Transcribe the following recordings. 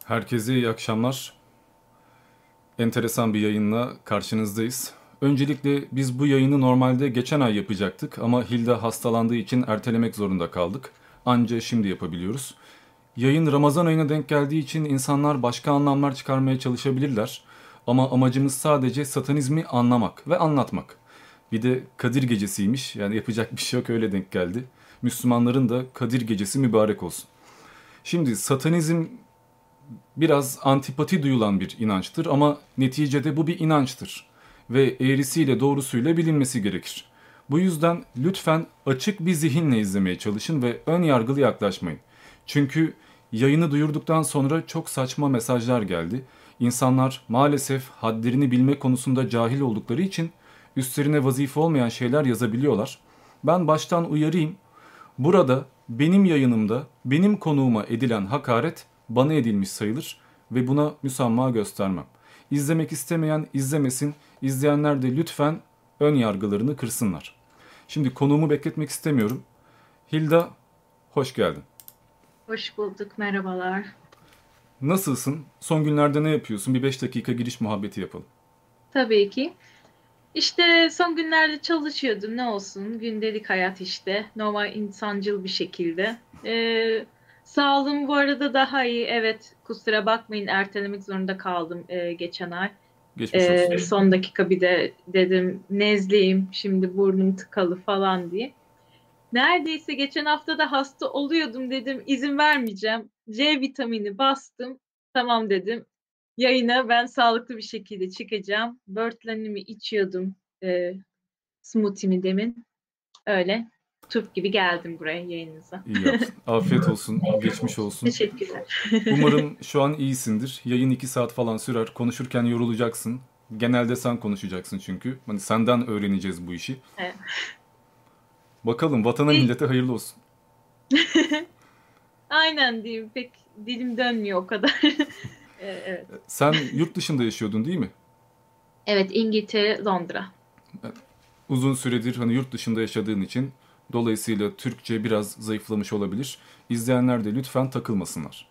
Herkese iyi akşamlar. Enteresan bir yayınla karşınızdayız. Öncelikle biz bu yayını normalde geçen ay yapacaktık ama Hilda hastalandığı için ertelemek zorunda kaldık. Anca şimdi yapabiliyoruz. Yayın Ramazan ayına denk geldiği için insanlar başka anlamlar çıkarmaya çalışabilirler. Ama amacımız sadece satanizmi anlamak ve anlatmak. Bir de Kadir Gecesi'ymiş. Yani yapacak bir şey yok, öyle denk geldi. Müslümanların da Kadir Gecesi mübarek olsun. Şimdi satanizm biraz antipati duyulan bir inançtır ama neticede bu bir inançtır ve eğrisiyle doğrusuyla bilinmesi gerekir. Bu yüzden lütfen açık bir zihinle izlemeye çalışın ve ön yargılı yaklaşmayın. Çünkü yayını duyurduktan sonra çok saçma mesajlar geldi. İnsanlar maalesef hadlerini bilme konusunda cahil oldukları için üstlerine vazife olmayan şeyler yazabiliyorlar. Ben baştan uyarayım. Burada benim yayınımda benim konuğuma edilen hakaret bana edilmiş sayılır ve buna müsamaha göstermem. İzlemek istemeyen izlemesin, izleyenler de lütfen ön yargılarını kırsınlar. Şimdi konuğumu bekletmek istemiyorum. Hilda, hoş geldin. Hoş bulduk, merhabalar. Nasılsın? Son günlerde ne yapıyorsun? Bir 5 dakika giriş muhabbeti yapalım. Tabii ki. İşte son günlerde çalışıyordum, ne olsun, gündelik hayat işte, normal insancıl bir şekilde. Sağlığım bu arada daha iyi, evet, kusura bakmayın ertelemek zorunda kaldım geçen ay. Geçmiş olsun. Son dakika bir de dedim nezleyim, şimdi burnum tıkalı falan diye. Neredeyse geçen hafta da hasta oluyordum dedim izin vermeyeceğim. C vitamini bastım. Tamam dedim. Yayına ben sağlıklı bir şekilde çıkacağım. Böğürtlenimi içiyordum. Smoothie'mi demin. Öyle. Turp gibi geldim buraya yayınınıza. İyi yaptın. Afiyet olsun, geçmiş olsun. Teşekkürler. Umarım şu an iyisindir. Yayın 2 saat falan sürer. Konuşurken yorulacaksın. Genelde sen konuşacaksın çünkü. Hani senden öğreneceğiz bu işi. Evet. Bakalım, vatana millete hayırlı olsun. Aynen diyeyim. Pek dilim dönmüyor o kadar. Evet. Sen yurt dışında yaşıyordun değil mi? Evet, İngiltere, Londra. Uzun süredir hani yurt dışında yaşadığın için dolayısıyla Türkçe biraz zayıflamış olabilir. İzleyenler de lütfen takılmasınlar.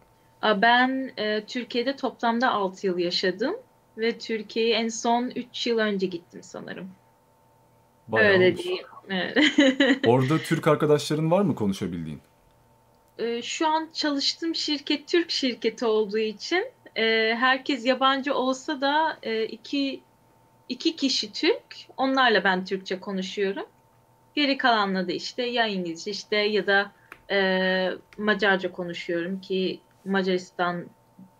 Ben Türkiye'de toplamda 6 yıl yaşadım ve Türkiye'ye en son 3 yıl önce gittim sanırım. Bayağı Öyle olmuş. diyeyim. Evet. Orada Türk arkadaşların var mı konuşabildiğin? Şu an çalıştığım şirket Türk şirketi olduğu için herkes yabancı olsa da iki kişi Türk. Onlarla ben Türkçe konuşuyorum. Geri kalanla da işte ya İngilizce işte ya da Macarca konuşuyorum ki Macaristanlıyım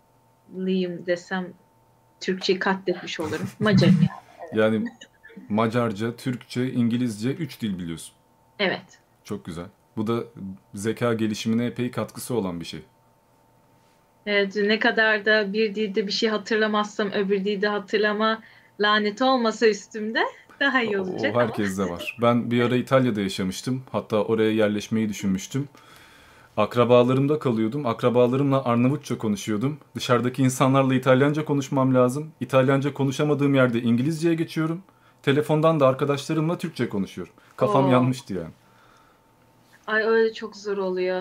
desem Türkçeyi katletmiş olurum. Macarım yani. Yani Macarca, Türkçe, İngilizce 3 dil biliyorsun. Evet. Çok güzel. Bu da zeka gelişimine epey katkısı olan bir şey. Evet, ne kadar da bir dilde bir şey hatırlamazsam öbür dilde hatırlama laneti olmasa üstümde daha iyi O olacak ama. herkeste var. Ben bir ara İtalya'da yaşamıştım. Hatta oraya yerleşmeyi düşünmüştüm. Akrabalarımda kalıyordum. Akrabalarımla Arnavutça konuşuyordum. Dışarıdaki insanlarla İtalyanca konuşmam lazım. İtalyanca konuşamadığım yerde İngilizceye geçiyorum. Telefondan da arkadaşlarımla Türkçe konuşuyorum. Kafam Oo, yanmıştı yani. ay öyle çok zor oluyor.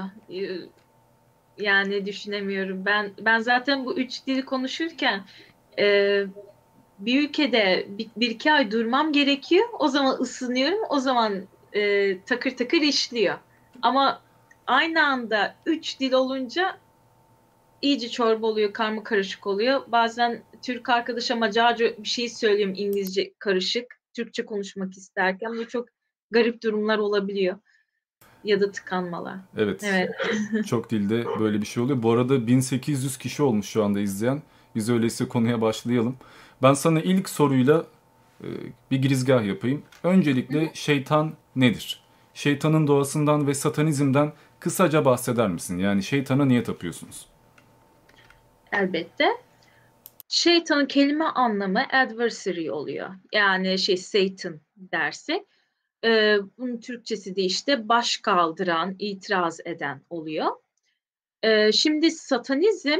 Yani düşünemiyorum. Ben zaten bu üç dili konuşurken e, bir ülkede bir iki ay durmam gerekiyor. O zaman ısınıyorum. O zaman takır takır işliyor. Ama aynı anda üç dil olunca iyice çorba oluyor, karma karışık oluyor. Bazen Türk arkadaşa Macarca bir şey söylüyorum İngilizce karışık. Türkçe konuşmak isterken böyle çok garip durumlar olabiliyor. Ya da tıkanmalar. Evet, Evet. çok dilde böyle bir şey oluyor. Bu arada 1800 kişi olmuş şu anda izleyen. Biz öyleyse konuya başlayalım. Ben sana ilk soruyla e, bir girizgah yapayım. Öncelikle şeytan nedir? Şeytanın doğasından ve satanizmden kısaca bahseder misin? Yani şeytana niye tapıyorsunuz? Elbette. Şeytanın kelime anlamı adversary oluyor. Yani şey Satan dersek. Bunun Türkçesi de işte baş kaldıran, itiraz eden oluyor. Şimdi satanizm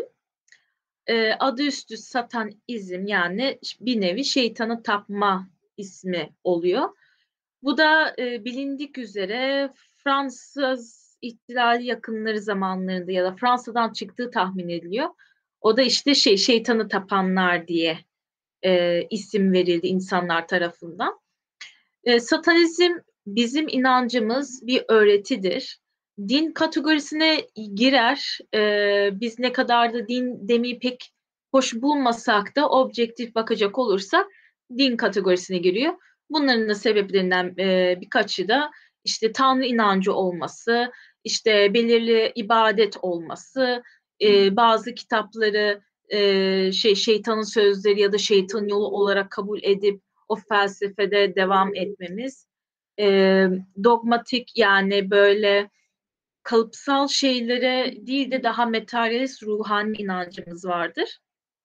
adı üstü satanizm yani bir nevi şeytanı tapma ismi oluyor. Bu da bilindik üzere Fransız ihtilali yakınları zamanlarında ya da Fransa'dan çıktığı tahmin ediliyor. O da işte şeytanı tapanlar diye isim verildi insanlar tarafından. Satanizm bizim inancımız bir öğretidir. Din kategorisine girer. Biz ne kadar da din demeyi pek hoş bulmasak da objektif bakacak olursak din kategorisine giriyor. Bunların da sebeplerinden birkaçı da işte Tanrı inancı olması, işte belirli ibadet olması, bazı kitapları şeytanın sözleri ya da şeytan yolu olarak kabul edip o felsefede devam etmemiz, dogmatik yani böyle kalıpsal şeylere değil de daha materyalist ruhani inancımız vardır.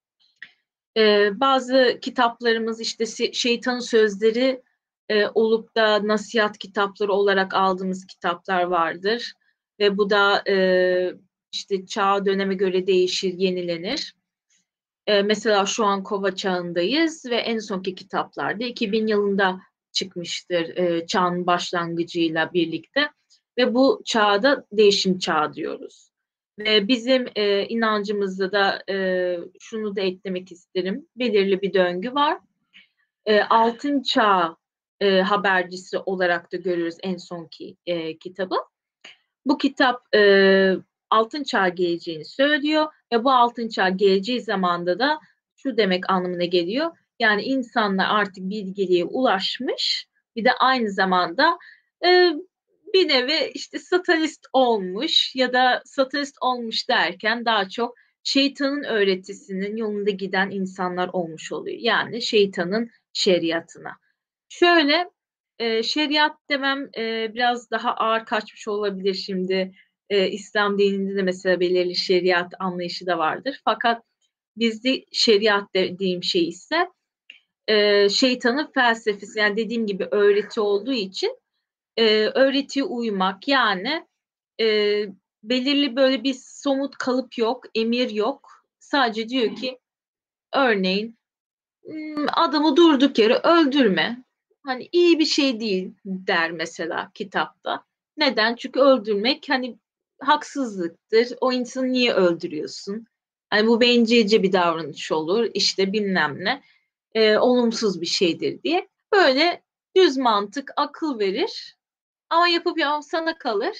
Bazı kitaplarımız işte şeytanın sözleri olup da nasihat kitapları olarak aldığımız kitaplar vardır. Ve bu da işte çağ döneme göre değişir, yenilenir. Mesela şu an Kova çağındayız ve en sonki kitaplarda 2000 yılında çıkmıştır çağın başlangıcıyla birlikte. Ve bu çağda değişim çağı diyoruz. Ve bizim inancımızda da şunu da eklemek isterim. Belirli bir döngü var. Altın çağ habercisi olarak da görüyoruz en sonki kitabı. Bu kitap altın çağ geleceğini söylüyor ve bu altın çağ geleceği zamanda da şu demek anlamına geliyor. Yani insanlar artık bilgiliğe ulaşmış, bir de aynı zamanda e, bir nevi işte satanist olmuş ya da satanist olmuş derken daha çok şeytanın öğretisinin yolunda giden insanlar olmuş oluyor. Yani şeytanın şeriatına. Şöyle şeriat demem biraz daha ağır kaçmış olabilir şimdi. İslam dininde de mesela belirli şeriat anlayışı da vardır. Fakat bizde şeriat dediğim şey ise şeytanın felsefesi. Yani dediğim gibi öğreti olduğu için öğretiye uymak yani e, belirli böyle bir somut kalıp yok, emir yok. Sadece diyor ki örneğin adamı durduk yere öldürme. Hani iyi bir şey değil der mesela kitapta. Neden? Çünkü öldürmek hani haksızlıktır. O insanı niye öldürüyorsun? Hani bu bencilce bir davranış olur. İşte bilmem ne. Olumsuz bir şeydir diye. Böyle düz mantık akıl verir. Ama yapıp sana kalır.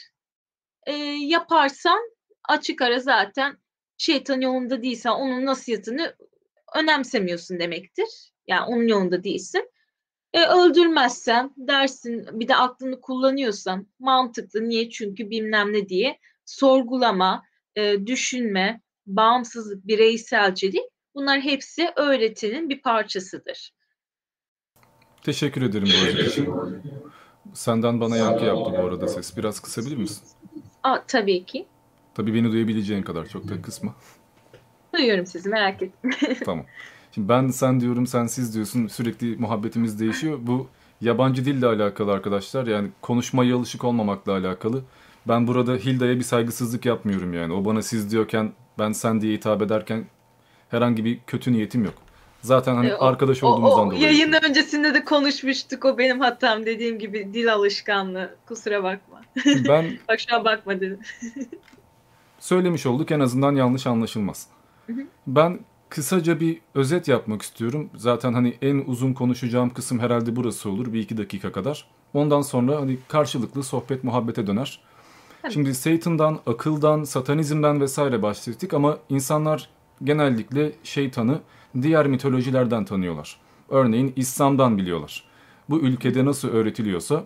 Yaparsan açık ara zaten şeytan yolunda değilsen onun nasihatini önemsemiyorsun demektir. Yani onun yolunda değilsin. Öldürmezsen dersin bir de aklını kullanıyorsan mantıklı niye çünkü bilmem ne diye sorgulama, düşünme, bağımsızlık, bireyselcilik bunlar hepsi öğretinin bir parçasıdır. Teşekkür ederim bu özet için. Senden bana yankı yaptı bu arada ses. Biraz kısabilir misin? Tabii ki. Tabii beni duyabileceğin kadar çok da kısma. Duyuyorum sizi merak etmeyin. Tamam. Şimdi ben sen diyorum, sen siz diyorsun. Sürekli muhabbetimiz değişiyor. Bu yabancı dille alakalı arkadaşlar. Yani konuşmaya alışık olmamakla alakalı. Ben burada Hilda'ya bir saygısızlık yapmıyorum yani. O bana siz diyorken, ben sen diye hitap ederken herhangi bir kötü niyetim yok. Zaten hani O, arkadaş o, olduğumuzdan o dolayı yayın yapıyorum. öncesinde de konuşmuştuk. O benim hatam dediğim gibi dil alışkanlığı. Kusura bakma. Şimdi ben Bak şu an bakma dedim. söylemiş olduk, en azından yanlış anlaşılmaz. Ben kısaca bir özet yapmak istiyorum. Zaten hani en uzun konuşacağım kısım herhalde burası olur. Bir iki dakika kadar. Ondan sonra hani karşılıklı sohbet muhabbete döner. Tabii. Şimdi Satan'dan, akıldan, satanizmden vesaire bahsettik ama insanlar genellikle şeytanı diğer mitolojilerden tanıyorlar. Örneğin İslam'dan biliyorlar. Bu ülkede nasıl öğretiliyorsa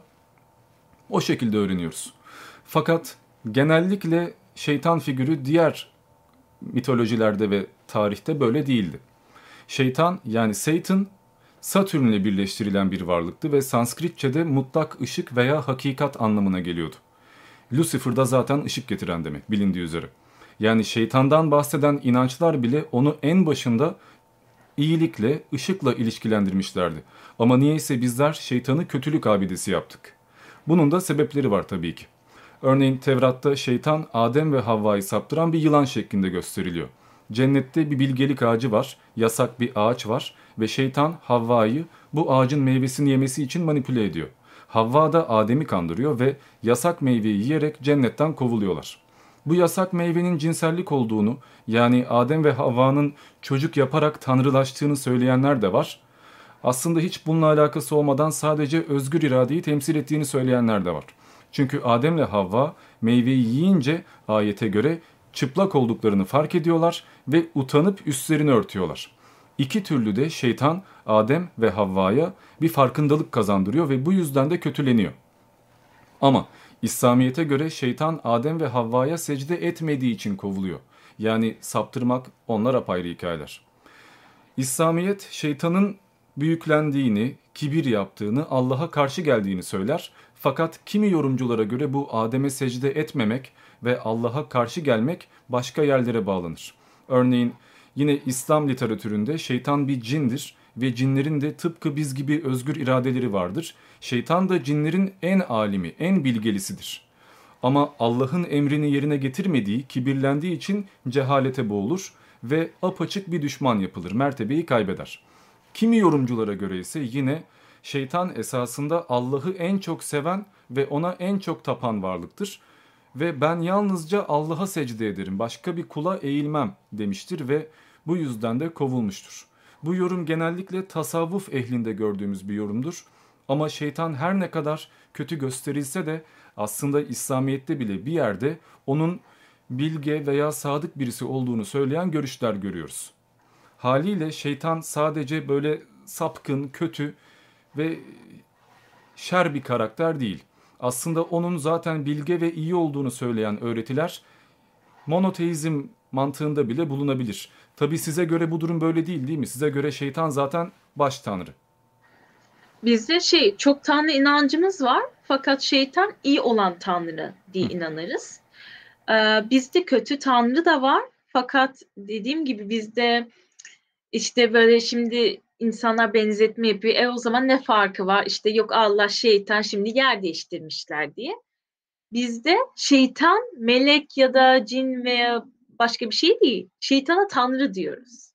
o şekilde öğreniyoruz. Fakat genellikle şeytan figürü diğer mitolojilerde ve tarihte böyle değildi. Şeytan yani Satan, Satürn'le birleştirilen bir varlıktı ve Sanskritçe'de mutlak ışık veya hakikat anlamına geliyordu. Lucifer da zaten ışık getiren demek, bilindiği üzere. Yani şeytandan bahseden inançlar bile onu en başında iyilikle, ışıkla ilişkilendirmişlerdi. Ama niyeyse bizler şeytanı kötülük abidesi yaptık. Bunun da sebepleri var tabii ki. Örneğin Tevrat'ta şeytan Adem ve Havva'yı saptıran bir yılan şeklinde gösteriliyor. Cennette bir bilgelik ağacı var, yasak bir ağaç var ve şeytan Havva'yı bu ağacın meyvesini yemesi için manipüle ediyor. Havva da Adem'i kandırıyor ve yasak meyveyi yiyerek cennetten kovuluyorlar. Bu yasak meyvenin cinsellik olduğunu, yani Adem ve Havva'nın çocuk yaparak tanrılaştığını söyleyenler de var. Aslında hiç bununla alakası olmadan sadece özgür iradeyi temsil ettiğini söyleyenler de var. Çünkü Adem'le Havva meyveyi yiyince ayete göre çıplak olduklarını fark ediyorlar ve utanıp üstlerini örtüyorlar. İki türlü de şeytan Adem ve Havva'ya bir farkındalık kazandırıyor ve bu yüzden de kötüleniyor. Ama İslamiyet'e göre şeytan Adem ve Havva'ya secde etmediği için kovuluyor. Yani saptırmak onlar apayrı hikayeler. İslamiyet şeytanın büyüklendiğini, kibir yaptığını, Allah'a karşı geldiğini söyler. Fakat kimi yorumculara göre bu Adem'e secde etmemek ve Allah'a karşı gelmek başka yerlere bağlanır. Örneğin yine İslam literatüründe şeytan bir cindir ve cinlerin de tıpkı biz gibi özgür iradeleri vardır. Şeytan da cinlerin en alimi, en bilgelisidir. Ama Allah'ın emrini yerine getirmediği, kibirlendiği için cehalete boğulur ve apaçık bir düşman yapılır, mertebeyi kaybeder. Kimi yorumculara göre ise yine şeytan esasında Allah'ı en çok seven ve ona en çok tapan varlıktır. Ve ben yalnızca Allah'a secde ederim, başka bir kula eğilmem demiştir ve bu yüzden de kovulmuştur. Bu yorum genellikle tasavvuf ehlinde gördüğümüz bir yorumdur. Ama şeytan her ne kadar kötü gösterilse de aslında İslamiyet'te bile bir yerde onun bilge veya sadık birisi olduğunu söyleyen görüşler görüyoruz. Haliyle şeytan sadece böyle sapkın, kötü ve şer bir karakter değil. Aslında onun zaten bilge ve iyi olduğunu söyleyen öğretiler monoteizm mantığında bile bulunabilir. Tabii size göre bu durum böyle değil mi? Size göre şeytan zaten baş tanrı. Bizde çok tanrı inancımız var fakat şeytan iyi olan tanrı diye Hı. inanırız. Bizde kötü tanrı da var fakat dediğim gibi bizde işte böyle şimdi insanlar benzetme yapıyor. O zaman ne farkı var? İşte yok Allah şeytan şimdi yer değiştirmişler diye. Bizde şeytan melek ya da cin veya başka bir şey değil. Şeytana tanrı diyoruz.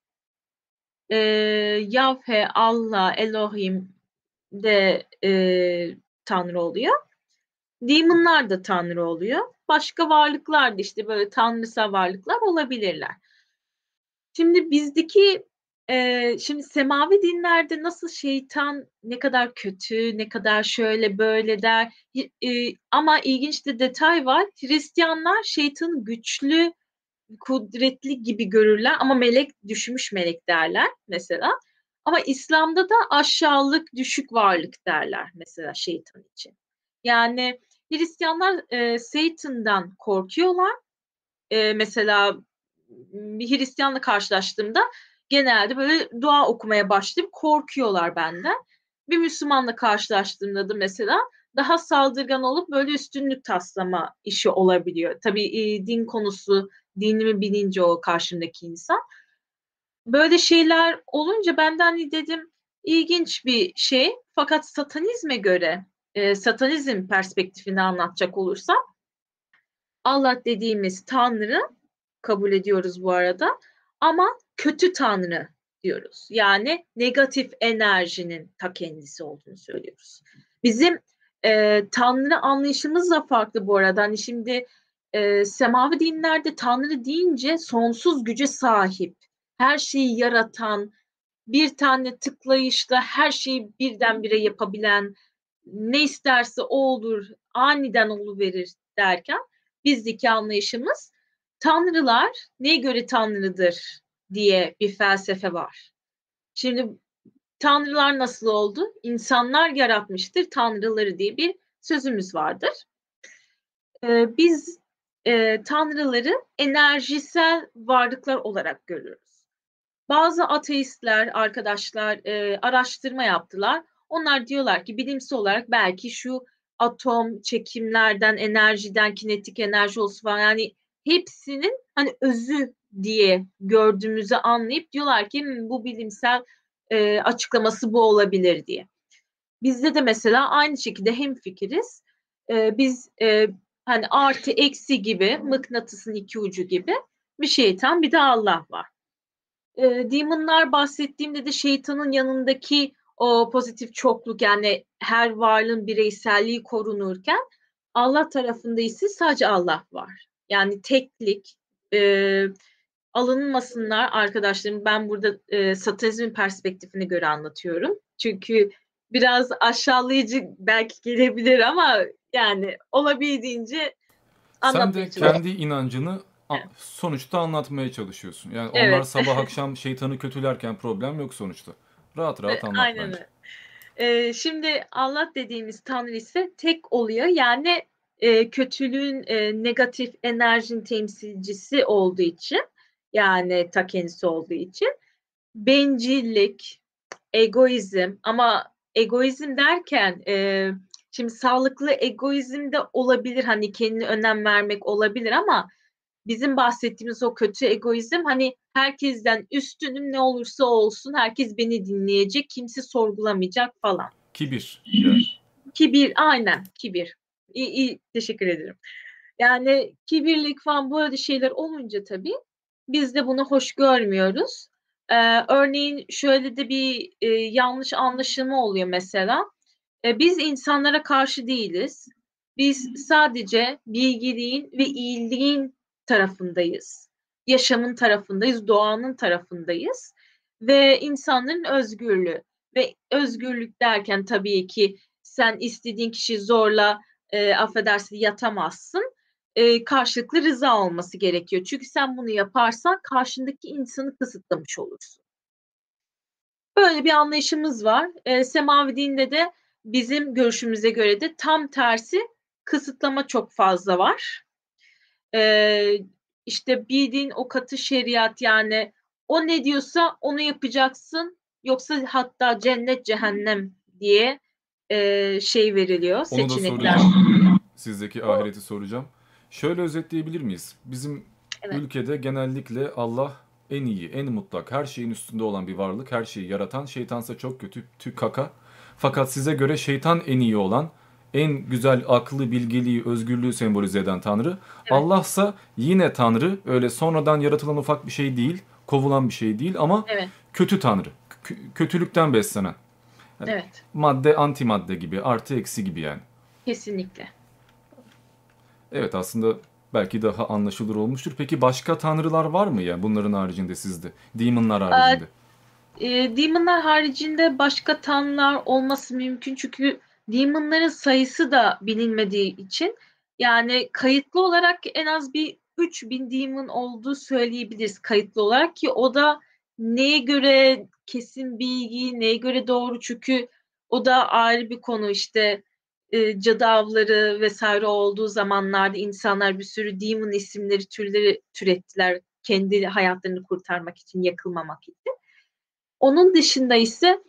Yahve, Allah, Elohim de tanrı oluyor. Demonlar da tanrı oluyor. Başka varlıklar da işte böyle tanrısal varlıklar olabilirler. Şimdi bizdeki şimdi semavi dinlerde nasıl şeytan ne kadar kötü, ne kadar şöyle böyle der. Ama ilginç de detay var. Hristiyanlar şeytanı güçlü, kudretli gibi görürler ama melek, düşmüş melek derler mesela. Ama İslam'da da aşağılık, düşük varlık derler mesela şeytan için. Yani Hristiyanlar Satan'dan korkuyorlar. Mesela bir Hristiyanla karşılaştığımda genelde böyle dua okumaya başlayıp korkuyorlar benden. Bir Müslümanla karşılaştığımda da mesela daha saldırgan olup böyle üstünlük taslama işi olabiliyor. Tabii din konusu, dinimi bilince o karşımdaki insan. Böyle şeyler olunca benden hani dedim ilginç bir şey. Fakat satanizme göre, satanizm perspektifini anlatacak olursam Allah dediğimiz Tanrı kabul ediyoruz bu arada. Ama kötü tanrı diyoruz. Yani negatif enerjinin ta kendisi olduğunu söylüyoruz. Bizim tanrı anlayışımız da farklı bu arada. Hani şimdi semavi dinlerde tanrı deyince sonsuz güce sahip, her şeyi yaratan, bir tane tıklayışla her şeyi birdenbire yapabilen, ne isterse o olur, aniden oluverir derken bizdeki anlayışımız tanrılar neye göre tanrıdır diye bir felsefe var. Şimdi tanrılar nasıl oldu? İnsanlar yaratmıştır tanrıları diye bir sözümüz vardır. Biz tanrıları enerjisel varlıklar olarak görüyoruz. Bazı ateistler, arkadaşlar araştırma yaptılar. Onlar diyorlar ki bilimsel olarak belki şu atom çekimlerden, enerjiden, kinetik enerji olsun falan yani hepsinin hani özü diye gördüğümüzü anlayıp diyorlar ki bu bilimsel açıklaması bu olabilir diye. Bizde de mesela aynı şekilde hemfikiriz. Biz hani artı eksi gibi mıknatısın iki ucu gibi bir şeytan bir de Allah var. Demonlar bahsettiğimde de şeytanın yanındaki o pozitif çokluk yani her varlığın bireyselliği korunurken Allah tarafında ise sadece Allah var. Yani teklik, alınmasınlar arkadaşlarım. Ben burada satanizmin perspektifine göre anlatıyorum. Çünkü biraz aşağılayıcı belki gelebilir ama yani olabildiğince Sen anlatmaya de çalışıyorum. kendi inancını Evet. sonuçta anlatmaya çalışıyorsun. Yani onlar Evet. sabah akşam şeytanı kötülerken problem yok sonuçta. Rahat rahat anlat Aynen bence. öyle. Şimdi Allah dediğimiz Tanrı ise tek oluyor. Yani kötülüğün negatif enerjinin temsilcisi olduğu için, yani ta kendisi olduğu için bencillik, egoizm, ama egoizm derken şimdi sağlıklı egoizm de olabilir, hani kendine önem vermek olabilir, ama bizim bahsettiğimiz o kötü egoizm hani herkesten üstünüm, ne olursa olsun herkes beni dinleyecek, kimse sorgulamayacak falan. Kibir yani. Kibir, aynen kibir. İyi, iyi, teşekkür ederim. Yani kibirlik falan böyle şeyler olunca tabii biz de bunu hoş görmüyoruz. Örneğin şöyle de bir yanlış anlaşılma oluyor mesela. Biz insanlara karşı değiliz. Biz sadece bilgiliğin ve iyiliğin tarafındayız. Yaşamın tarafındayız, doğanın tarafındayız ve insanların özgürlüğü. Ve özgürlük derken tabii ki sen istediğin kişiyi zorla affedersin yatamazsın. Karşılıklı rıza olması gerekiyor. Çünkü sen bunu yaparsan karşındaki insanı kısıtlamış olursun. Böyle bir anlayışımız var. Semavi dinde de bizim görüşümüze göre de tam tersi kısıtlama çok fazla var. Ee, işte bir din o katı şeriat, yani o ne diyorsa onu yapacaksın, yoksa hatta cennet cehennem diye şey veriliyor, Onu da seçenekler. soracağım. Sizdeki O, ahireti soracağım. Şöyle özetleyebilir miyiz? Bizim evet, ülkede genellikle Allah en iyi, en mutlak, her şeyin üstünde olan bir varlık, her şeyi yaratan, şeytansa çok kötü, tü kaka. Fakat size göre şeytan en iyi olan, en güzel aklı, bilgeliği, özgürlüğü sembolize eden Tanrı. evet, Allah'sa yine Tanrı, öyle sonradan yaratılan ufak bir şey değil, kovulan bir şey değil ama evet, kötü Tanrı. Kötülükten beslenen. Yani evet, madde, antimadde gibi, artı eksi gibi yani. kesinlikle. Evet, aslında belki daha anlaşılır olmuştur. Peki başka tanrılar var mı ya bunların haricinde sizde? Demonlar Ee, haricinde. Demonlar haricinde başka tanrılar olması mümkün, çünkü demonların sayısı da bilinmediği için, yani kayıtlı olarak en az bir 3000 demon olduğu söyleyebiliriz kayıtlı olarak, ki o da neye göre kesin bilgi, neye göre doğru, çünkü o da ayrı bir konu işte. Cadı avları vesaire olduğu zamanlarda insanlar bir sürü demon isimleri, türleri türettiler kendi hayatlarını kurtarmak için, yakılmamak için. Onun dışında ise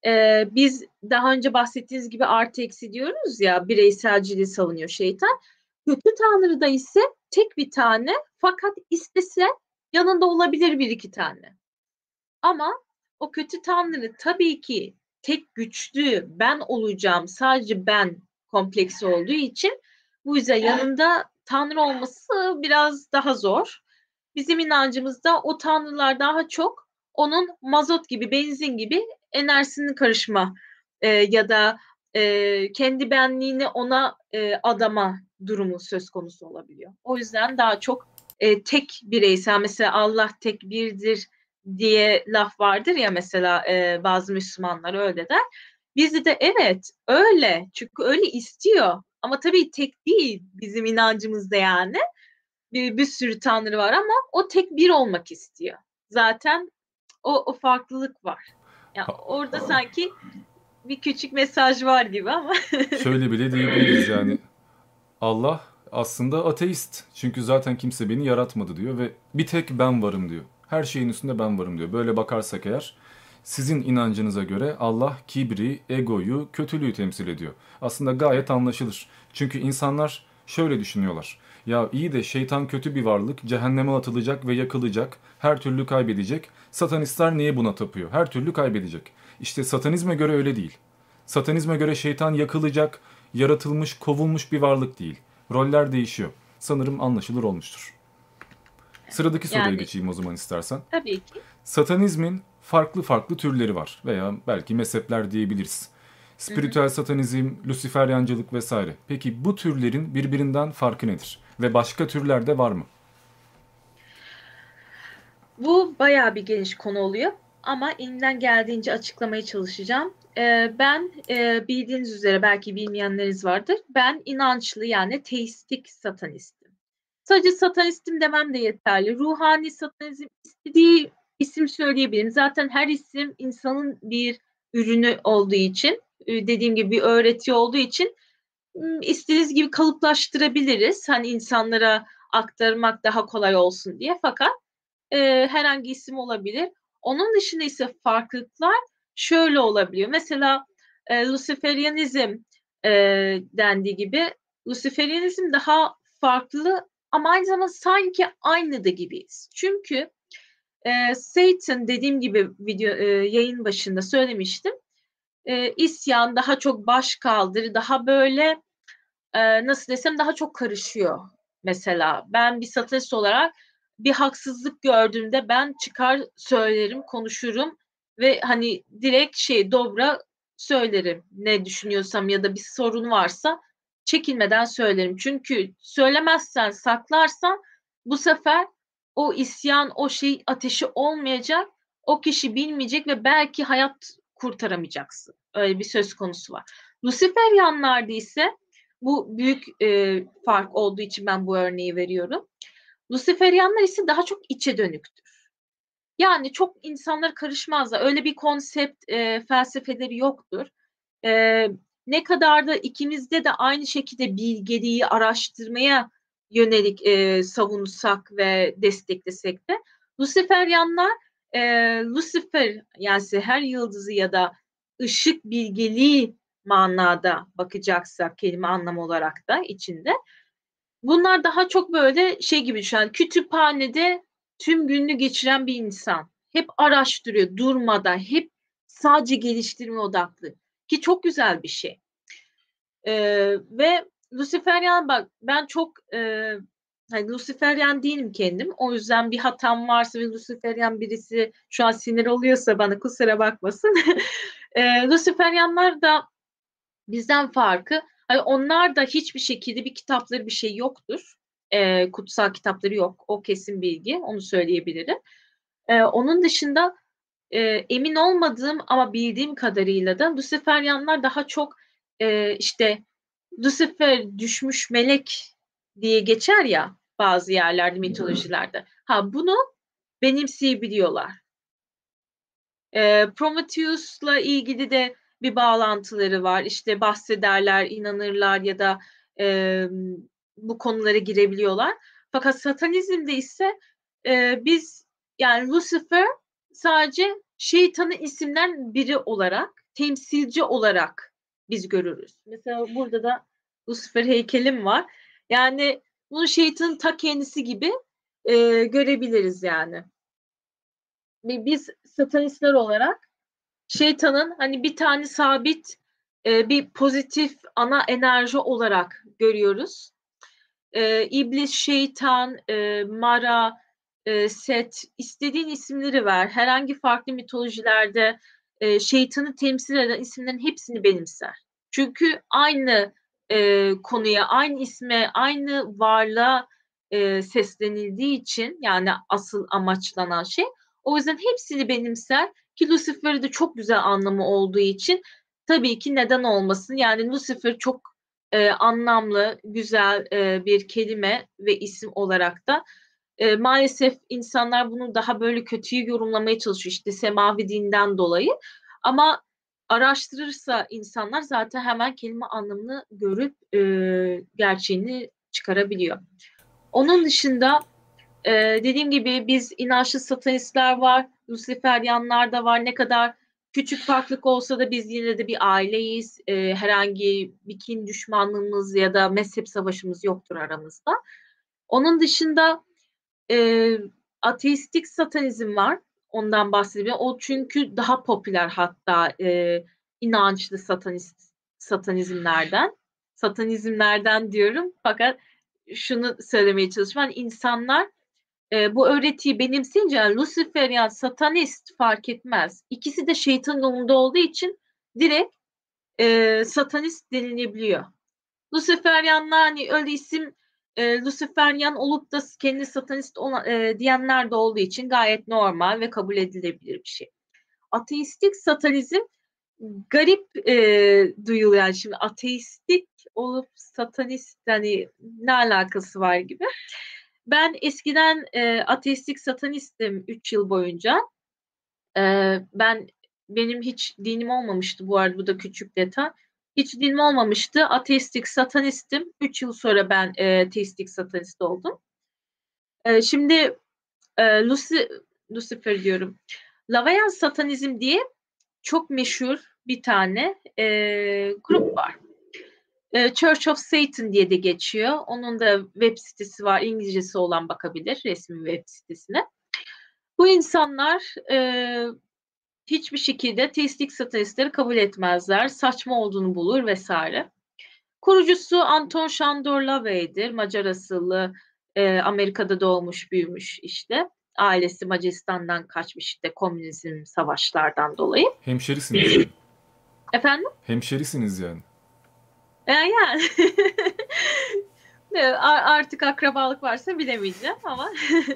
biz daha önce bahsettiğiniz gibi artı eksi diyoruz ya, bireyselciliği savunuyor şeytan. Kötü tanrıda ise tek bir tane, fakat istese yanında olabilir bir iki tane. Ama o kötü tanrı tabii ki tek güçlü ben olacağım, sadece ben kompleksi olduğu için bu yüzden yanında tanrı olması biraz daha zor. Bizim inancımızda o tanrılar daha çok onun mazot gibi, benzin gibi enerjisinin karışma ya da kendi benliğini ona adama durumu söz konusu olabiliyor. O yüzden daha çok tek bireysel, mesela Allah tek birdir diye laf vardır ya, mesela bazı Müslümanlar öyle der. Bizde de evet öyle, çünkü öyle istiyor, ama tabii tek değil bizim inancımızda, yani bir sürü tanrı var ama o tek bir olmak istiyor. Zaten o farklılık var. Yani Ha, orada sanki bir küçük mesaj var gibi ama. şöyle bile diyebiliriz yani. Allah aslında ateist. Çünkü zaten kimse beni yaratmadı diyor ve bir tek ben varım diyor. Her şeyin üstünde ben varım diyor. Böyle bakarsak eğer sizin inancınıza göre Allah kibri, egoyu, kötülüğü temsil ediyor. Aslında gayet anlaşılır. Çünkü insanlar şöyle düşünüyorlar. Ya iyi de şeytan kötü bir varlık, cehenneme atılacak ve yakılacak, her türlü kaybedecek. Satanistler niye buna tapıyor? Her türlü kaybedecek. İşte satanizme göre öyle değil. Satanizme göre şeytan yakılacak, yaratılmış, kovulmuş bir varlık değil. Roller değişiyor. Sanırım anlaşılır olmuştur. Sıradaki soruya Yani geçeyim o zaman istersen. tabii ki. Satanizmin farklı farklı türleri var veya belki mezhepler diyebiliriz. Hı hı. Spiritüel satanizm, Lusiferyancılık vesaire. Peki bu türlerin birbirinden farkı nedir? Ve başka türler de var mı? Bu bayağı bir geniş konu oluyor ama elimden geldiğince açıklamaya çalışacağım. Ben bildiğiniz üzere belki bilmeyenleriniz vardır. Ben inançlı yani teistik satanistim. Sadece satanistim demem de yeterli. Ruhani satanizm istediği isim söyleyebilirim. Zaten her isim insanın bir ürünü olduğu için, dediğim gibi bir öğreti olduğu için istediğiniz gibi kalıplaştırabiliriz. Hani insanlara aktarmak daha kolay olsun diye. Fakat herhangi isim olabilir. Onun dışında ise farklılıklar şöyle olabiliyor. Mesela Luciferianizm e, dendiği gibi Luciferianizm daha farklı ama aynı zamanda sanki aynı da gibiyiz. Çünkü Satan dediğim gibi yayın başında söylemiştim. İsyan daha çok baş kaldırı, daha böyle nasıl desem daha çok karışıyor. Mesela ben bir satirist olarak bir haksızlık gördüğümde ben çıkar söylerim, konuşurum ve hani direkt dobra söylerim ne düşünüyorsam ya da bir sorun varsa çekinmeden söylerim. Çünkü söylemezsen, saklarsan bu sefer o isyan, o ateşi olmayacak, o kişi bilmeyecek ve belki hayat kurtaramayacaksın. Öyle bir söz konusu var. Luciferyanlarda ise bu büyük fark olduğu için ben bu örneği veriyorum. Luciferianlar ise daha çok içe dönüktür. Yani çok insanlar karışmazlar. Öyle bir konsept felsefeleri yoktur. E, Ne kadar da ikimizde de aynı şekilde bilgeliği araştırmaya yönelik savunsak ve desteklesek de Luciferianlar e, Lucifer yani her yıldızı ya da ışık bilgeliği manada bakacaksak kelime anlamı olarak da içinde. Bunlar daha çok böyle gibi şu an kütüphanede tüm gününü geçiren bir insan. Hep araştırıyor durmadan, hep sadece geliştirme odaklı. Ki çok güzel bir şey. Ve Luciferyan bak ben çok hani Luciferyan değilim kendim. O yüzden bir hatam varsa ve Luciferyan birisi şu an sinir oluyorsa bana kusura bakmasın. Luciferyanlar da bizden farkı hani onlar da hiçbir şekilde bir kitapları bir şey yoktur. Kutsal kitapları yok. O kesin bilgi. Onu söyleyebilirim. Onun dışında emin olmadığım ama bildiğim kadarıyla da Luciferyanlar daha çok işte Lucifer düşmüş melek diye geçer ya bazı yerlerde mitolojilerde. Ha bunu benimseyebiliyorlar. Prometheus'la ilgili de bir bağlantıları var. İşte bahsederler, inanırlar ya da e, bu konulara girebiliyorlar. Fakat satanizmde ise biz yani Lucifer sadece şeytanın isimden biri olarak, temsilci olarak biz görürüz. Mesela burada da Lucifer heykelim var. Yani bunu şeytanın ta kendisi gibi görebiliriz yani. Biz satanistler olarak şeytanın hani bir tane sabit bir pozitif ana enerji olarak görüyoruz. İblis, şeytan, Mara, Set istediğin isimleri ver. Herhangi farklı mitolojilerde şeytanı temsil eden isimlerin hepsini benimser. Çünkü aynı konuya, aynı isme, aynı varlığa seslenildiği için yani asıl amaçlanan şey o yüzden hepsini benimser ki Lucifer'ı da çok güzel anlamı olduğu için tabii ki neden olmasın. Yani Lucifer çok anlamlı, güzel bir kelime ve isim olarak da maalesef insanlar bunu daha böyle kötüyü yorumlamaya çalışıyor işte semavi dinden dolayı. Ama araştırırsa insanlar zaten hemen kelime anlamını görüp gerçeğini çıkarabiliyor. Onun dışında dediğim gibi biz inançlı satanistler var, Luciferyanlar da var. Ne kadar küçük farklılık olsa da biz yine de bir aileyiz. Herhangi bir kin düşmanlığımız ya da mezhep savaşımız yoktur aramızda. Onun dışında e, ateistik satanizm var. Ondan bahsedeyim. O çünkü daha popüler hatta inançlı satanizmlerden. Satanizmlerden diyorum. Fakat şunu söylemeye çalışıyorum. Yani insanlar bu öğretiyi benimseyince yani Luciferian, satanist fark etmez. İkisi de şeytan yolunda olduğu için direkt satanist denilebiliyor. Luciferianlar hani öyle isim Luciferyan olup da kendi satanist diyenler de olduğu için gayet normal ve kabul edilebilir bir şey. Ateistik satanizm garip duyuluyor. Yani şimdi ateistik olup satanist hani ne alakası var gibi. Ben eskiden ateistik satanistim 3 yıl boyunca. E, benim hiç dinim olmamıştı bu arada, bu da küçük detay. Hiç dinim olmamıştı. Ateistik satanistim. 3 yıl sonra ben teistik satanist oldum. Şimdi Lucifer diyorum. Lavayan satanizm diye çok meşhur bir tane grup var. Church of Satan diye de geçiyor. Onun da web sitesi var. İngilizcesi olan bakabilir resmi web sitesine. Bu insanlar hiçbir şekilde teistik satanistleri kabul etmezler. Saçma olduğunu bulur vesaire. Kurucusu Anton Sandor Lavey'dir. Macar asıllı, Amerika'da doğmuş, büyümüş işte. Ailesi Macaristan'dan kaçmış işte komünizm savaşlardan dolayı. Hemşerisiniz yani. Efendim? Hemşerisiniz yani. Yani artık akrabalık varsa bilemeyeceğim ama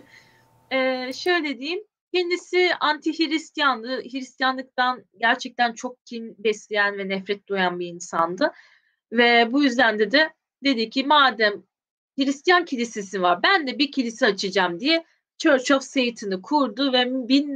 şöyle diyeyim. Kendisi anti-Hristiyandı. Hristiyanlıktan gerçekten çok kin besleyen ve nefret duyan bir insandı. Ve bu yüzden de dedi ki madem Hristiyan kilisesi var, ben de bir kilise açacağım diye Church of Satan'ı kurdu ve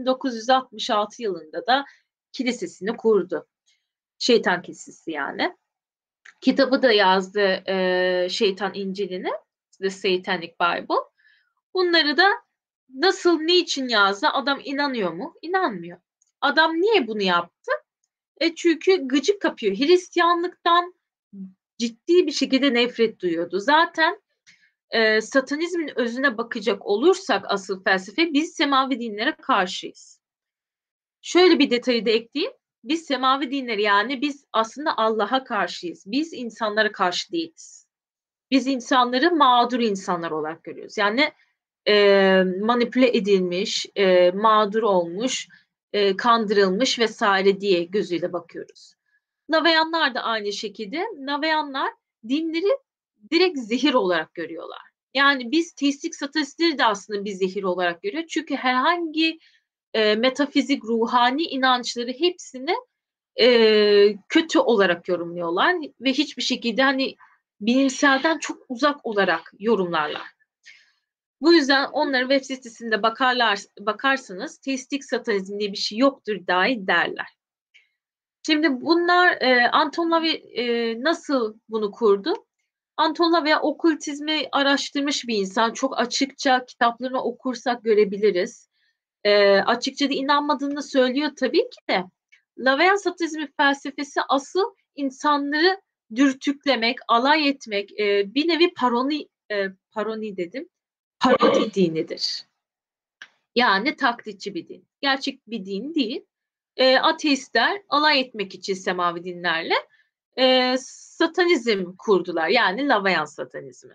1966 yılında da kilisesini kurdu. Şeytan Kilisesi yani. Kitabı da yazdı, Şeytan İncil'ini, The Satanic Bible. Bunları da nasıl, niçin yazdı? Adam inanıyor mu? İnanmıyor. Adam niye bunu yaptı? Çünkü gıcık kapıyor. Hristiyanlıktan ciddi bir şekilde nefret duyuyordu. Zaten satanizmin özüne bakacak olursak asıl felsefe, biz semavi dinlere karşıyız. Şöyle bir detayı da ekleyeyim. Biz semavi dinleri, yani biz aslında Allah'a karşıyız. Biz insanlara karşı değiliz. Biz insanları mağdur insanlar olarak görüyoruz. Yani manipüle edilmiş, mağdur olmuş, kandırılmış vesaire diye gözüyle bakıyoruz. Navayanlar da aynı şekilde. Navayanlar dinleri direkt zehir olarak görüyorlar. Yani biz teistik satanistleri de aslında bir zehir olarak görüyor. Çünkü herhangi metafizik, ruhani inançları hepsini kötü olarak yorumluyorlar ve hiçbir şekilde hani bilimselden çok uzak olarak yorumlarlar. Bu yüzden onların web sitesinde bakarsanız teistik satanizm diye bir şey yoktur dahi derler. Şimdi bunlar Anton LaVey nasıl bunu kurdu? Anton LaVey okültizmi araştırmış bir insan. Çok açıkça kitaplarını okursak görebiliriz. Açıkça da inanmadığını söylüyor tabii ki de. Laveyan satanizmi felsefesi asıl insanları dürtüklemek, alay etmek, bir nevi paroni dedim, parodi dinidir. Yani taklitçi bir din. Gerçek bir din değil. Ateistler alay etmek için semavi dinlerle satanizm kurdular. Yani Lavayan satanizmi.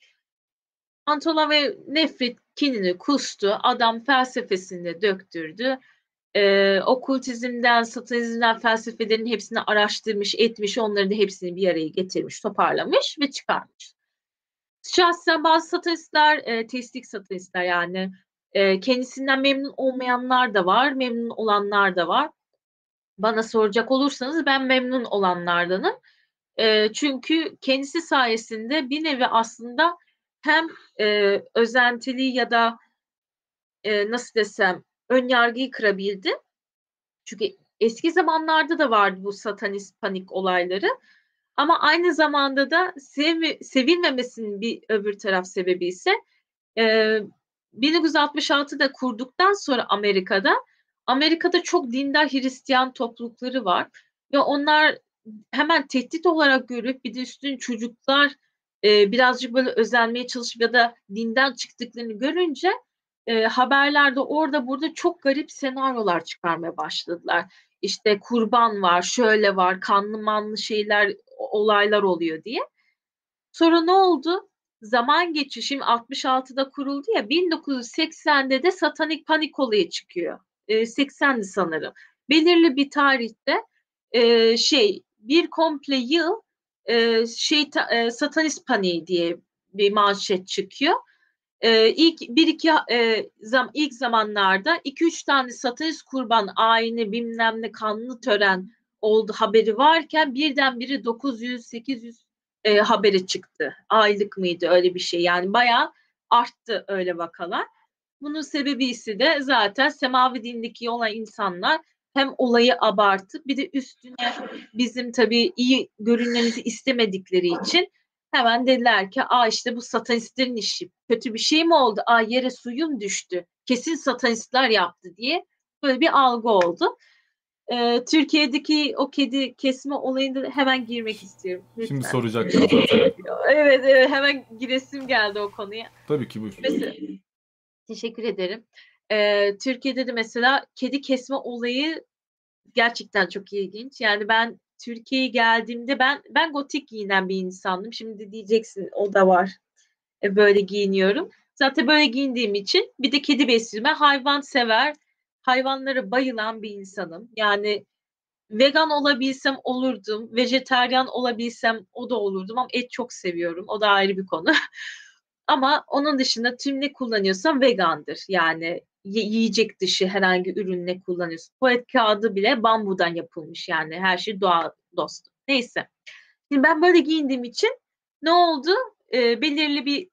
Anton LaVey nefret kinini kustu. Adam felsefesini döktürdü. Okültizmden, satanizmden felsefelerin hepsini araştırmış, etmiş, onların da hepsini bir araya getirmiş, toparlamış ve çıkarmış. Şahsen bazı satanistler, teistik satanistler yani kendisinden memnun olmayanlar da var, memnun olanlar da var. Bana soracak olursanız ben memnun olanlardanım. Çünkü kendisi sayesinde bir nevi aslında hem özentili ya da nasıl desem ön yargıyı kırabildi. Çünkü eski zamanlarda da vardı bu satanist panik olayları. Ama aynı zamanda da sevilmemesinin bir öbür taraf sebebi ise 1966'da kurduktan sonra Amerika'da çok dindar Hristiyan toplulukları var ve onlar hemen tehdit olarak görüp bir de üstüne çocuklar birazcık böyle özenmeye çalışıp ya da dinden çıktıklarını görünce haberlerde orada burada çok garip senaryolar çıkarmaya başladılar. İşte kurban var, şöyle var, kanlı manlı şeyler, olaylar oluyor diye. Sonra ne oldu? Zaman geçiyor. Şimdi 66'da kuruldu ya, 1980'de de satanik panik olayı çıkıyor. 80'di sanırım. Belirli bir tarihte bir komple yıl satanist paniği diye bir manşet çıkıyor. İlk zamanlarda 2-3 tane satanist kurban ayini bilmem ne kanlı tören oldu haberi varken birdenbire 900-800 haberi çıktı. Aylık mıydı öyle bir şey. Yani bayağı arttı öyle vakalar. Bunun sebebi ise de zaten semavi dindeki olan insanlar hem olayı abartıp bir de üstüne bizim tabii iyi görünmemizi istemedikleri için hemen dediler ki işte bu satanistlerin işi. Kötü bir şey mi oldu? Yere suyum düştü. Kesin satanistler yaptı diye böyle bir algı oldu. Türkiye'deki o kedi kesme olayında hemen girmek istiyorum. Şimdi Lütfen. soracaktım zaten. Evet, hemen giresim geldi o konuya. Tabii ki, buyur. Mesela, teşekkür ederim. Türkiye'de de mesela kedi kesme olayı gerçekten çok ilginç. Yani ben Türkiye'ye geldiğimde ben gotik giyinen bir insandım. Şimdi diyeceksin o da var. Böyle giyiniyorum. Zaten böyle giyindiğim için bir de kedi besliyorum. Ben hayvan sever, hayvanlara bayılan bir insanım. Yani vegan olabilsem olurdum, vejetaryen olabilsem o da olurdum ama et çok seviyorum. O da ayrı bir konu. Ama onun dışında tüm ne kullanıyorsam vegandır. Yani yiyecek dışı herhangi ürün ne kullanıyorsun. Tuvalet kağıdı bile bambudan yapılmış yani. Her şey doğa dostu. Neyse. Şimdi ben böyle giyindiğim için ne oldu? Belirli bir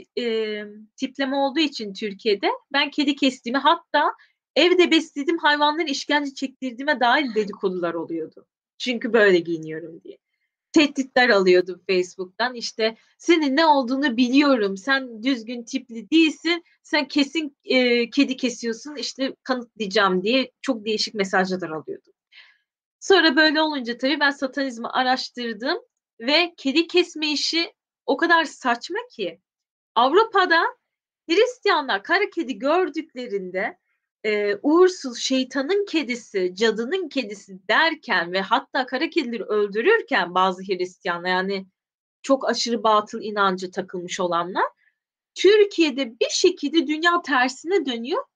tipleme olduğu için Türkiye'de ben kedi kestiğimi hatta evde beslediğim hayvanları işkence çektirdiğime dair dedikodular oluyordu. Çünkü böyle giyiniyorum diye tehditler alıyordum Facebook'tan. İşte senin ne olduğunu biliyorum. Sen düzgün tipli değilsin. Sen kesin kedi kesiyorsun. İşte kanıtlayacağım diye çok değişik mesajlar alıyordum. Sonra böyle olunca tabii ben satanizmi araştırdım ve kedi kesme işi o kadar saçma ki Avrupa'da Hristiyanlar kara kedi gördüklerinde uğursuz şeytanın kedisi, cadının kedisi derken ve hatta kara kedileri öldürürken bazı Hristiyanlar yani çok aşırı batıl inancı takılmış olanlar Türkiye'de bir şekilde dünya tersine dönüyor.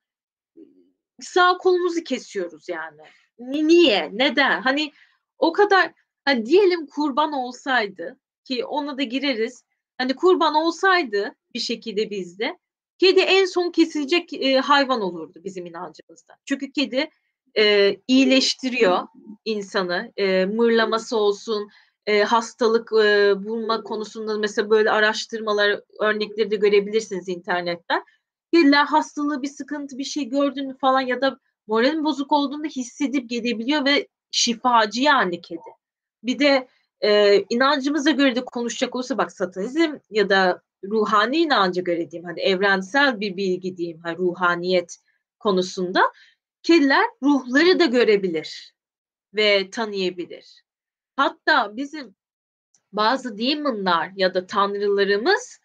Sağ kolumuzu kesiyoruz yani. Niye? Neden? Hani o kadar hani diyelim kurban olsaydı ki ona da gireriz. Hani kurban olsaydı bir şekilde bizde kedi en son kesilecek hayvan olurdu bizim inancımızda. Çünkü kedi iyileştiriyor insanı. Mırlaması olsun, hastalık bulma konusunda mesela böyle araştırmalar, örnekleri de görebilirsiniz internetten. Kediler hastalığı, bir sıkıntı, bir şey gördüğünü falan ya da moralin bozuk olduğunda hissedip gelebiliyor ve şifacı yani kedi. Bir de inancımıza göre de konuşacak olursa bak satanizm ya da ruhani inanca göre diyeyim hani evrensel bir bilgi diyeyim hani ruhaniyet konusunda kediler ruhları da görebilir ve tanıyabilir. Hatta bizim bazı demonlar ya da tanrılarımız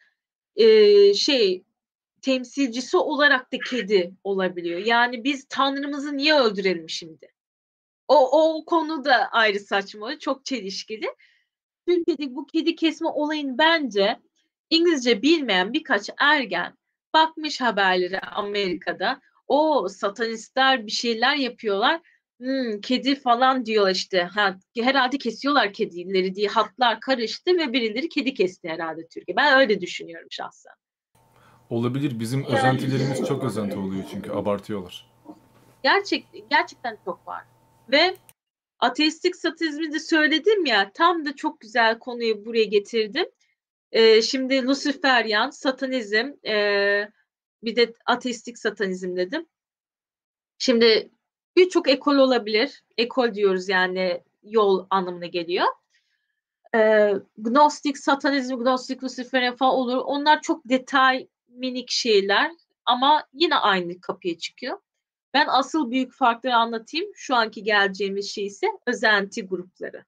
şey temsilcisi olarak da kedi olabiliyor. Yani biz Tanrımızı niye öldürelim şimdi? O konu da ayrı saçma, çok çelişkili. Türkiye'de bu kedi kesme olayın bence İngilizce bilmeyen birkaç ergen bakmış haberlere Amerika'da. O satanistler bir şeyler yapıyorlar. Kedi falan diyor işte. Herhalde kesiyorlar kedileri diye hatlar karıştı ve birileri kedi kesti herhalde Türkiye. Ben öyle düşünüyorum şahsen. Olabilir. Bizim Yani özentilerimiz çok özenti oluyor çünkü abartıyorlar. gerçekten çok var. Ve ateistik satanizmi de söyledim ya tam da çok güzel konuyu buraya getirdim. Şimdi Luciferyan, satanizm, bir de ateistik satanizm dedim. Şimdi birçok ekol olabilir. Ekol diyoruz yani yol anlamına geliyor. Gnostik, satanizm, Gnostik, Luciferyan falan olur. Onlar çok detay, minik şeyler ama yine aynı kapıya çıkıyor. Ben asıl büyük farkları anlatayım. Şu anki geleceğimiz şey ise özenti grupları.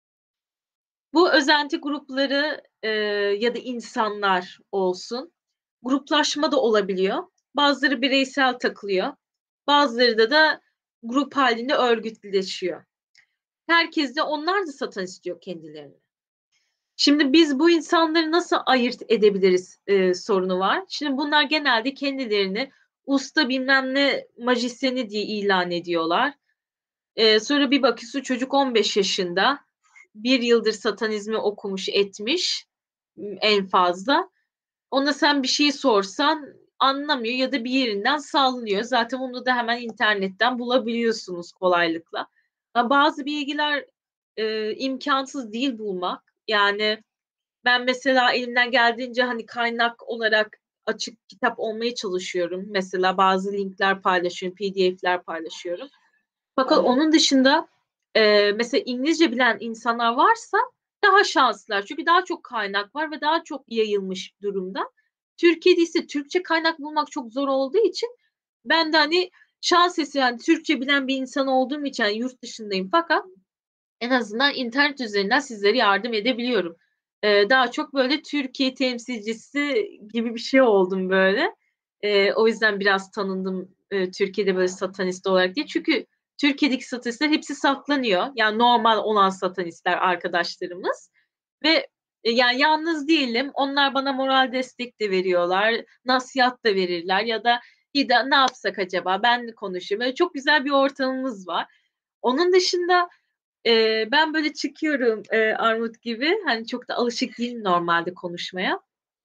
Bu özenti grupları ya da insanlar olsun. Gruplaşma da olabiliyor. Bazıları bireysel takılıyor. Bazıları da grup halinde örgütleşiyor. Herkes de onlar da satanist diyor kendilerini. Şimdi biz bu insanları nasıl ayırt edebiliriz sorunu var. Şimdi bunlar genelde kendilerini usta bilmem ne majisyeni diye ilan ediyorlar. Sonra bir bakıyorsun çocuk 15 yaşında bir yıldır satanizmi okumuş etmiş en fazla. Ona sen bir şey sorsan anlamıyor ya da bir yerinden sallanıyor. Zaten onu da hemen internetten bulabiliyorsunuz kolaylıkla. Bazı bilgiler imkansız değil bulmak. Yani ben mesela elimden geldiğince hani kaynak olarak açık kitap olmaya çalışıyorum. Mesela bazı linkler paylaşıyorum, PDF'ler paylaşıyorum. Fakat onun dışında mesela İngilizce bilen insanlar varsa daha şanslılar. Çünkü daha çok kaynak var ve daha çok yayılmış durumda. Türkiye'de ise Türkçe kaynak bulmak çok zor olduğu için ben de hani şans eseri yani Türkçe bilen bir insan olduğum için yani yurt dışındayım fakat en azından internet üzerinden sizlere yardım edebiliyorum. Daha çok böyle Türkiye temsilcisi gibi bir şey oldum böyle. O yüzden biraz tanındım Türkiye'de böyle satanist olarak diye. Çünkü Türkiye'deki satanistler hepsi saklanıyor. Yani normal olan satanistler arkadaşlarımız. Ve yani yalnız değilim. Onlar bana moral destek de veriyorlar. Nasihat da verirler ya da "Hida ne yapsak acaba? Ben de konuşayım." Böyle çok güzel bir ortamımız var. Onun dışında ben böyle çıkıyorum armut gibi. Hani çok da alışık değilim normalde konuşmaya.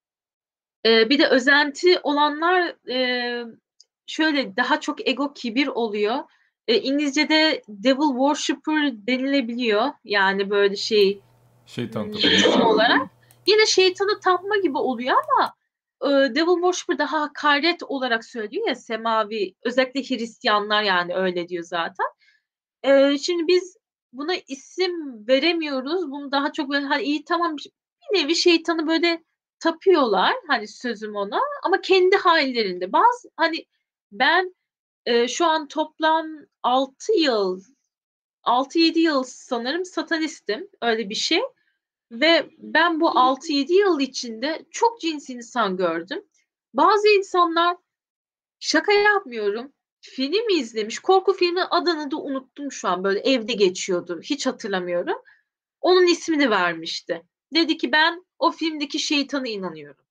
Bir de özenti olanlar şöyle daha çok ego kibir oluyor. İngilizce'de devil worshipper denilebiliyor. Yani böyle şey Şeytan isim tapınma. olarak. Yine şeytanı tapma gibi oluyor ama devil worshipper daha hakaret olarak söylüyor ya semavi. Özellikle Hristiyanlar yani öyle diyor zaten. Şimdi biz buna isim veremiyoruz. Bunu daha çok böyle hani iyi tamam bir nevi şeytanı böyle tapıyorlar hani sözüm ona ama kendi hallerinde. Bazı hani ben şu an toplam 6 yıl 6-7 yıl sanırım satanistim öyle bir şey ve ben bu 6-7 yıl içinde çok cins insan gördüm. Bazı insanlar şaka yapmıyorum. Film izlemiş. Korku filmi adını da unuttum şu an. Böyle evde geçiyordu. Hiç hatırlamıyorum. Onun ismini vermişti. Dedi ki ben o filmdeki şeytana inanıyorum.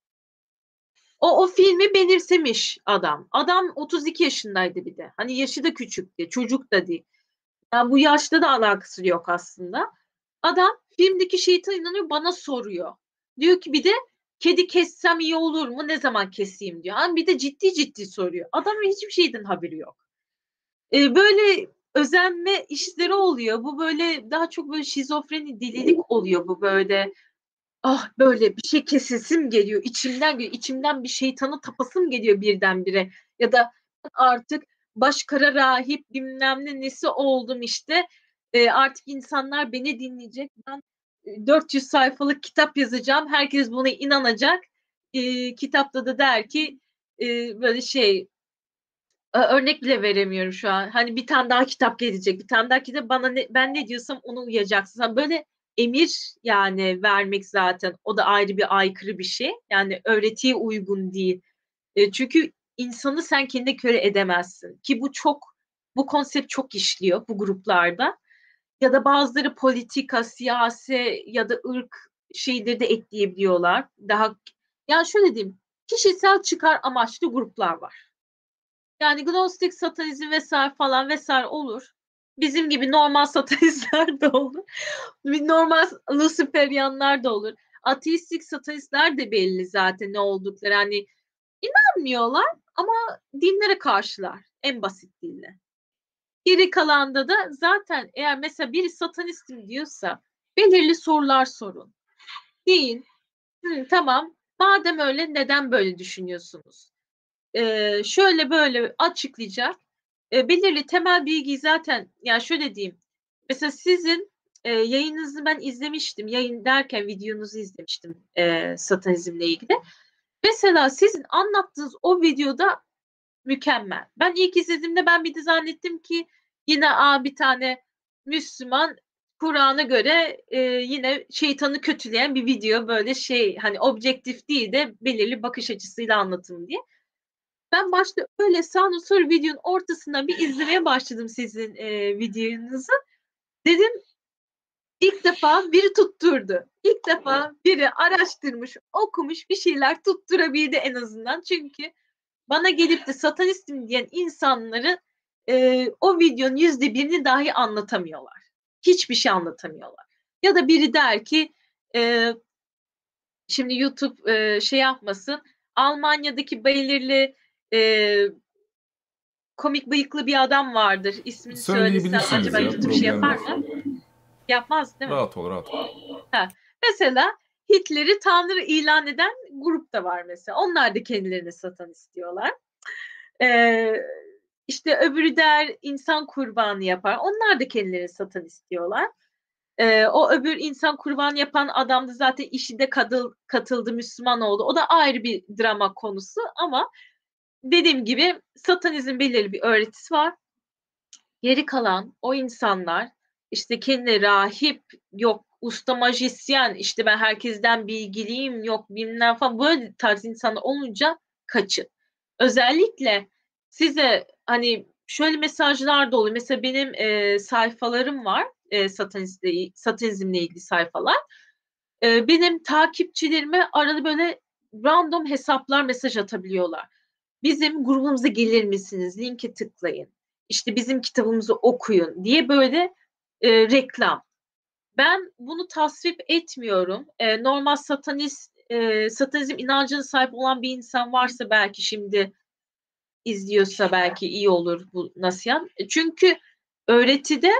O filmi benimsemiş adam. Adam 32 yaşındaydı bir de. Hani yaşı da küçüktü. Çocuk da değil. Yani bu yaşta da alakası yok aslında. Adam filmdeki şeytana inanıyor bana soruyor. Diyor ki bir de kedi kessem iyi olur mu? Ne zaman keseyim diyor. Yani bir de ciddi ciddi soruyor. Adamın hiçbir şeyden haberi yok. Böyle özenme işleri oluyor. Bu böyle daha çok böyle şizofreni delilik oluyor bu böyle. Ah böyle bir şey kesesim geliyor. İçimden geliyor. İçimden bir şeytanı tapasım geliyor birdenbire. Ya da artık başkara rahip bilmem ne nesi oldum işte. Artık insanlar beni dinleyecek. Ben 400 sayfalık kitap yazacağım. Herkes buna inanacak. Kitapta da der ki böyle şey örnek bile veremiyorum şu an. Hani bir tane daha kitap gelecek. Bir tane daha kitap bana ben ne diyorsam ona uyacaksın. Yani böyle emir yani vermek zaten o da ayrı bir aykırı bir şey. Yani öğretiye uygun değil. Çünkü insanı sen kendine köle edemezsin. Ki bu konsept çok işliyor bu gruplarda. Ya da bazıları politika, siyasi ya da ırk şeyleri de ekleyebiliyorlar. Daha yani şöyle diyeyim. Kişisel çıkar amaçlı gruplar var. Yani gnostik satanizm vesaire falan vesaire olur. Bizim gibi normal satanistler de olur. Normal Luciferyanlar da olur. Ateistik satanistler de belli zaten ne oldukları. Hani inanmıyorlar ama dinlere karşılar. En basit dille. Geri kalanda da zaten eğer mesela biri satanistim diyorsa belirli sorular sorun. Deyin. Tamam. Madem öyle neden böyle düşünüyorsunuz? Şöyle böyle açıklayacak. Belirli temel bilgiyi zaten yani şöyle diyeyim. Mesela sizin yayınınızı ben izlemiştim. Yayın derken videonuzu izlemiştim satanizmle ilgili. Mesela sizin anlattığınız o videoda mükemmel. Ben ilk izlediğimde ben bir de zannettim ki yine bir tane Müslüman Kur'an'a göre yine şeytanı kötüleyen bir video böyle şey hani objektif değil de belirli bakış açısıyla anlatım diye. Ben başta öyle sağını sonra videonun ortasından bir izlemeye başladım sizin videonuzu. Dedim ilk defa biri tutturdu. İlk defa biri araştırmış, okumuş bir şeyler tutturabildi en azından. Çünkü bana gelip de satanistim diyen insanları o videonun %1'ini dahi anlatamıyorlar. Hiçbir şey anlatamıyorlar. Ya da biri der ki e, Şimdi YouTube şey yapmasın. Almanya'daki belirli e, komik bıyıklı bir adam vardır. İsmini söylesem Söyleyebilirsiniz acaba ya, YouTube şey problem yapar değil. mı? Yapmaz değil mi? Rahat ol, rahat ol. Ha. Mesela Hitler'i Tanrı ilan eden grup da var mesela. Onlar da kendilerini satanist diyorlar. Ee, işte öbürü der insan kurbanı yapar. Onlar da kendilerini satanist diyorlar. O öbür insan kurbanı yapan adam da zaten işi de katıldı, Müslüman oldu. O da ayrı bir drama konusu ama dediğim gibi satanizm belirli bir öğretisi var. Geri kalan o insanlar işte kendi rahip, yok usta majisyen, işte ben herkesten bilgiliyim, yok bilmem falan, böyle tarz insanlar olunca kaçın. Özellikle size hani şöyle mesajlar da oluyor. Mesela benim sayfalarım var, satanizmle ilgili sayfalar. Benim takipçilerime arada böyle random hesaplar mesaj atabiliyorlar. Bizim grubumuza gelir misiniz? Linke tıklayın. İşte bizim kitabımızı okuyun diye böyle reklam. Ben bunu tasvip etmiyorum. Normal satanizm inancına sahip olan bir insan varsa belki şimdi izliyorsa belki iyi olur bu nasihat. Çünkü öğretide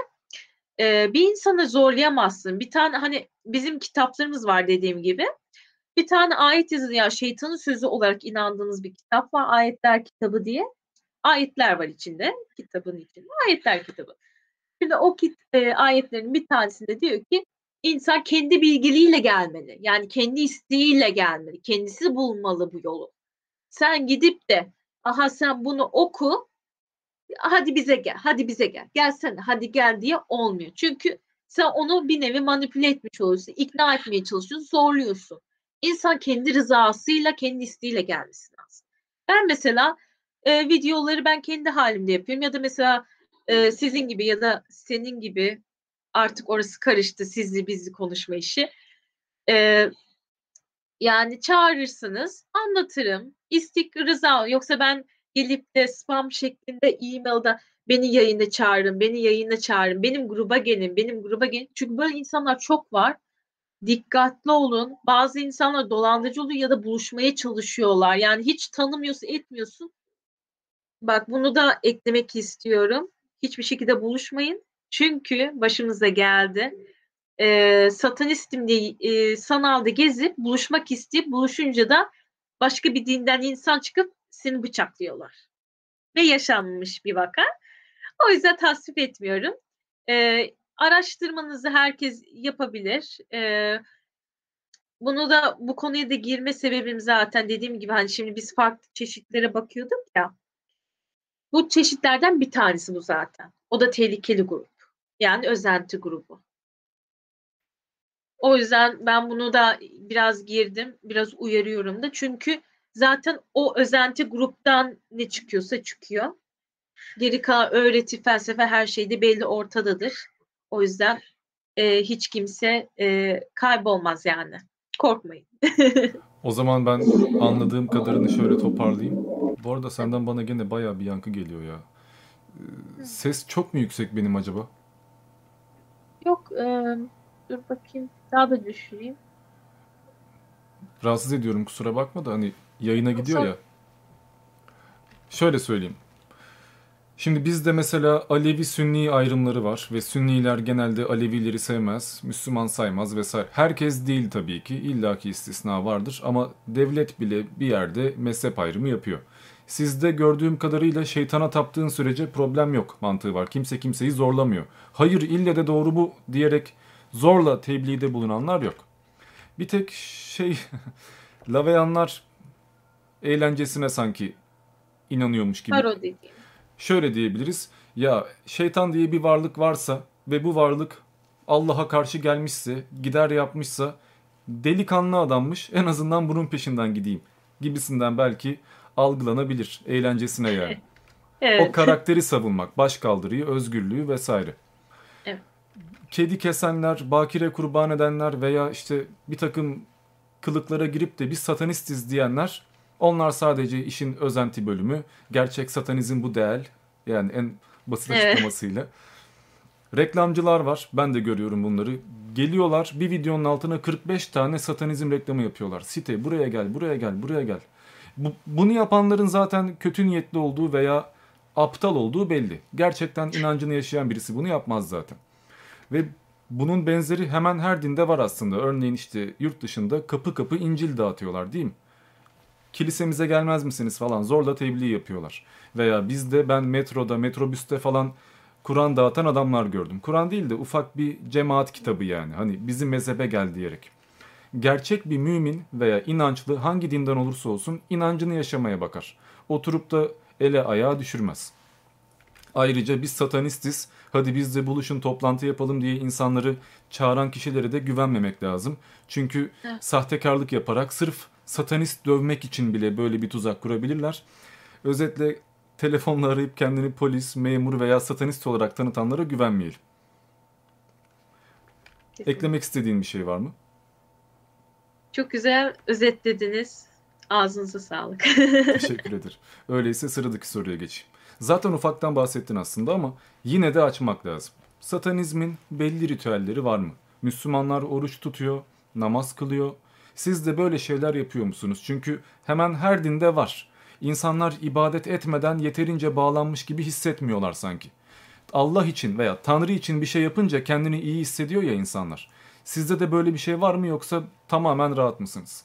bir insanı zorlayamazsın. Bir tane hani bizim kitaplarımız var dediğim gibi. Bir tane ayet yazılı ya şeytanın sözü olarak inandığınız bir kitap var. Ayetler kitabı diye. Ayetler var içinde. Kitabın içinde. Ayetler kitabı. Şimdi o ayetlerin bir tanesinde diyor ki insan kendi bilgiliğiyle gelmeli. Yani kendi isteğiyle gelmeli. Kendisi bulmalı bu yolu. Sen gidip de aha sen bunu oku, hadi bize gel, hadi bize gel, gelsene, hadi gel diye olmuyor. Çünkü sen onu bir nevi manipüle etmiş oluyorsun, ikna etmeye çalışıyorsun, zorluyorsun. İnsan kendi rızasıyla, kendi isteğiyle gelmesi lazım. Ben mesela videoları ben kendi halimde yapıyorum ya da mesela sizin gibi ya da senin gibi, artık orası karıştı, sizli bizli konuşma işi. E, Yani çağırırsınız, anlatırım. İstik rıza, yoksa ben gelip de spam şeklinde e-mail'da beni yayına çağırın, beni yayına çağırın, benim gruba gelin, benim gruba gelin. Çünkü böyle insanlar çok var. Dikkatli olun. Bazı insanlar dolandırıcı oluyor ya da buluşmaya çalışıyorlar. Yani hiç tanımıyorsun, etmiyorsun. Bak bunu da eklemek istiyorum. Hiçbir şekilde buluşmayın. Çünkü başımıza geldi. Satanistim diye sanalda gezip buluşmak isteyip buluşunca da başka bir dinden insan çıkıp seni bıçaklıyorlar. Ve yaşanmış bir vaka. O yüzden tasvip etmiyorum. Araştırmanızı herkes yapabilir. Bunu da bu konuya da girme sebebim zaten dediğim gibi hani şimdi biz farklı çeşitlere bakıyorduk ya. Bu çeşitlerden bir tanesi bu zaten. O da tehlikeli grup. Yani özenti grubu. O yüzden ben bunu da biraz girdim, biraz uyarıyorum da. Çünkü zaten o özenti gruptan ne çıkıyorsa çıkıyor. Geri kalan öğreti, felsefe her şey de belli ortadadır. O yüzden hiç kimse kaybolmaz yani. Korkmayın. O zaman ben anladığım kadarını şöyle toparlayayım. Bu arada senden bana gene bayağı bir yankı geliyor ya. Ses çok mu yüksek benim acaba? Yok, dur bakayım. Daha da düşüreyim. Rahatsız ediyorum, kusura bakma da hani yayına Yok, gidiyor ya. Şöyle söyleyeyim. Şimdi bizde mesela Alevi-Sünni ayrımları var ve Sünniler genelde Alevileri sevmez, Müslüman saymaz vesaire. Herkes değil tabii ki, illaki istisna vardır ama devlet bile bir yerde mezhep ayrımı yapıyor. Sizde gördüğüm kadarıyla şeytana taptığın sürece problem yok mantığı var. Kimse kimseyi zorlamıyor. Hayır ille de doğru bu diyerek zorla tebliğde bulunanlar yok. Bir tek şey Laveyanlar eğlencesine sanki inanıyormuş gibi. parodi diyeyim. Şöyle diyebiliriz. Ya şeytan diye bir varlık varsa ve bu varlık Allah'a karşı gelmişse, gider yapmışsa delikanlı adammış. En azından bunun peşinden gideyim gibisinden belki algılanabilir eğlencesine yani. O Evet. karakteri savunmak, başkaldırıyı, özgürlüğü vesaire. Evet. Kedi kesenler, bakire kurban edenler veya işte bir takım kılıklara girip de biz satanistiz diyenler, onlar sadece işin özenti bölümü. Gerçek satanizm bu değil. Yani en basit Evet. açıklamasıyla. Reklamcılar var. Ben de görüyorum bunları. Geliyorlar bir videonun altına 45 tane satanizm reklamı yapıyorlar. Site buraya gel, buraya gel, buraya gel. Bunu yapanların zaten kötü niyetli olduğu veya aptal olduğu belli. Gerçekten inancını yaşayan birisi bunu yapmaz zaten. Ve bunun benzeri hemen her dinde var aslında. Örneğin işte yurt dışında kapı kapı İncil dağıtıyorlar değil mi? Kilisemize gelmez misiniz falan zorla tebliğ yapıyorlar. Veya bizde ben metroda, metrobüste falan Kur'an dağıtan adamlar gördüm. Kur'an değil de ufak bir cemaat kitabı yani. Hani bizim mezhebe gel diyerek. Gerçek bir mümin veya inançlı hangi dinden olursa olsun inancını yaşamaya bakar. Oturup da ele ayağa düşürmez. Ayrıca biz satanistiz, hadi biz de buluşun toplantı yapalım diye insanları çağıran kişilere de güvenmemek lazım. Çünkü Evet, sahtekarlık yaparak sırf satanist dövmek için bile böyle bir tuzak kurabilirler. Özetle telefonla arayıp kendini polis, memur veya satanist olarak tanıtanlara güvenmeyelim. Eklemek kesinlikle. istediğin bir şey var mı? Çok güzel özetlediniz. Ağzınıza sağlık. Teşekkür ederim. Öyleyse sıradaki soruya geçeyim. Zaten ufaktan bahsettin aslında ama yine de açmak lazım. Satanizmin belli ritüelleri var mı? Müslümanlar oruç tutuyor, namaz kılıyor. Siz de böyle şeyler yapıyor musunuz? Çünkü hemen her dinde var. İnsanlar ibadet etmeden yeterince bağlanmış gibi hissetmiyorlar sanki. Allah için veya Tanrı için bir şey yapınca kendini iyi hissediyor ya insanlar. Sizde de böyle bir şey var mı yoksa tamamen rahat mısınız?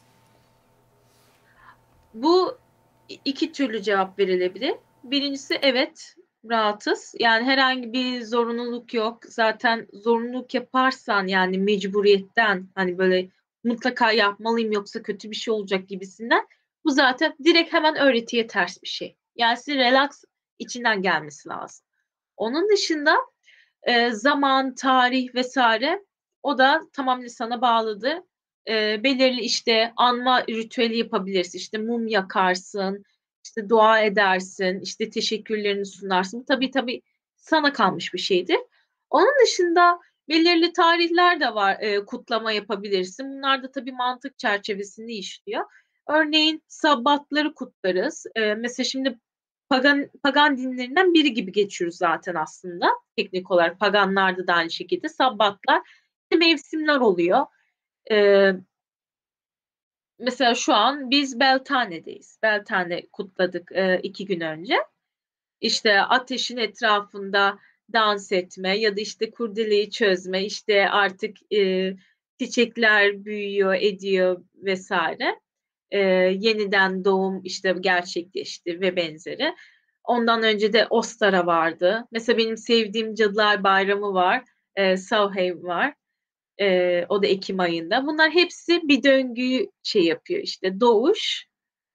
Bu iki türlü cevap verilebilir. Birincisi evet, rahatız. Yani herhangi bir zorunluluk yok. Zaten zorunluluk yaparsan yani mecburiyetten hani böyle mutlaka yapmalıyım yoksa kötü bir şey olacak gibisinden. Bu zaten direkt hemen öğretiye ters bir şey. Yani size relax içinden gelmesi lazım. Onun dışında zaman, tarih vesaire o da tamamen sana bağlıdır. Belirli işte anma ritüeli yapabilirsin. İşte mum yakarsın, işte dua edersin, işte teşekkürlerini sunarsın. Tabii sana kalmış bir şeydir. Onun dışında belirli tarihler de var, kutlama yapabilirsin. Bunlar da tabii mantık çerçevesinde işliyor. Örneğin sabbatları kutlarız. Mesela şimdi pagan dinlerinden biri gibi geçiyoruz zaten aslında. Teknik olarak paganlarda da aynı şekilde sabbatlar, işte mevsimler oluyor. Ee, Mesela şu an biz Beltane'deyiz. Beltane kutladık 2 gün önce. İşte ateşin etrafında dans etme ya da işte kurdeleyi çözme, işte artık çiçekler büyüyor, ediyor vesaire. Yeniden doğum işte gerçekleşti ve benzeri. Ondan önce de Ostara vardı. Mesela benim sevdiğim Cadılar Bayramı var. Samhain var. O da Ekim ayında. Bunlar hepsi bir döngüyü şey yapıyor işte. Doğuş,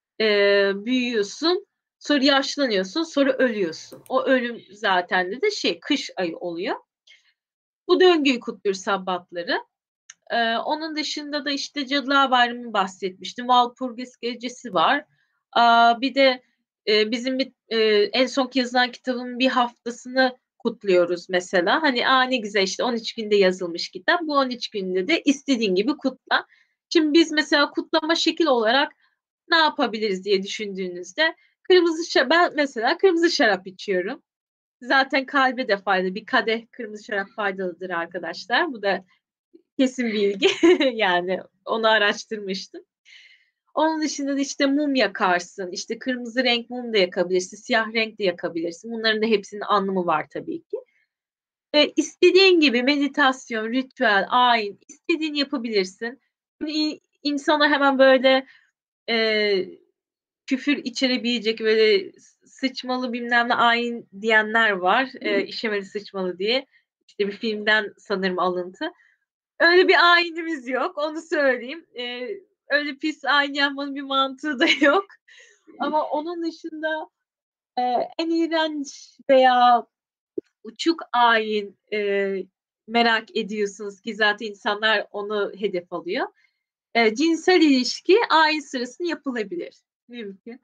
büyüyorsun, sonra yaşlanıyorsun, sonra ölüyorsun. O ölüm zaten de şey kış ayı oluyor. Bu döngüyü kutluyor sabbatları. Onun dışında da işte Cadılar Bayramı bahsetmiştim. Walpurgis Gecesi var. Bir de bizim en son yazılan kitabın bir haftasını kutluyoruz mesela. Hani ne güzel işte 13 günde yazılmış kitap. Bu 13 günde de istediğin gibi kutla. Şimdi biz mesela kutlama şekil olarak ne yapabiliriz diye düşündüğünüzde ben mesela kırmızı şarap içiyorum. Zaten kalbe de faydalı. Bir kadeh kırmızı şarap faydalıdır arkadaşlar. Bu da kesin bilgi. Yani onu araştırmıştım. Onun dışında da işte mum yakarsın. İşte kırmızı renk mum da yakabilirsin. Siyah renk de yakabilirsin. Bunların da hepsinin anlamı var tabii ki. İstediğin gibi meditasyon, ritüel, ayin istediğini yapabilirsin. İnsana hemen böyle e, küfür içerebilecek böyle sıçmalı bilmem ne ayin diyenler var. İşemeli sıçmalı diye. İşte bir filmden sanırım alıntı. Öyle bir ayinimiz yok. Onu söyleyeyim. Öyle pis ayin yapmanın bir mantığı da yok. Ama onun dışında e, en iğrenç veya uçuk ayin merak ediyorsunuz ki zaten insanlar onu hedef alıyor. Cinsel ilişki ayin sırasında yapılabilir. Mümkün.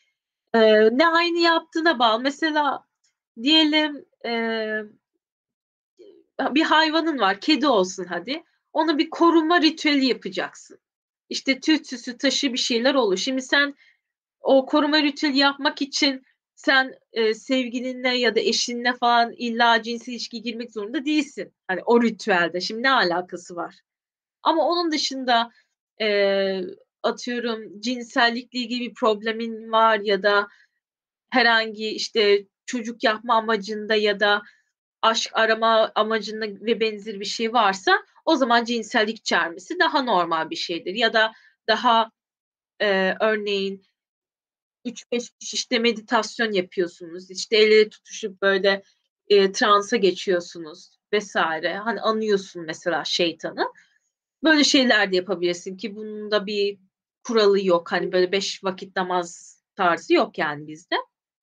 Ne ayini yaptığına bağlı. Mesela diyelim bir hayvanın var, kedi olsun hadi. Ona bir koruma ritüeli yapacaksın. İşte tütsüsü, taşı bir şeyler olur. Şimdi sen o koruma ritüeli yapmak için sen sevgilinle ya da eşinle falan illa cinsel ilişkiye girmek zorunda değilsin. Hani o ritüelde. Şimdi ne alakası var? Ama onun dışında e, atıyorum cinsellikle ilgili bir problemin var ya da herhangi işte çocuk yapma amacında ya da aşk arama amacında ve benzeri bir şey varsa o zaman cinsellik içermesi daha normal bir şeydir. Ya da daha örneğin 3-5 kişi işte meditasyon yapıyorsunuz. İşte el ele tutuşup böyle transa geçiyorsunuz vesaire. Hani anıyorsun mesela şeytanı. Böyle şeyler de yapabilirsin ki bunun da bir kuralı yok. Hani böyle 5 vakit namaz tarzı yok yani bizde.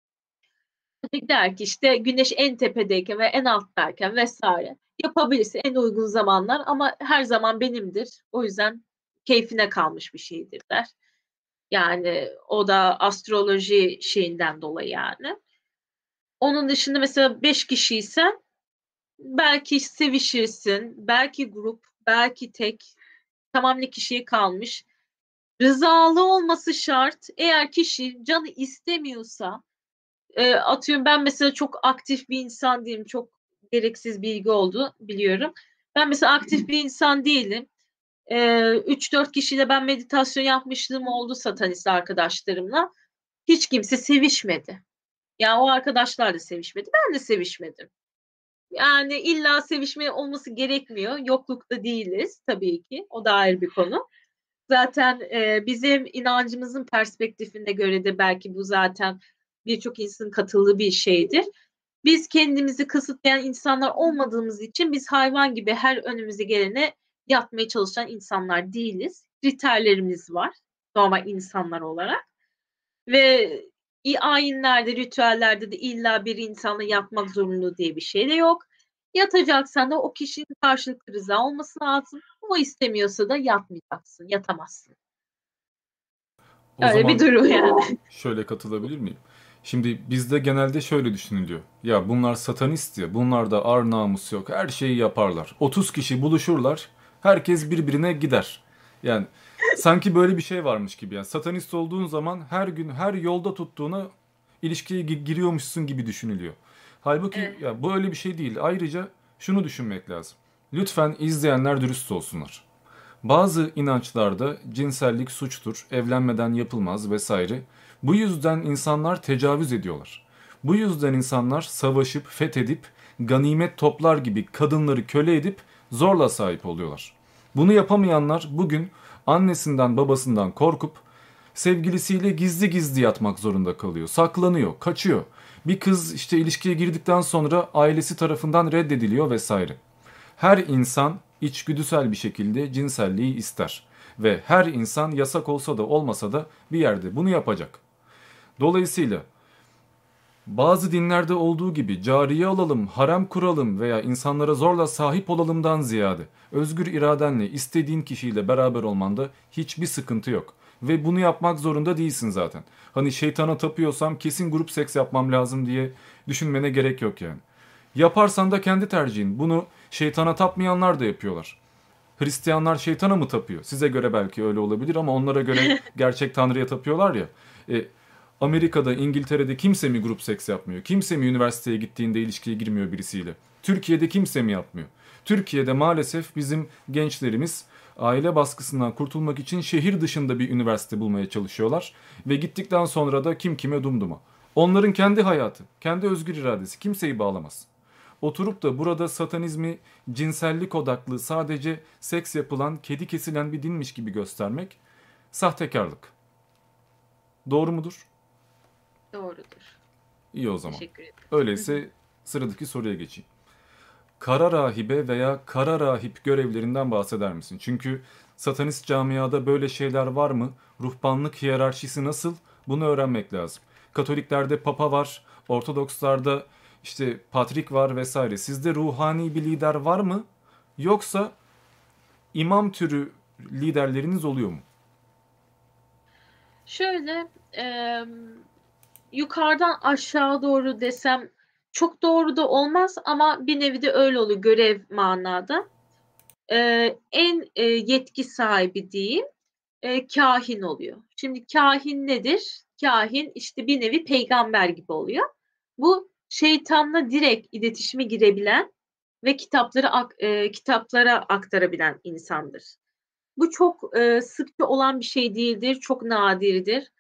Der ki işte güneş en tepedeyken ve en alttayken vesaire yapabilirsin en uygun zamanlar ama her zaman benimdir. O yüzden keyfine kalmış bir şeydir der. Yani o da astroloji şeyinden dolayı yani. Onun dışında mesela 5 kişiysen belki sevişirsin, belki grup, belki tek. Tamam ne kişiye kalmış. Rızalı olması şart. Eğer kişi canı istemiyorsa atıyorum ben mesela çok aktif bir insan değilim. Çok gereksiz bilgi oldu biliyorum. Ben mesela aktif bir insan değilim. 3-4 kişiyle ben meditasyon yapmışlığım oldu satanist arkadaşlarımla. Hiç kimse sevişmedi. Yani o arkadaşlar da sevişmedi. Ben de sevişmedim. Yani illa sevişme olması gerekmiyor. Yoklukta değiliz tabii ki. O da ayrı bir konu. Zaten bizim inancımızın perspektifine göre de belki bu zaten birçok insanın katıldığı bir şeydir. Biz kendimizi kısıtlayan insanlar olmadığımız için biz hayvan gibi her önümüze gelene yatmaya çalışan insanlar değiliz. Kriterlerimiz var normal insanlar olarak ve ayinlerde, ritüellerde de illa bir insanla yatmak zorunlu diye bir şey de yok. Yatacaksan da o kişinin karşılıklı rıza olması lazım. O istemiyorsa da yatmayacaksın, yatamazsın. O Öyle bir zaman durum yani. şöyle katılabilir miyim? Şimdi bizde genelde şöyle düşünülüyor. Ya bunlar satanist ya, bunlarda ar namus yok, her şeyi yaparlar. 30 kişi buluşurlar, herkes birbirine gider. Yani sanki böyle bir şey varmış gibi. Yani satanist olduğun zaman her gün her yolda tuttuğuna ilişkiye giriyormuşsun gibi düşünülüyor. Halbuki Evet. ya bu öyle bir şey değil. Ayrıca şunu düşünmek lazım. Lütfen izleyenler dürüst olsunlar. Bazı inançlarda cinsellik suçtur, evlenmeden yapılmaz vesaire. Bu yüzden insanlar tecavüz ediyorlar. Bu yüzden insanlar savaşıp, fethedip, ganimet toplar gibi kadınları köle edip zorla sahip oluyorlar. Bunu yapamayanlar bugün annesinden babasından korkup sevgilisiyle gizli gizli yatmak zorunda kalıyor. Saklanıyor, kaçıyor. Bir kız işte ilişkiye girdikten sonra ailesi tarafından reddediliyor vesaire. Her insan içgüdüsel bir şekilde cinselliği ister ve her insan yasak olsa da olmasa da bir yerde bunu yapacak. Dolayısıyla bazı dinlerde olduğu gibi cariye alalım, harem kuralım veya insanlara zorla sahip olalımdan ziyade özgür iradenle istediğin kişiyle beraber olmanda hiçbir sıkıntı yok. Ve bunu yapmak zorunda değilsin zaten. Hani şeytana tapıyorsam kesin grup seks yapmam lazım diye düşünmene gerek yok yani. Yaparsan da kendi tercihin. Bunu şeytana tapmayanlar da yapıyorlar. Hristiyanlar şeytana mı tapıyor? Size göre belki öyle olabilir ama onlara göre gerçek tanrıya tapıyorlar ya. E, Amerika'da, İngiltere'de kimse mi grup seks yapmıyor? Kimse mi üniversiteye gittiğinde ilişkiye girmiyor birisiyle? Türkiye'de kimse mi yapmıyor? Türkiye'de maalesef bizim gençlerimiz aile baskısından kurtulmak için şehir dışında bir üniversite bulmaya çalışıyorlar. Ve gittikten sonra da kim kime dumduma. Onların kendi hayatı, kendi özgür iradesi kimseyi bağlamaz. Oturup da burada satanizmi cinsellik odaklı sadece seks yapılan, kedi kesilen bir dinmiş gibi göstermek sahtekarlık. Doğru mudur? Doğrudur. İyi o zaman. Teşekkür ederim. Hı hı. Öyleyse sıradaki soruya geçeyim. Kara rahibe veya kara rahip görevlerinden bahseder misin? Çünkü satanist camiada böyle şeyler var mı? Ruhbanlık hiyerarşisi nasıl? Bunu öğrenmek lazım. Katoliklerde papa var, Ortodokslarda işte patrik var vesaire. Sizde ruhani bir lider var mı? Yoksa imam türü liderleriniz oluyor mu? Şöyle yukarıdan aşağı doğru desem çok doğru da olmaz ama bir nevi de öyle oluyor görev manada. En yetki sahibi diyeyim kahin oluyor. Şimdi kahin nedir? kahin işte bir nevi peygamber gibi oluyor. Bu şeytanla direkt iletişime girebilen ve kitaplara aktarabilen insandır. Bu çok sıkça olan bir şey değildir, çok nadirdir.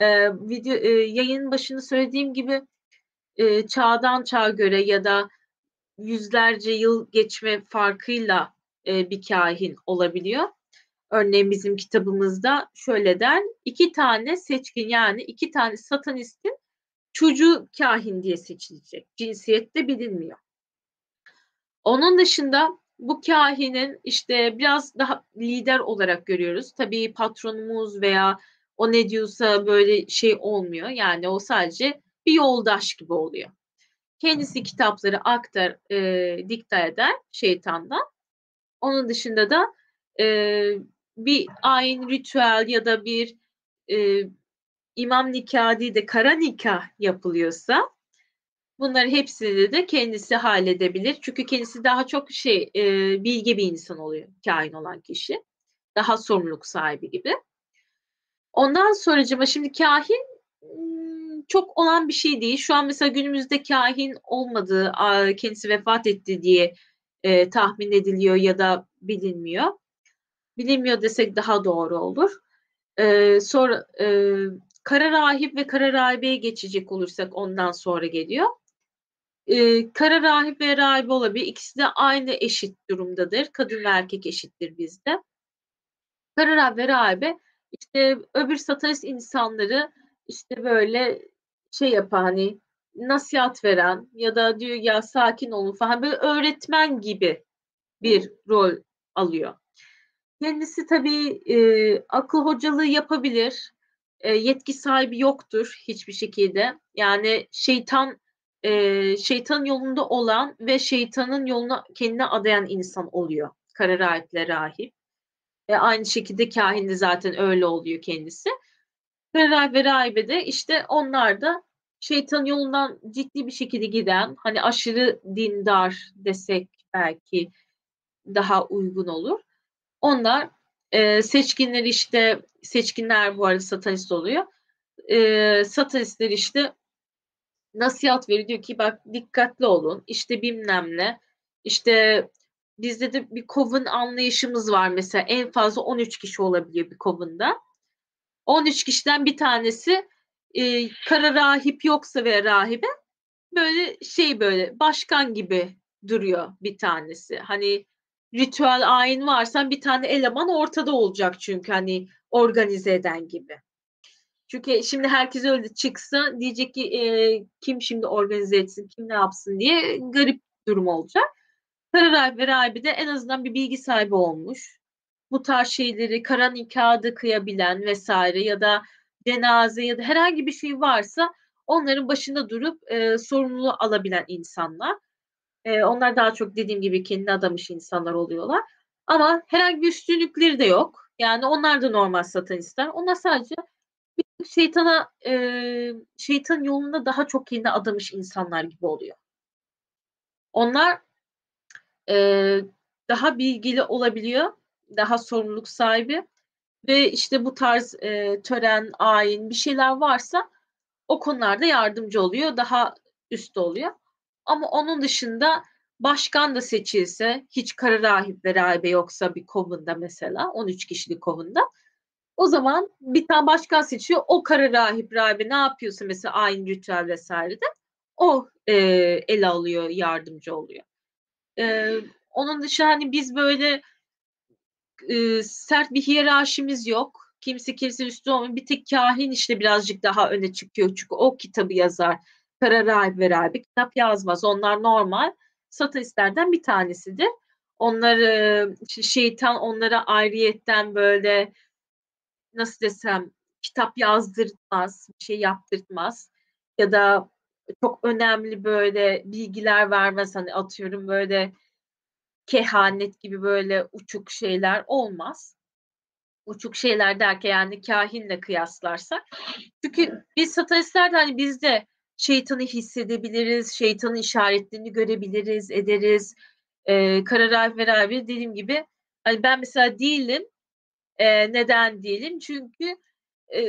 Yayının başında söylediğim gibi çağdan çağa göre ya da yüzlerce yıl geçme farkıyla bir kahin olabiliyor. Örneğin bizim kitabımızda şöyle der, iki tane seçkin yani iki tane satanistin çocuğu kahin diye seçilecek. Cinsiyet de bilinmiyor. Onun dışında bu kahinin işte biraz daha lider olarak görüyoruz. Tabii patronumuz veya o ne diyorsa böyle şey olmuyor. Yani o sadece bir yoldaş gibi oluyor. Kendisi kitapları dikte eder şeytandan. Onun dışında da e, bir ayin ritüel ya da bir e, imam nikahı değil de kara nikah yapılıyorsa bunları hepsini de kendisi halledebilir. Çünkü kendisi daha çok bilge bir insan oluyor kahin olan kişi. Daha sorumluluk sahibi gibi. Ondan sonracıma şimdi kahin çok olan bir şey değil. Şu an mesela günümüzde kahin olmadığı, kendisi vefat etti diye tahmin ediliyor ya da bilinmiyor. Bilinmiyor desek daha doğru olur. Sonra kara rahip ve kara rahibeye geçecek olursak ondan sonra geliyor. Kara rahip ve rahibe olabilir. İkisi de aynı eşit durumdadır. Kadın ve erkek eşittir bizde. Kara rahip ve rahibe işte öbür satanist insanları işte böyle şey yapan hani nasihat veren ya da diyor ya sakin olun falan böyle öğretmen gibi bir rol alıyor. Kendisi tabii akıl hocalığı yapabilir. Yetki sahibi yoktur hiçbir şekilde. Yani şeytan yolunda olan ve şeytanın yoluna kendine adayan insan oluyor. Kara rahiple rahip. Aynı şekilde kahin de zaten öyle oluyor kendisi. Kara rahip ve rahibe de işte onlar da şeytan yolundan ciddi bir şekilde giden, hani aşırı dindar desek belki daha uygun olur. Onlar seçkinler bu arada satanist oluyor. Satanistler işte nasihat veriyor diyor ki bak dikkatli olun işte bilmem ne işte bizde de bir coven anlayışımız var mesela en fazla 13 kişi olabiliyor bir coven'da. 13 kişiden bir tanesi kara rahip yoksa ve rahibe böyle böyle başkan gibi duruyor bir tanesi. Hani ritüel ayin varsa bir tane eleman ortada olacak çünkü hani organize eden gibi. Çünkü şimdi herkes öyle çıksa diyecek ki kim şimdi organize etsin, kim ne yapsın diye garip durum olacak. Kara rahip ve rahibe de en azından bir bilgi sahibi olmuş. Bu tarz şeyleri kara nikahı kıyabilen vesaire ya da cenaze ya da herhangi bir şey varsa onların başında durup sorumluluğu alabilen insanlar. Onlar daha çok dediğim gibi kendine adamış insanlar oluyorlar. Ama herhangi bir üstünlükleri de yok. Yani onlar da normal satanistler. Onlar sadece şeytan yolunda daha çok kendine adamış insanlar gibi oluyor. Onlar e, daha bilgili olabiliyor, daha sorumluluk sahibi ve işte bu tarz tören, ayin bir şeyler varsa o konularda yardımcı oluyor, daha üstte oluyor. Ama onun dışında başkan da seçilse, hiç kara rahip ve rahibe yoksa bir coven'da mesela, 13 kişilik coven'da, o zaman bir tane başkan seçiyor. O kara rahip rahibe ne yapıyorsa mesela ayin ritüel vesairede o ele alıyor, yardımcı oluyor. E, Onun dışında hani biz böyle sert bir hiyerarşimiz yok. Kimse kimsenin üstü olmuyor. Bir tek kahin işte birazcık daha öne çıkıyor. Çünkü o kitabı yazar. Kara rahip ve rahibe kitap yazmaz. Onlar normal satanistlerden bir tanesidir. Onları şeytan onlara ayrıyetten böyle nasıl desem kitap yazdırtmaz, bir şey yaptırtmaz ya da çok önemli böyle bilgiler vermez hani atıyorum böyle kehanet gibi böyle uçuk şeyler olmaz. Uçuk şeyler derken yani kahinle kıyaslarsak. Çünkü biz satanistler de hani biz de şeytanı hissedebiliriz, şeytanın işaretlerini görebiliriz, ederiz. Kara Raif ve Rabi dediğim gibi hani ben mesela değilim. Neden diyelim? Çünkü e,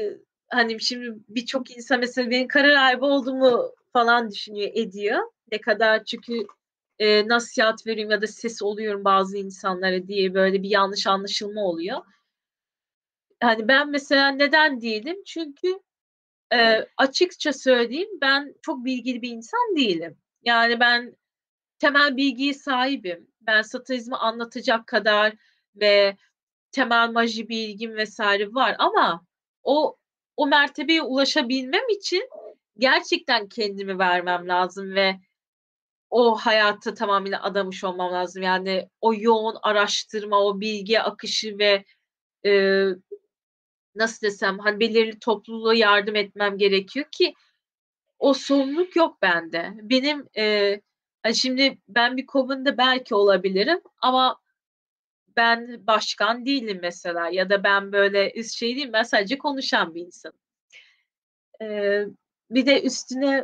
hani şimdi birçok insan mesela benim kara rahibe olduğumu falan düşünüyor, ediyor. Ne kadar çünkü nasihat veriyorum ya da ses oluyorum bazı insanlara diye böyle bir yanlış anlaşılma oluyor. Hani ben mesela neden değilim? Çünkü açıkça söyleyeyim, ben çok bilgili bir insan değilim. Yani ben temel bilgiye sahibim. Ben satanizmi anlatacak kadar ve temel maji bilgim vesaire var ama o o mertebeye ulaşabilmem için gerçekten kendimi vermem lazım ve o hayata tamamıyla adamış olmam lazım. Yani o yoğun araştırma, o bilgi akışı ve e, nasıl desem, hani belirli topluluğa yardım etmem gerekiyor ki o sorumluluk yok bende. Benim hani şimdi ben bir komunda belki olabilirim ama ben başkan değilim mesela, ya da ben böyle üst şey değilim, ben sadece konuşan bir insanım. E, Bir de üstüne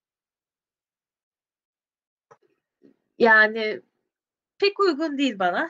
yani pek uygun değil bana.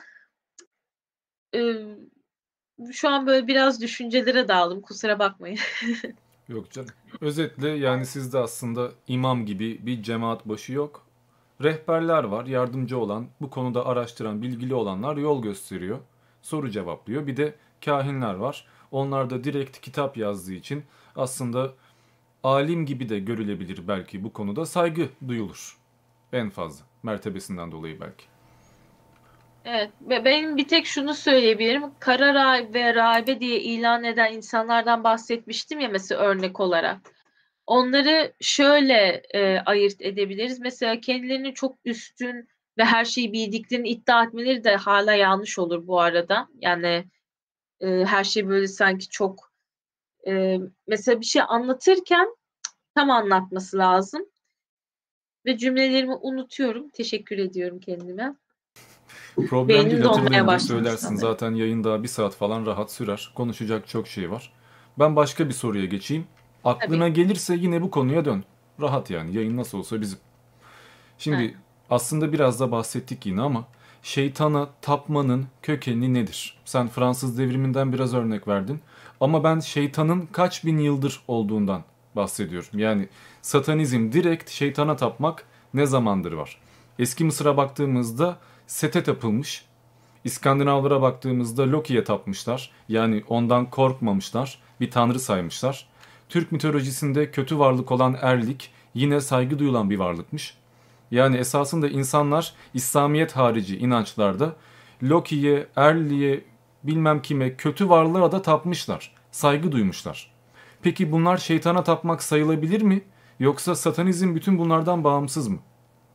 E, Şu an böyle biraz düşüncelere daldım, kusura bakmayın. Yok canım. Özetle yani sizde aslında imam gibi bir cemaat başı yok. Rehberler var, yardımcı olan, bu konuda araştıran, bilgili olanlar yol gösteriyor, soru cevaplıyor. Bir de kahinler var. Onlar da direkt kitap yazdığı için aslında alim gibi de görülebilir belki bu konuda. Saygı duyulur en fazla. Mertebesinden dolayı belki. Evet, ve benim bir tek şunu söyleyebilirim. Kara ve rahibe diye ilan eden insanlardan bahsetmiştim ya, mesela örnek olarak. Onları şöyle ayırt edebiliriz. Mesela kendilerini çok üstün ve her şeyi bildiklerini iddia etmeleri de hala yanlış olur bu arada. Yani her şey böyle sanki çok mesela bir şey anlatırken tam anlatması lazım. Ve cümlelerimi unutuyorum. Teşekkür ediyorum kendime. Problem değil, Beynim donmaya hatırlayınca başladı söylersin. sanırım. Zaten yayın daha bir saat falan rahat sürer. Konuşacak çok şey var. Ben başka bir soruya geçeyim. Aklına Tabii. gelirse yine bu konuya dön. Rahat yani, yayın nasıl olsa bizim. Ha. Şimdi aslında biraz da bahsettik yine ama şeytana tapmanın kökeni nedir? Sen Fransız devriminden biraz örnek verdin. Ama ben şeytanın kaç bin yıldır olduğundan bahsediyorum. Yani satanizm, direkt şeytana tapmak ne zamandır var? Eski Mısır'a baktığımızda Sete tapılmış. İskandinavlara baktığımızda Loki'ye tapmışlar. Yani ondan korkmamışlar. Bir tanrı saymışlar. Türk mitolojisinde kötü varlık olan Erlik yine saygı duyulan bir varlıkmış. Yani esasında insanlar İslamiyet harici inançlarda Loki'ye, Erli'ye, bilmem kime, kötü varlığa da tapmışlar. Saygı duymuşlar. Peki bunlar şeytana tapmak sayılabilir mi? Yoksa satanizm bütün bunlardan bağımsız mı?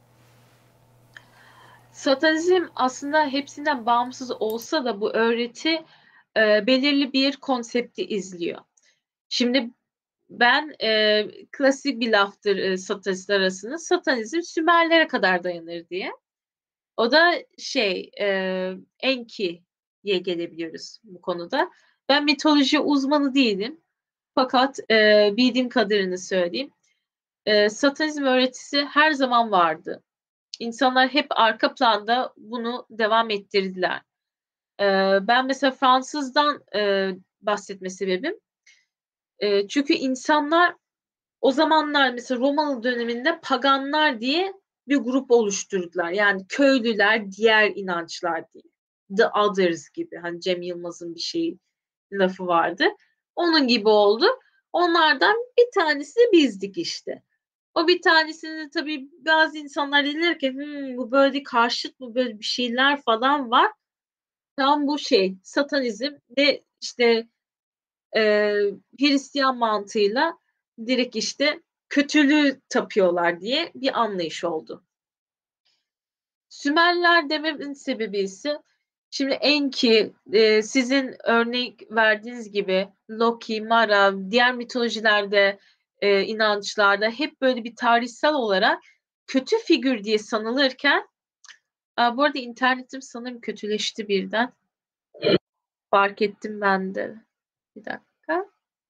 Satanizm aslında hepsinden bağımsız olsa da bu öğreti belirli bir konsepti izliyor. Şimdi ben klasik bir laftır satanistler arasında, satanizm Sümerlere kadar dayanır diye. O da şey Enki'ye gelebiliyoruz bu konuda. Ben mitoloji uzmanı değilim. Fakat bildiğim kadarını söyleyeyim. Satanizm öğretisi her zaman vardı. İnsanlar hep arka planda bunu devam ettirdiler. Ben mesela Fransız'dan bahsetme sebebim. Çünkü insanlar o zamanlar mesela Romalı döneminde paganlar diye bir grup oluşturdular. Yani köylüler, diğer inançlar diye. The Others gibi. Hani Cem Yılmaz'ın bir şey lafı vardı. Onun gibi oldu. Onlardan bir tanesi de bizdik işte. O bir tanesini tabii bazı insanlar dediler ki bu böyle karşıt mı, böyle bir şeyler falan var. Tam bu şey satanizm ve işte e, Hristiyan mantığıyla direkt işte kötülüğü tapıyorlar diye bir anlayış oldu. Sümerler dememin sebebi ise şimdi Enki, sizin örnek verdiğiniz gibi Loki, Mara, diğer mitolojilerde, inançlarda hep böyle bir tarihsel olarak kötü figür diye sanılırken, bu arada internetim sanırım kötüleşti birden. Fark ettim ben de. Bir dakika.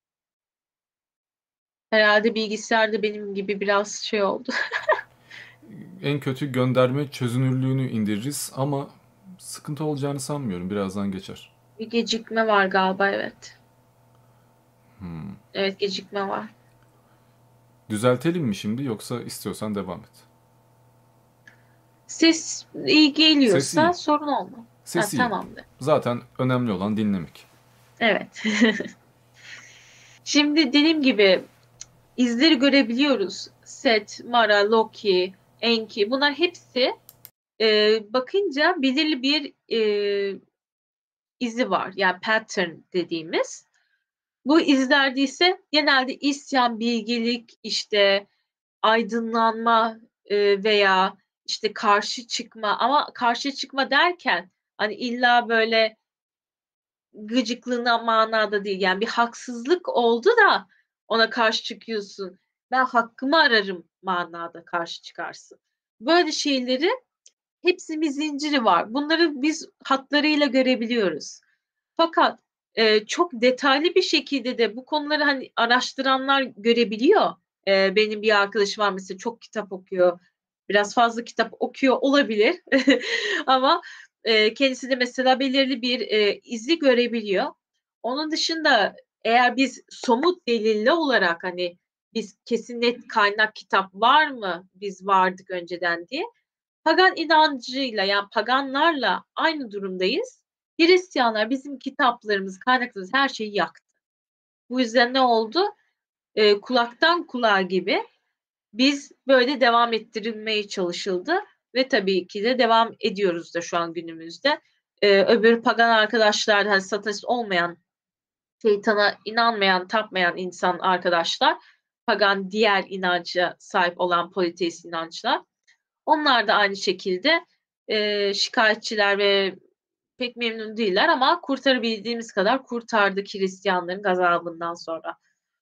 Herhalde bilgisayarda benim gibi biraz şey oldu. En kötü gönderme çözünürlüğünü indiririz ama sıkıntı olacağını sanmıyorum. Birazdan geçer. Bir gecikme var galiba, evet. Evet, gecikme var. Düzeltelim mi şimdi yoksa istiyorsan devam et. Ses iyi Ses geliyorsa iyi. sorun olmaz. Ha, Ses iyi. tamamdır. Zaten önemli olan dinlemek. Evet. Şimdi dediğim gibi izleri görebiliyoruz. Set, Mara, Loki, Enki, bunlar hepsi bakınca belirli bir izi var. Yani pattern dediğimiz. Bu izlerde ise genelde isyan, bilgelik, işte aydınlanma veya işte karşı çıkma, ama karşı çıkma derken hani illa böyle gıcıklığına manada değil. Yani bir haksızlık oldu da ona karşı çıkıyorsun. Ben hakkımı ararım manada karşı çıkarsın. Böyle şeyleri hepsi bir zinciri var. Bunları biz hatlarıyla görebiliyoruz. Fakat çok detaylı bir şekilde de bu konuları hani araştıranlar görebiliyor. Benim bir arkadaşım var mesela, çok kitap okuyor. Biraz fazla kitap okuyor olabilir. Ama kendisi de mesela belirli bir izi görebiliyor. Onun dışında eğer biz somut delille olarak hani biz kesin net kaynak kitap var mı, biz vardık önceden diye, pagan inancıyla, yani paganlarla aynı durumdayız. Hristiyanlar bizim kitaplarımız, kaynaklarımız, her şeyi yaktı. Bu yüzden ne oldu? Kulaktan kulağa gibi biz böyle devam ettirilmeye çalışıldı ve tabii ki de devam ediyoruz da şu an günümüzde. Öbür pagan arkadaşlar, hani satanist olmayan, şeytana inanmayan, tapmayan insan arkadaşlar, pagan diğer inanca sahip olan politeist inançlar, onlar da aynı şekilde şikayetçiler ve pek memnun değiller, ama kurtarabildiğimiz kadar kurtardık Hristiyanların gazabından sonra.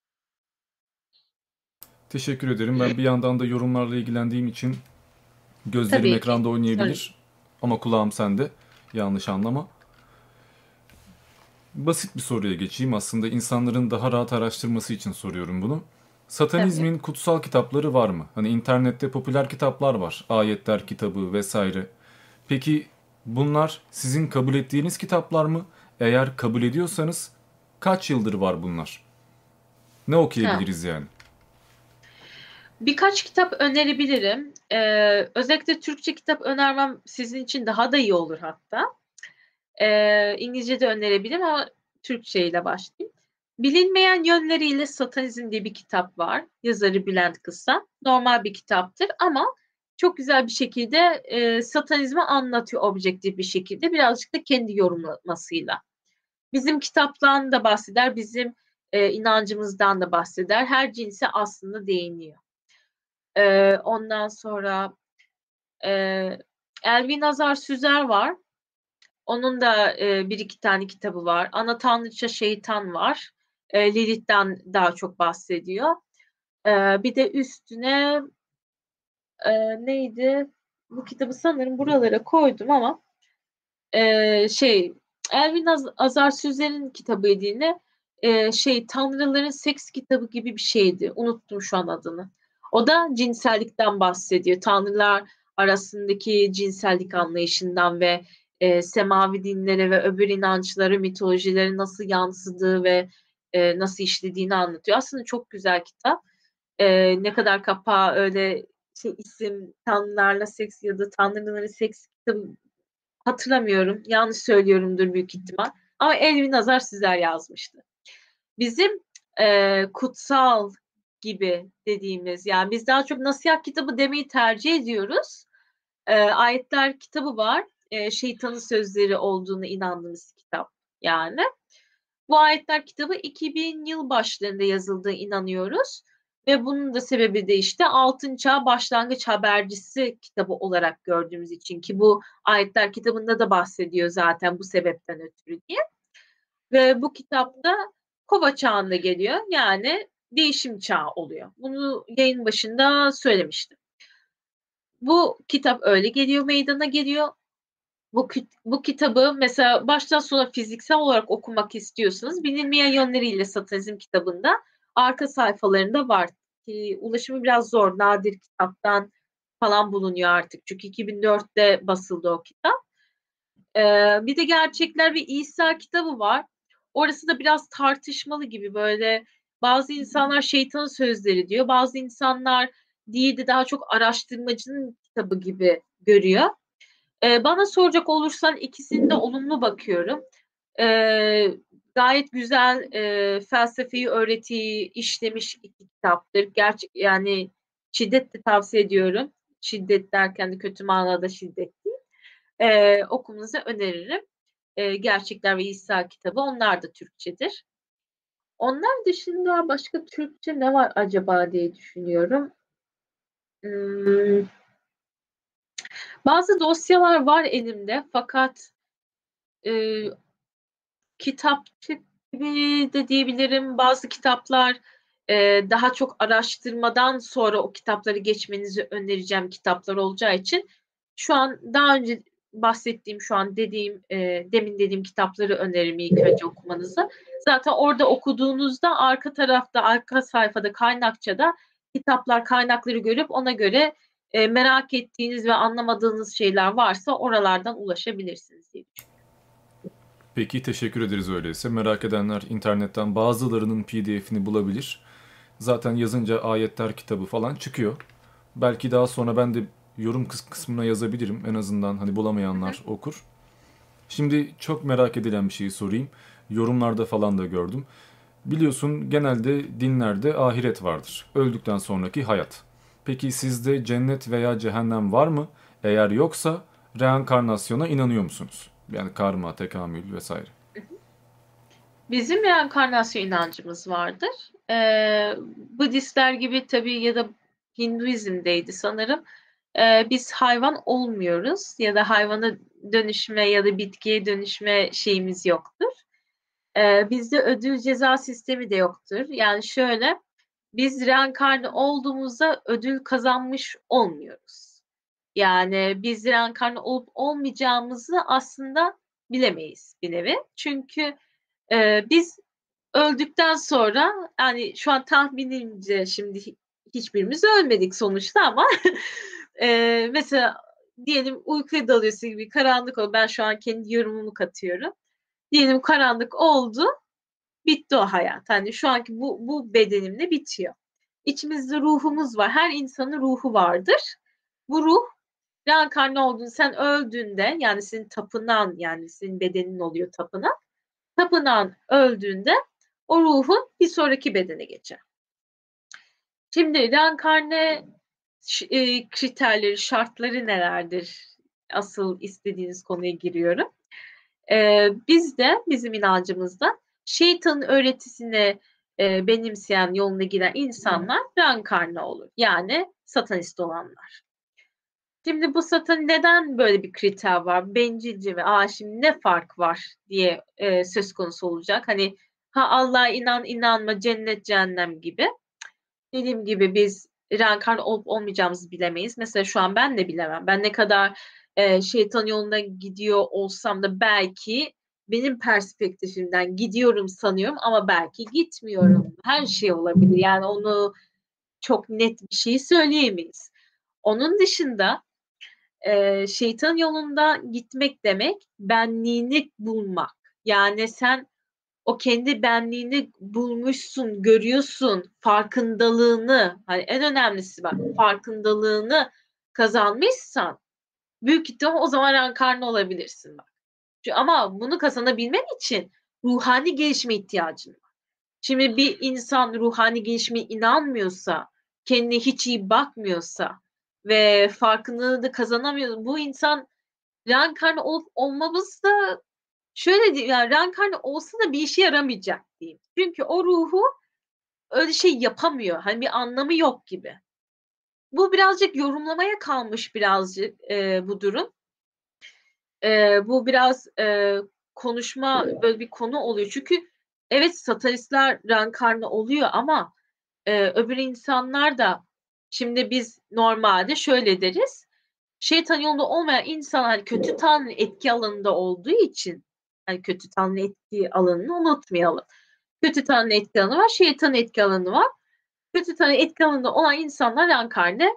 Teşekkür ederim. Ben bir yandan da yorumlarla ilgilendiğim için gözlerim Tabii ki. ekranda Sorun. oynayabilir. Ama kulağım sende. Yanlış anlama. Basit bir soruya geçeyim. Aslında insanların daha rahat araştırması için soruyorum bunu. Tabii. Satanizmin kutsal kitapları var mı? Hani internette popüler kitaplar var. Ayetler kitabı vesaire. Peki bunlar sizin kabul ettiğiniz kitaplar mı? Eğer kabul ediyorsanız kaç yıldır var bunlar? Ne Ha. okuyabiliriz yani? Birkaç kitap önerebilirim. Özellikle Türkçe kitap önermem sizin için daha da iyi olur hatta. İngilizce de önerebilirim ama Türkçe ile başlayayım. Bilinmeyen Yönleriyle Satanizm diye bir kitap var. Yazarı Bülent Kısa. Normal bir kitaptır ama çok güzel bir şekilde satanizmi anlatıyor, objektif bir şekilde. Birazcık da kendi yorumlamasıyla. Bizim kitaptan da bahseder, bizim inancımızdan da bahseder. Her cinse aslında değiniyor. Ondan sonra e, Elvin Azar Süzer var. Onun da bir iki tane kitabı var. Ana Tanrıça Şeytan var. Lilith'ten daha çok bahsediyor. Bir de üstüne neydi? Bu kitabı sanırım buralara koydum ama şey, Elvin Azar Süzer'in kitabıydı yine. Şey, Tanrıların Seks kitabı gibi bir şeydi. Unuttum şu an adını. O da cinsellikten bahsediyor. Tanrılar arasındaki cinsellik anlayışından ve semavi dinlere ve öbür inançları, mitolojileri nasıl yansıdığı ve nasıl işlediğini anlatıyor. Aslında çok güzel kitap. Ne kadar kapağı öyle şey, isim Tanrılarla Seks ya da Tanrıların Seks kitabı, hatırlamıyorum. Yanlış söylüyorumdur büyük ihtimal. Ama Elvin Nazar Süzer yazmıştı. Bizim kutsal gibi dediğimiz, yani biz daha çok nasihat kitabı demeyi tercih ediyoruz. Ayetler kitabı var. Şeytanın sözleri olduğunu inandığımız kitap yani. Bu ayetler kitabı 2000 yıl başlarında yazıldığı inanıyoruz. Ve bunun da sebebi de işte Altın Çağ Başlangıç Habercisi kitabı olarak gördüğümüz için, ki bu ayetler kitabında da bahsediyor zaten bu sebepten ötürü diye. Ve bu kitapta Kova çağında geliyor. Yani değişim çağı oluyor. Bunu yayın başında söylemiştim. Bu kitap öyle geliyor, meydana geliyor. Bu kitabı mesela baştan sona fiziksel olarak okumak istiyorsanız, Bilinmeyen Yönleriyle Satanizm kitabında arka sayfalarında var. Ulaşımı biraz zor. Nadir kitaptan falan bulunuyor artık. Çünkü 2004'te basıldı o kitap. Bir de Gerçekler ve İsa kitabı var. orası da biraz tartışmalı gibi, böyle bazı insanlar şeytanın sözleri diyor. Bazı insanlar değil de daha çok araştırmacının kitabı gibi görüyor. Bana soracak olursan ikisinde olumlu bakıyorum. Ee, Gayet güzel felsefeyi, öğretiyi işlemiş iki kitaptır. Gerçek yani, şiddetle tavsiye ediyorum. Şiddet derken de kötü manada şiddet değil. Okumanızı öneririm. Gerçekler ve İsa kitabı. Onlar da Türkçedir. Onlar dışında başka Türkçe ne var acaba diye düşünüyorum. Hmm, Bazı dosyalar var elimde, fakat e, kitapçı gibi de diyebilirim. Bazı kitaplar daha çok araştırmadan sonra o kitapları geçmenizi önereceğim kitaplar olacağı için şu an daha önce bahsettiğim, şu an dediğim, demin dediğim kitapları öneririm ilk önce okumanızı. Zaten orada okuduğunuzda arka tarafta, arka sayfada, kaynakçada kitaplar, kaynakları görüp ona göre merak ettiğiniz ve anlamadığınız şeyler varsa oralardan ulaşabilirsiniz diye düşünüyorum. Peki teşekkür ederiz öyleyse. Merak edenler internetten bazılarının PDF'ini bulabilir. Zaten yazınca ayetler kitabı falan çıkıyor. Belki daha sonra ben de yorum kısmına yazabilirim. En azından hani Hı hı. bulamayanlar okur. Şimdi çok merak edilen bir şeyi sorayım. Yorumlarda falan da gördüm. Biliyorsun genelde dinlerde ahiret vardır. Öldükten sonraki hayat. Peki sizde cennet veya cehennem var mı? Eğer yoksa reenkarnasyona inanıyor musunuz? Yani karma, tekamül vesaire. Bizim reenkarnasyon inancımız vardır. Budistler gibi tabii, ya da Hinduizm'deydi sanırım. Biz hayvan olmuyoruz ya da hayvana dönüşme ya da bitkiye dönüşme şeyimiz yoktur. Bizde ödül ceza sistemi de yoktur. Yani şöyle, biz reenkarne olduğumuzda ödül kazanmış olmuyoruz. Yani biz reenkarne olup olmayacağımızı aslında bilemeyiz bir nevi. Çünkü biz öldükten sonra, yani şu an tahminimce, şimdi hiçbirimiz ölmedik sonuçta ama mesela diyelim uykuya dalıyorsun gibi, karanlık oldu. Ben şu an kendi yorumumu katıyorum. Diyelim karanlık oldu, bitti o hayat. Hani şu anki bu bedenimle bitiyor. İçimizde ruhumuz var. Her insanın ruhu vardır. Bu ruh reenkarne olduğunu, sen öldüğünde, yani senin tapınan, yani senin bedenin oluyor tapınan. Tapınan öldüğünde o ruhun bir sonraki bedene geçer. Şimdi reenkarne kriterleri, şartları nelerdir? Asıl istediğiniz konuya giriyorum. Bizim inancımızda şeytanın öğretisini benimseyen, yoluna giden insanlar reenkarne olur. Yani satanist olanlar. Şimdi bu satan neden böyle bir kriter var? Bencilce ve şimdi ne fark var diye söz konusu olacak. Hani ha Allah'a inan, inanma, cennet cehennem gibi. Dediğim gibi biz reenkarn olup olmayacağımızı bilemeyiz. Mesela şu an ben de bilemem. Ben ne kadar şeytan yoluna gidiyor olsam da belki benim perspektifimden gidiyorum sanıyorum ama belki gitmiyorum. Her şey olabilir. Yani onu çok net bir şey söyleyemeyiz. Onun dışında şeytan yolunda gitmek demek benliğini bulmak. Yani sen o kendi benliğini bulmuşsun, görüyorsun, farkındalığını, hani en önemlisi bak, farkındalığını kazanmışsan büyük ihtimal o zaman reenkarne olabilirsin bak. Ama bunu kazanabilmen için ruhani gelişime ihtiyacın var. Şimdi bir insan ruhani gelişime inanmıyorsa, kendine hiç iyi bakmıyorsa ve farkındalığını da kazanamıyor, bu insan reenkarne olup olmamız da, şöyle diyeyim, yani reenkarne olsa da bir işe yaramayacak diyeyim. Çünkü o ruhu öyle şey yapamıyor. Hani bir anlamı yok gibi. Bu birazcık yorumlamaya kalmış birazcık bu durum. Bu biraz konuşma, böyle bir konu oluyor. Çünkü evet, satanistler reenkarne oluyor ama öbür insanlar da, şimdi biz normalde şöyle deriz. Şeytan yolunda olmayan insan, hani kötü Tanrı'nın etki alanında olduğu için, hani kötü Tanrı'nın etki alanını unutmayalım. Kötü Tanrı'nın etki alanı var, şeytanın etki alanı var. Kötü Tanrı etki alanında olan insanlar reenkarne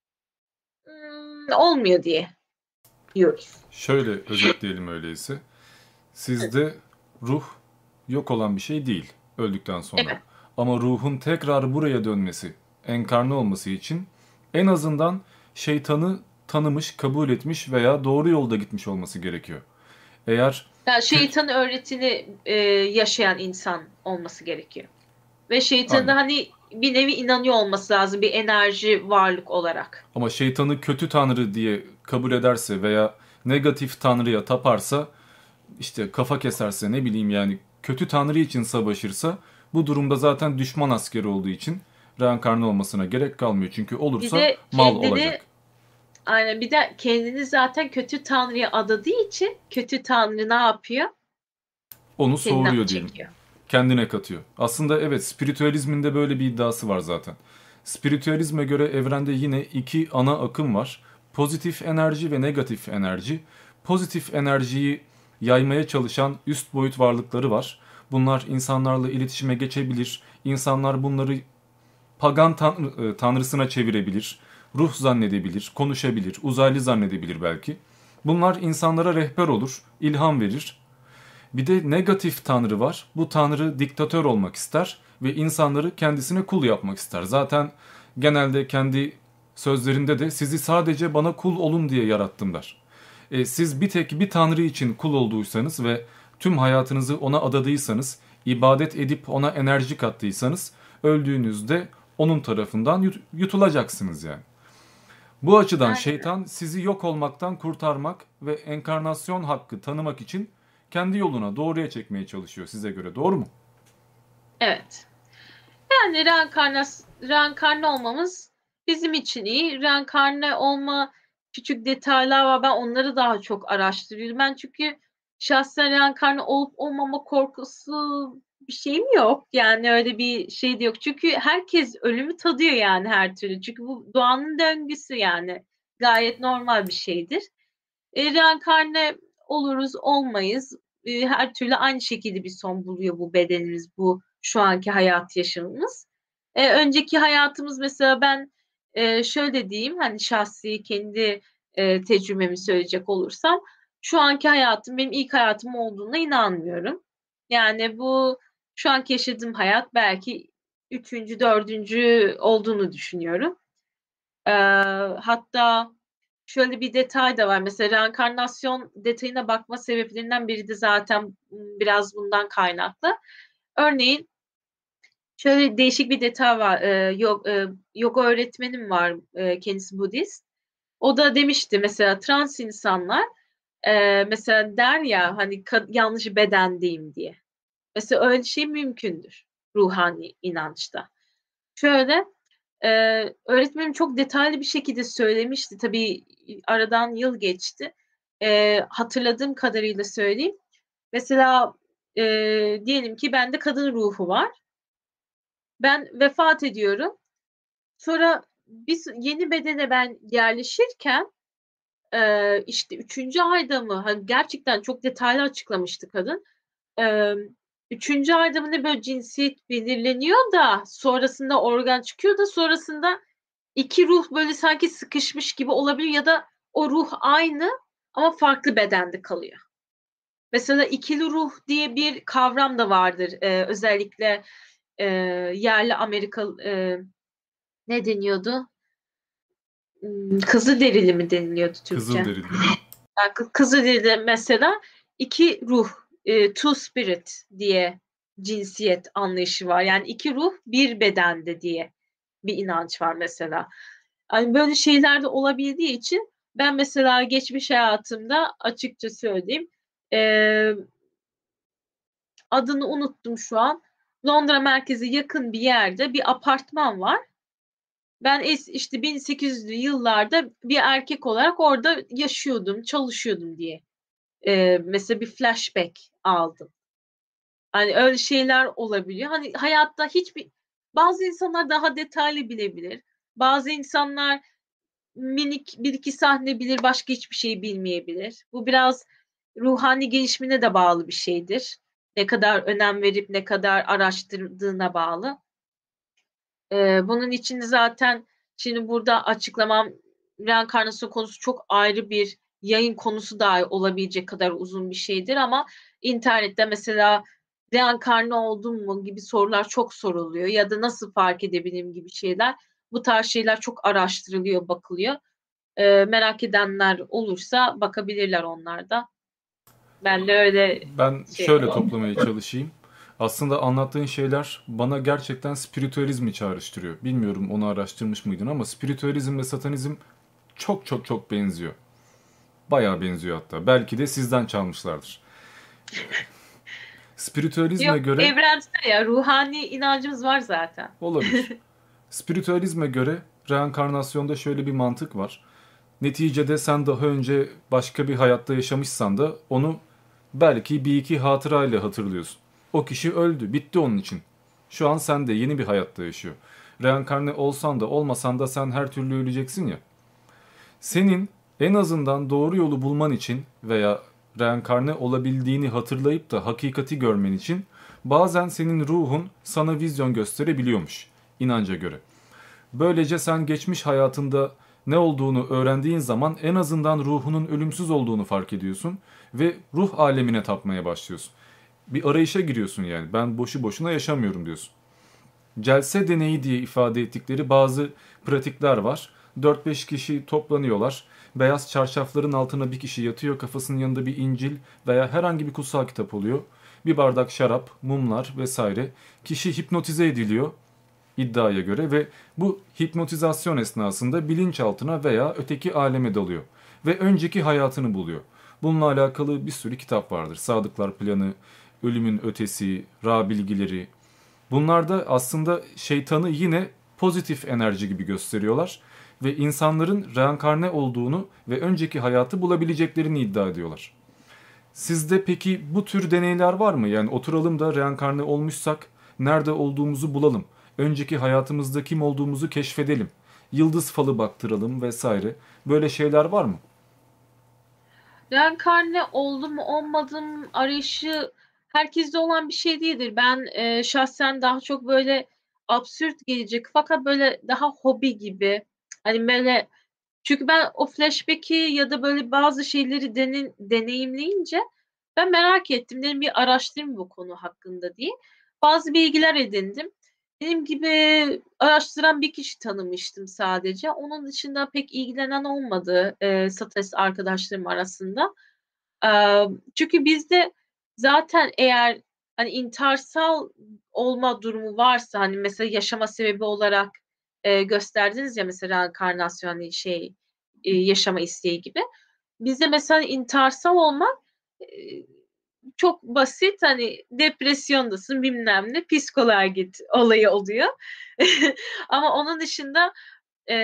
olmuyor diye diyoruz. Şöyle özetleyelim öyleyse. Sizde ruh Yok olan bir şey değil öldükten sonra. Evet. Ama ruhun tekrar buraya dönmesi, enkarne olması için en azından şeytanı tanımış, kabul etmiş veya doğru yolda gitmiş olması gerekiyor. Eğer Yani kötü... şeytan öğretini yaşayan insan olması gerekiyor. Ve şeytanın da Aynen. hani bir nevi inanıyor olması lazım bir enerji varlık olarak. Ama şeytanı kötü tanrı diye kabul ederse veya negatif tanrıya taparsa, işte kafa keserse, ne bileyim yani kötü tanrı için savaşırsa, bu durumda zaten düşman askeri olduğu için reenkarne olmasına gerek kalmıyor. Çünkü Bir olursa de mal olacak. kendini aynen bir de kendini zaten kötü tanrıya adadığı için kötü tanrı ne yapıyor? Onu Kendine soğuruyor diyelim. çekiyor. Kendine katıyor. Aslında evet, spiritüalizmin de böyle bir iddiası var zaten. Spiritüalizme göre evrende yine iki ana akım var. Pozitif enerji ve negatif enerji. Pozitif enerjiyi yaymaya çalışan üst boyut varlıkları var. Bunlar insanlarla iletişime geçebilir. İnsanlar bunları pagan tanrısına çevirebilir. Ruh zannedebilir, konuşabilir, uzaylı zannedebilir belki. Bunlar insanlara rehber olur, ilham verir. Bir de negatif tanrı var. Bu tanrı diktatör olmak ister ve insanları kendisine kul yapmak ister. Zaten genelde kendi sözlerinde de sizi sadece bana kul olun diye yarattım der. Siz bir tek bir tanrı için kul olduysanız ve tüm hayatınızı ona adadıysanız, ibadet edip ona enerji kattıysanız, öldüğünüzde onun tarafından yutulacaksınız yani. Bu açıdan Aynen. şeytan sizi yok olmaktan kurtarmak ve enkarnasyon hakkı tanımak için kendi yoluna doğruya çekmeye çalışıyor size göre. Doğru mu? Evet. Yani reenkarne olmamız bizim için iyi. Reenkarne olma küçük detaylar var. Ben onları daha çok araştırıyorum. Ben çünkü şahsen reenkarne olup olmama korkusu bir şeyim yok. Yani öyle bir şey de yok. Çünkü herkes ölümü tadıyor yani her türlü. Çünkü bu doğanın döngüsü yani. Gayet normal bir şeydir. Reenkarne oluruz, olmayız. Her türlü aynı şekilde bir son buluyor bu bedenimiz, bu şu anki hayat yaşamımız. Önceki hayatımız mesela ben şöyle diyeyim, hani şahsi kendi tecrübemi söyleyecek olursam, şu anki hayatım benim ilk hayatım olduğuna inanmıyorum. Yani bu şu anki yaşadığım hayat belki üçüncü, dördüncü olduğunu düşünüyorum. Ee, Hatta şöyle bir detay da var. Mesela reenkarnasyon detayına bakma sebeplerinden biri de zaten biraz bundan kaynaklı. Örneğin şöyle değişik bir detay var. Yoga öğretmenim var. Kendisi Budist. O da demişti mesela trans insanlar mesela der ya hani yanlış bedendeyim diye. Mesela öyle şey mümkündür ruhani inançta. Şöyle öğretmenim çok detaylı bir şekilde söylemişti. Tabii aradan yıl geçti. Hatırladığım kadarıyla söyleyeyim. Mesela diyelim ki bende kadın ruhu var. Ben vefat ediyorum. Sonra biz yeni bedene ben yerleşirken işte üçüncü ayda mı? Hani gerçekten çok detaylı açıklamıştı kadın. E, Üçüncü ayda mı ne böyle cinsiyet belirleniyor da sonrasında organ çıkıyor da sonrasında iki ruh böyle sanki sıkışmış gibi olabilir ya da o ruh aynı ama farklı bedende kalıyor. Mesela ikili ruh diye bir kavram da vardır. Özellikle yerli Amerika ne deniyordu? Kızılderili mi deniliyordu Türkçe? Kızılderili. Yani Kızılderili mesela iki ruh, two spirit diye cinsiyet anlayışı var. Yani iki ruh bir bedende diye bir inanç var mesela. Hani böyle şeyler de olabildiği için ben mesela geçmiş hayatımda açıkça söyleyeyim e, adını unuttum şu an. Londra merkeze yakın bir yerde bir apartman var. Ben işte 1800'lü yıllarda bir erkek olarak orada yaşıyordum, çalışıyordum diye. Mesela bir flashback aldım. Hani öyle şeyler olabiliyor. Hani hayatta bazı insanlar daha detaylı bilebilir. Bazı insanlar minik bir iki sahne bilir, başka hiçbir şey bilmeyebilir. Bu biraz ruhani gelişimine de bağlı bir şeydir. Ne kadar önem verip ne kadar araştırdığına bağlı. Bunun için zaten şimdi burada açıklamam reenkarnasyon konusu çok ayrı bir yayın konusu dahi olabilecek kadar uzun bir şeydir ama internette mesela reenkarne oldum mu gibi sorular çok soruluyor ya da nasıl fark edebilirim gibi şeyler. Bu tarz şeyler çok araştırılıyor, bakılıyor. Merak edenler olursa bakabilirler onlar da. Ben de öyle Ben şey şöyle yapıyorum. toplamaya çalışayım. Aslında anlattığın şeyler bana gerçekten spiritüalizmi çağrıştırıyor. Bilmiyorum onu araştırmış mıydın ama spiritüalizmle satanizm çok çok çok benziyor. Bayağı benziyor hatta. Belki de sizden çalmışlardır. Spiritüalizme Yok, göre evrensel ya, ruhani inancımız var zaten. olabilir. Spiritüalizme göre reenkarnasyonda şöyle bir mantık var. Neticede sen daha önce başka bir hayatta yaşamışsan da onu belki bir iki hatırayla hatırlıyorsun. O kişi öldü, bitti onun için. Şu an sen de yeni bir hayatta yaşıyor. Reenkarne olsan da olmasan da sen her türlü öleceksin ya. Senin en azından doğru yolu bulman için veya reenkarne olabildiğini hatırlayıp da hakikati görmen için bazen senin ruhun sana vizyon gösterebiliyormuş inanca göre. Böylece sen geçmiş hayatında ne olduğunu öğrendiğin zaman en azından ruhunun ölümsüz olduğunu fark ediyorsun ve ruh alemine tapmaya başlıyorsun. Bir arayışa giriyorsun yani. Ben boşu boşuna yaşamıyorum diyorsun. Celse deneyi diye ifade ettikleri bazı pratikler var. 4-5 kişi toplanıyorlar. Beyaz çarşafların altına bir kişi yatıyor. Kafasının yanında bir İncil veya herhangi bir kutsal kitap oluyor. Bir bardak şarap, mumlar vesaire. Kişi hipnotize ediliyor iddiaya göre ve bu hipnotizasyon esnasında bilinçaltına veya öteki aleme dalıyor ve önceki hayatını buluyor. Bununla alakalı bir sürü kitap vardır. Sadıklar Planı, Ölümün Ötesi, Ra Bilgileri. Bunlar da aslında şeytanı yine pozitif enerji gibi gösteriyorlar ve insanların reenkarne olduğunu ve önceki hayatı bulabileceklerini iddia ediyorlar. Sizde peki bu tür deneyler var mı? Yani oturalım da reenkarne olmuşsak nerede olduğumuzu bulalım. Önceki hayatımızda kim olduğumuzu keşfedelim. Yıldız falı baktıralım vesaire. Böyle şeyler var mı? Reenkarne oldum mu olmadım arayışı herkeste olan bir şey değildir. Ben şahsen daha çok böyle absürt gelecek fakat böyle daha hobi gibi, hani böyle, çünkü ben o flashback'i ya da böyle bazı şeyleri deneyimleyince ben merak ettim. Dedim bir araştırayım bu konu hakkında diye. Bazı bilgiler edindim. Benim gibi araştıran bir kişi tanımıştım sadece. Onun dışında pek ilgilenen olmadı satanist arkadaşlarım arasında. Çünkü bizde zaten eğer hani intiharsal olma durumu varsa, hani mesela yaşama sebebi olarak gösterdiniz ya, mesela reenkarnasyon, hani şey, yaşama isteği gibi. Bizde mesela intiharsal olmak e, çok basit, hani depresyondasın bilmem ne, psikoloğa git olayı oluyor. Ama onun dışında e,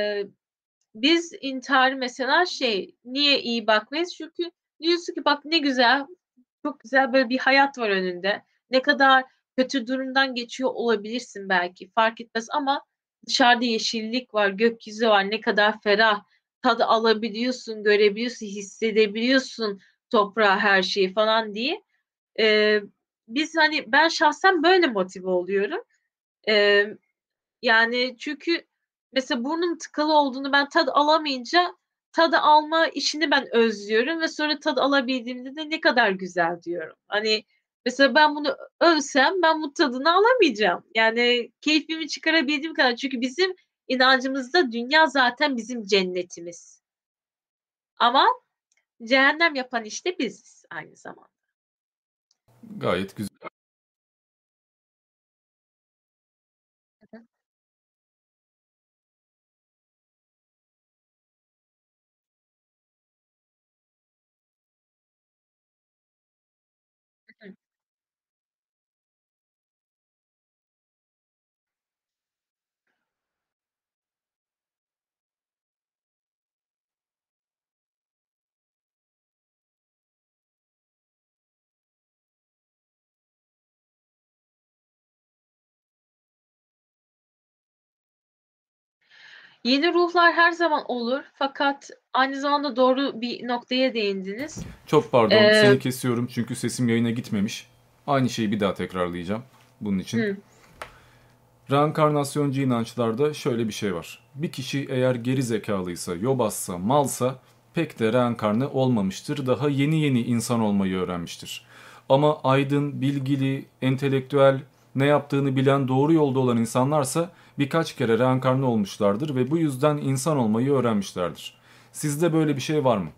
biz intiharı mesela şey, niye iyi bakmayız? Çünkü diyorsun ki bak ne güzel, çok güzel böyle bir hayat var önünde. Ne kadar kötü durumdan geçiyor olabilirsin belki, fark etmez, ama dışarıda yeşillik var, gökyüzü var, ne kadar ferah, tadı alabiliyorsun, görebiliyorsun, hissedebiliyorsun toprağı, her şeyi falan diye. Ee, Biz hani, ben şahsen böyle motive oluyorum. Ee, Yani çünkü mesela burnum tıkalı olduğunu ben tad alamayınca tadı alma işini ben özlüyorum ve sonra tad alabildiğimde de ne kadar güzel diyorum. Hani mesela ben bunu ölsem ben bu tadını alamayacağım. Yani keyfimi çıkarabildiğim kadar. Çünkü bizim inancımızda dünya zaten bizim cennetimiz. Ama cehennem yapan işte biziz aynı zamanda. Gayet güzel. Yeni ruhlar her zaman olur, fakat aynı zamanda doğru bir noktaya değindiniz. Çok pardon Ee, seni kesiyorum çünkü sesim yayına gitmemiş. Aynı şeyi bir daha tekrarlayacağım bunun için. hı. Reenkarnasyoncu inançlarda şöyle bir şey var. Bir kişi eğer geri zekalıysa, yobazsa, malsa pek de reenkarne olmamıştır. Daha yeni yeni insan olmayı öğrenmiştir. Ama aydın, bilgili, entelektüel, ne yaptığını bilen, doğru yolda olan insanlarsa birkaç kere reenkarne olmuşlardır ve bu yüzden insan olmayı öğrenmişlerdir. Sizde böyle bir şey var mı?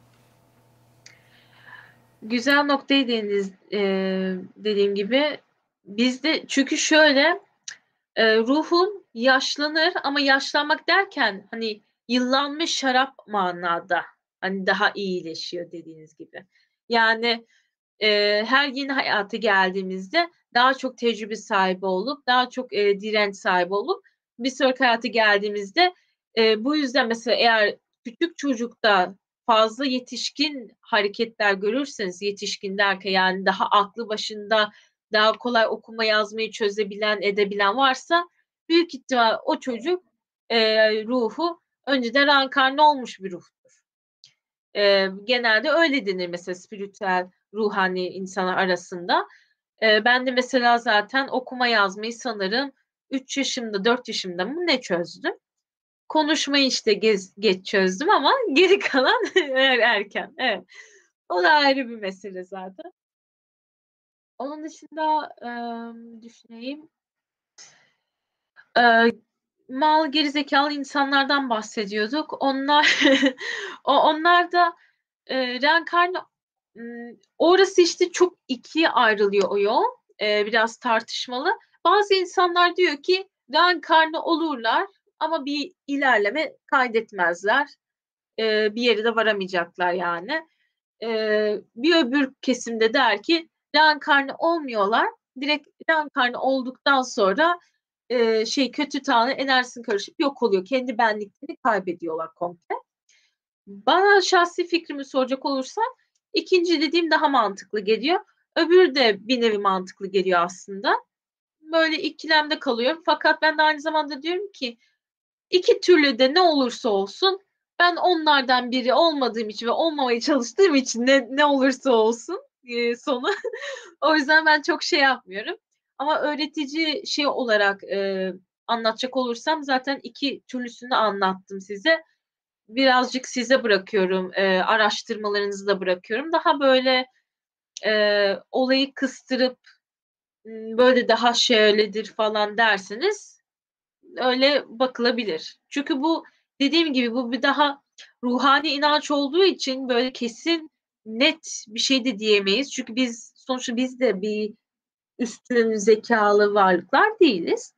Güzel noktaya değindiniz, dediğim gibi. Bizde çünkü şöyle, ruhun yaşlanır ama yaşlanmak derken hani yıllanmış şarap manada hani daha iyileşiyor dediğiniz gibi. Yani her yeni hayata geldiğimizde daha çok tecrübe sahibi olup daha çok direnç sahibi olup bir sonraki hayata geldiğimizde bu yüzden mesela eğer küçük çocukta fazla yetişkin hareketler görürseniz yetişkin derken yani daha aklı başında daha kolay okuma yazmayı çözebilen edebilen varsa büyük ihtimal o çocuk ruhu önceden reenkarne olmuş bir ruh. Genelde öyle denir mesela spiritüel, ruhani insanlar arasında. Ben de mesela zaten okuma yazmayı sanırım 3 yaşımda, 4 yaşımda mı ne çözdüm. Konuşmayı işte geç çözdüm ama geri kalan erken. Evet. O da ayrı bir mesele zaten. Onun dışında düşüneyim. E, Mal gerizekalı insanlardan bahsediyorduk. Onlar da reenkarne orası işte çok ikiye ayrılıyor o yol. Biraz tartışmalı. Bazı insanlar diyor ki reenkarne olurlar ama bir ilerleme kaydetmezler. Bir yere de varamayacaklar yani. Bir öbür kesimde der ki reenkarne olmuyorlar. Direkt reenkarne olduktan sonra kötü tanrı enerjisini karışıp yok oluyor. Kendi benliklerini kaybediyorlar komple. Bana şahsi fikrimi soracak olursa ikinci dediğim daha mantıklı geliyor. Öbürü de bir nevi mantıklı geliyor aslında. Böyle ikilemde kalıyorum. Fakat ben de aynı zamanda diyorum ki iki türlü de ne olursa olsun ben onlardan biri olmadığım için ve olmamaya çalıştığım için ne olursa olsun sonu. O yüzden ben çok şey yapmıyorum. Ama öğretici şey olarak anlatacak olursam zaten iki türlüsünü anlattım size. Birazcık size bırakıyorum, araştırmalarınızı da bırakıyorum. Daha böyle olayı kıstırıp böyle daha şöyledir falan derseniz öyle bakılabilir. Çünkü bu dediğim gibi bu bir daha ruhani inanç olduğu için böyle kesin net bir şey de diyemeyiz. Çünkü sonuçta biz de bir üstün zekalı varlıklar değiliz.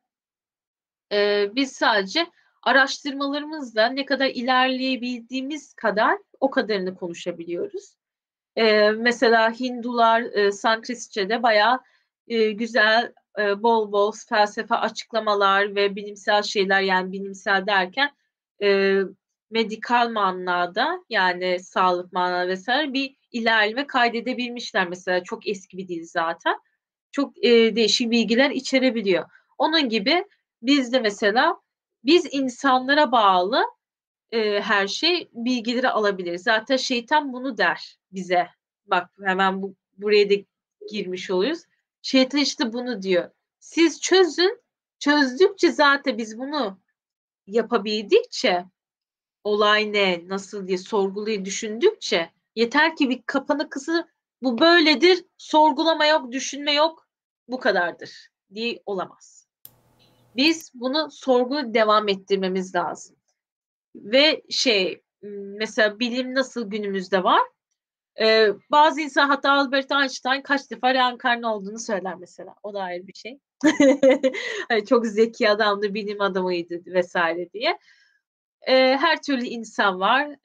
Biz sadece araştırmalarımızla ne kadar ilerleyebildiğimiz kadar o kadarını konuşabiliyoruz. Mesela Hindular Sanskritçe'de bayağı güzel bol bol felsefe açıklamalar ve bilimsel şeyler yani bilimsel derken e, medikal manada yani sağlık manada vesaire bir ilerleme kaydedebilmişler. Mesela çok eski bir dil zaten. Çok değişik bilgiler içerebiliyor. Onun gibi biz de mesela biz insanlara bağlı her şey bilgileri alabilir. Zaten şeytan bunu der bize. Bak hemen buraya da girmiş oluyoruz. Şeytan işte bunu diyor. Siz çözün. Çözdükçe zaten biz bunu yapabildikçe olay ne, nasıl diye sorgulayı düşündükçe yeter ki bir kapanı kısı bu böyledir, sorgulama yok, düşünme yok, bu kadardır diye olamaz. Biz bunu sorgulu devam ettirmemiz lazım. Ve mesela bilim nasıl günümüzde var? Bazı insan hatta Albert Einstein kaç defa reenkarne olduğunu söyler mesela. O da ayrı bir şey. Hani çok zeki adamdı, bilim adamıydı vesaire diye. Her türlü insan var.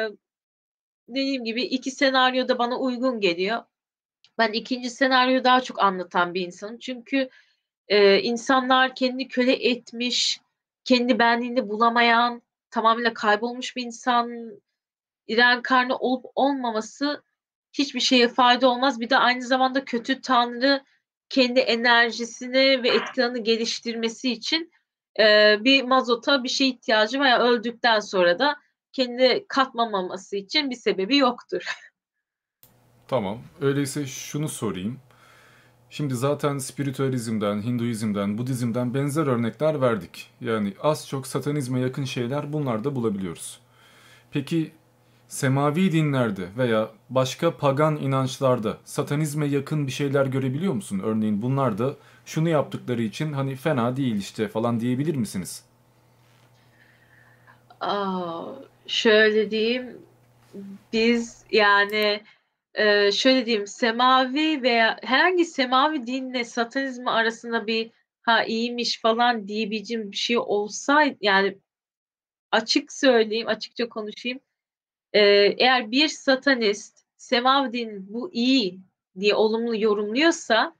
Dediğim gibi iki senaryo da bana uygun geliyor. Ben ikinci senaryoyu daha çok anlatan bir insanım. Çünkü insanlar kendini köle etmiş, kendi benliğini bulamayan, tamamıyla kaybolmuş bir insan reenkarne olup olmaması hiçbir şeye fayda olmaz. Bir de aynı zamanda kötü tanrı kendi enerjisini ve etkilerini geliştirmesi için bir mazota bir şey ihtiyacı var. Yani öldükten sonra da kendi katmamaması için bir sebebi yoktur. Tamam. Öyleyse şunu sorayım. Şimdi zaten spiritüalizmden, Hinduizm'den, Budizm'den benzer örnekler verdik. Yani az çok satanizme yakın şeyler bunlarda bulabiliyoruz. Peki Semavi dinlerde veya başka pagan inançlarda satanizme yakın bir şeyler görebiliyor musun? Örneğin bunlar da şunu yaptıkları için hani fena değil işte falan diyebilir misiniz? Aa, şöyle diyeyim, biz yani şöyle diyeyim, semavi veya herhangi semavi dinle satanizmi arasında bir ha iyiymiş falan diyebileceğim bir şey olsaydı, yani açık söyleyeyim, açıkça konuşayım. Ee, Eğer bir satanist semavi din bu iyi diye olumlu yorumluyorsa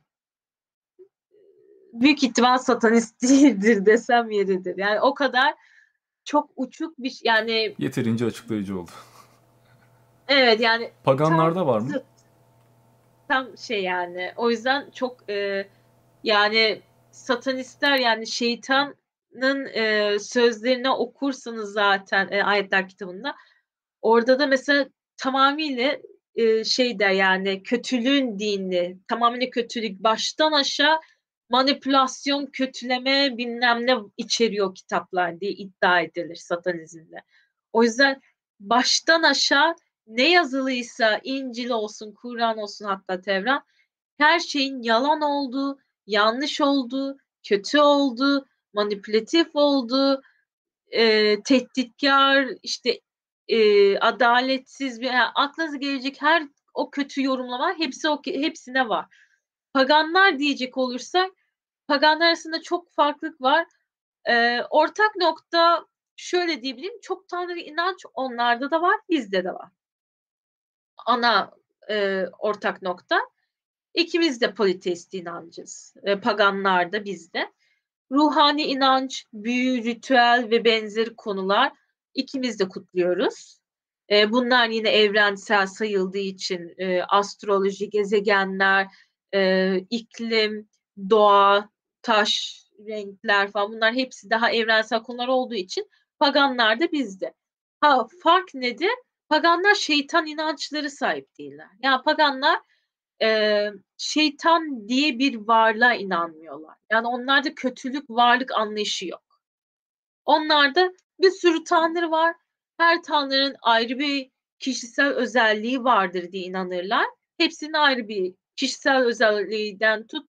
büyük ihtimal satanist değildir desem yeridir. Yani o kadar çok uçuk bir yani Yeterince açıklayıcı oldu. evet, yani tam Paganlarda var mı? zıt, tam şey yani. O yüzden çok yani satanistler, yani şeytanın sözlerini okursanız zaten ayetler kitabında, orada da mesela tamamıyla şey der, yani kötülüğün dini, tamamıyla kötülük, baştan aşağı manipülasyon, kötüleme bilmem ne içeriyor kitaplar diye iddia edilir satanizmde. O yüzden baştan aşağı ne yazılıysa, İncil olsun, Kur'an olsun, hatta Tevrat, her şeyin yalan olduğu, yanlış olduğu, kötü olduğu, manipülatif olduğu, tehditkar, işte adaletsiz bir, yani aklınıza gelecek her o kötü yorumlama hepsi hepsine var. Paganlar diyecek olursak, paganlar arasında çok farklılık var. Ortak nokta şöyle diyebilirim, çok tanrı inanç onlarda da var, bizde de var. Ana ortak nokta. İkimiz de politeist inancız. Paganlar da, biz de. Ruhani inanç, büyü, ritüel ve benzeri konular ikimiz de kutluyoruz. Bunlar yine evrensel sayıldığı için astroloji, gezegenler, iklim, doğa, taş, renkler falan, bunlar hepsi daha evrensel konular olduğu için paganlar da bizde. Ha, fark nedir? Paganlar şeytan inançları sahip değiller. Yani paganlar şeytan diye bir varlığa inanmıyorlar. Yani onlarda kötülük, varlık anlayışı yok. Onlarda bir sürü tanrı var. Her tanrının ayrı bir kişisel özelliği vardır diye inanırlar. Hepsinin ayrı bir kişisel özelliğinden tut,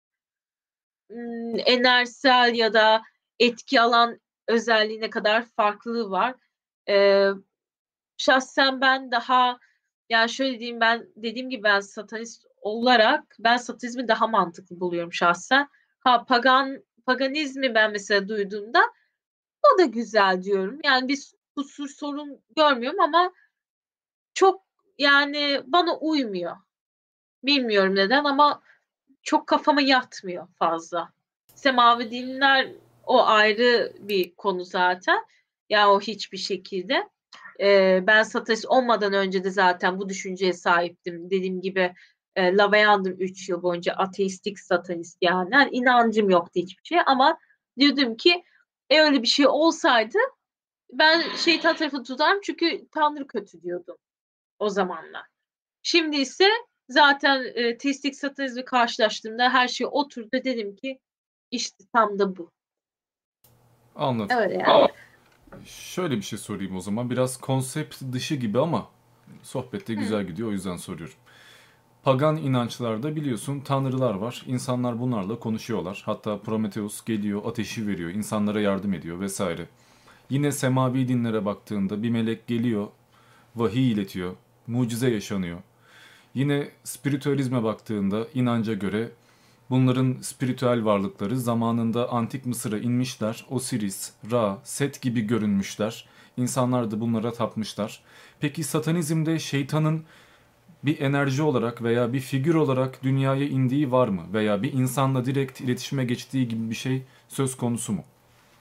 enerjisel ya da etki alan özelliğine kadar farklılığı var. Ee, Şahsen ben daha, yani şöyle diyeyim, ben dediğim gibi ben satanist olarak ben satanizmi daha mantıklı buluyorum şahsen. Ha, paganizmi ben mesela duyduğumda o da güzel diyorum. Yani bir kusur, sorun görmüyorum ama çok, yani bana uymuyor. Bilmiyorum neden ama çok kafama yatmıyor fazla. Semavi dinler o ayrı bir konu zaten. Ya o hiçbir şekilde. Ben satanist olmadan önce de zaten bu düşünceye sahiptim. Dediğim gibi lavayandım 3 yıl boyunca, ateistik satanist yani. Yani inancım yoktu hiçbir şey ama diyordum ki öyle bir şey olsaydı ben şeytan tarafı tutarım, çünkü Tanrı kötü diyordum o zamanlar. Şimdi ise zaten teistik satanizmi karşılaştığımda her şey oturdu, dedim ki işte tam da bu. Anladım. Öyle yani. Şöyle bir şey sorayım o zaman. Biraz konsept dışı gibi ama sohbet de Hı. güzel gidiyor, o yüzden soruyorum. Pagan inançlarda biliyorsun tanrılar var. İnsanlar bunlarla konuşuyorlar. Hatta Prometheus geliyor, ateşi veriyor, insanlara yardım ediyor vesaire. Yine semavi dinlere baktığında bir melek geliyor, vahiy iletiyor, mucize yaşanıyor. Yine spiritüalizme baktığında inanca göre bunların spiritüel varlıkları zamanında antik Mısır'a inmişler. Osiris, Ra, Set gibi görünmüşler. İnsanlar da bunlara tapmışlar. Peki satanizmde şeytanın bir enerji olarak veya bir figür olarak dünyaya indiği var mı? Veya bir insanla direkt iletişime geçtiği gibi bir şey söz konusu mu?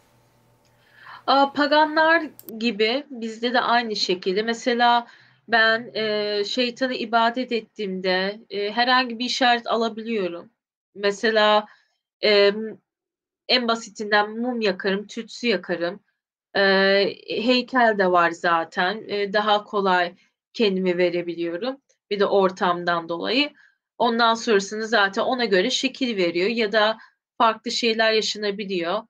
Paganlar gibi bizde de aynı şekilde. Mesela ben şeytanı ibadet ettiğimde herhangi bir işaret alabiliyorum. Mesela e, en basitinden mum yakarım, tütsü yakarım. E, Heykel de var zaten. Daha kolay kendimi verebiliyorum. Bir de ortamdan dolayı. Ondan sonrasını zaten ona göre şekil veriyor ya da farklı şeyler yaşanabiliyor.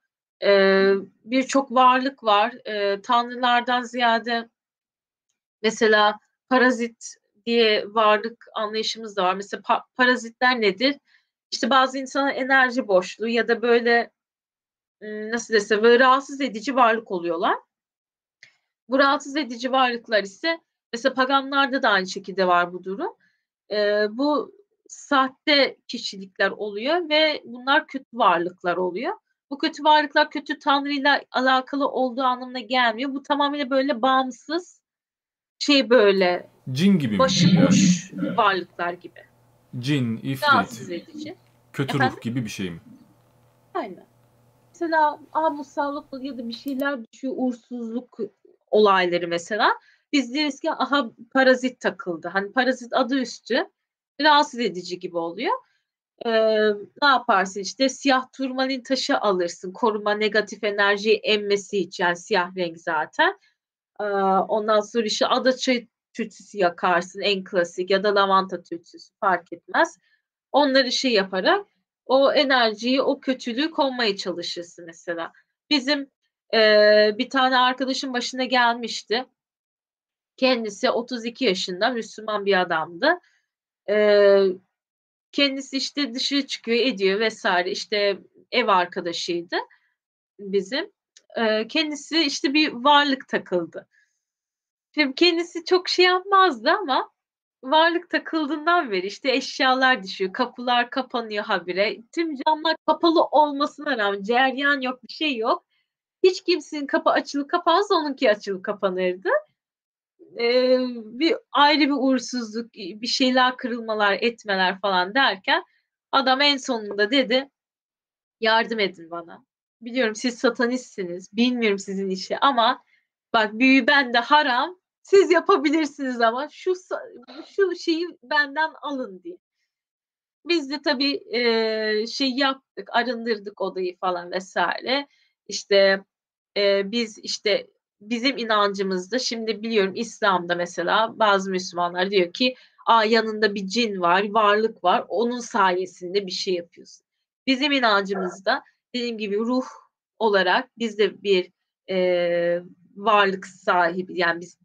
Birçok varlık var. Tanrılardan ziyade mesela parazit diye varlık anlayışımız da var. Mesela parazitler nedir? İşte bazı insana enerji boşluğu ya da böyle nasıl desem böyle rahatsız edici varlık oluyorlar. Bu rahatsız edici varlıklar ise mesela paganlarda da aynı şekilde var bu durum. Bu sahte kişilikler oluyor ve bunlar kötü varlıklar oluyor. Bu kötü varlıklar kötü tanrıyla alakalı olduğu anlamına gelmiyor. Bu tamamıyla böyle bağımsız böyle Cin gibi mi yani? başıboş varlıklar gibi. Cin, ifrit, Rahatsız edici. kötü Efendim? ruh gibi bir şey mi? Aynen. Mesela musallat ya da bir şeyler düşüyor, uğursuzluk olayları mesela. Biz deriz ki aha parazit takıldı. Hani parazit adı üstü rahatsız edici gibi oluyor. Ee, Ne yaparsın işte siyah turmalin taşı alırsın. Koruma negatif enerjiyi emmesi için yani siyah renk zaten. Ondan sonra işte adaçayı tütsüsü yakarsın en klasik ya da lavanta tütsüsü fark etmez. Onları yaparak o enerjiyi, o kötülüğü konmaya çalışırsın mesela. Bizim bir tane arkadaşın başına gelmişti. Kendisi 32 yaşında Müslüman bir adamdı. E, Kendisi işte dışarı çıkıyor, ediyor vesaire. İşte ev arkadaşıydı bizim. Kendisi işte bir varlık takıldı. Şimdi kendisi çok yapmazdı ama varlık takıldığından beri işte eşyalar düşüyor, kapılar kapanıyor habire. Tüm camlar kapalı olmasına rağmen cereyan yok, bir şey yok. Hiç kimsenin kapı açılıp kapansa onunki açılıp kapanırdı. Bir ayrı bir uğursuzluk, bir şeyler kırılmalar, etmeler falan derken adam en sonunda dedi yardım edin bana. Biliyorum siz satanistsiniz, bilmiyorum sizin işi ama bak büyü bende haram. Siz yapabilirsiniz ama şu şeyi benden alın diye. Biz de tabii yaptık, arındırdık odayı falan vesaire. İşte biz işte bizim inancımızda şimdi biliyorum İslam'da mesela bazı Müslümanlar diyor ki yanında bir cin var, varlık var. Onun sayesinde bir şey yapıyorsun. Bizim inancımızda dediğim gibi ruh olarak biz de bir varlık sahibi yani biz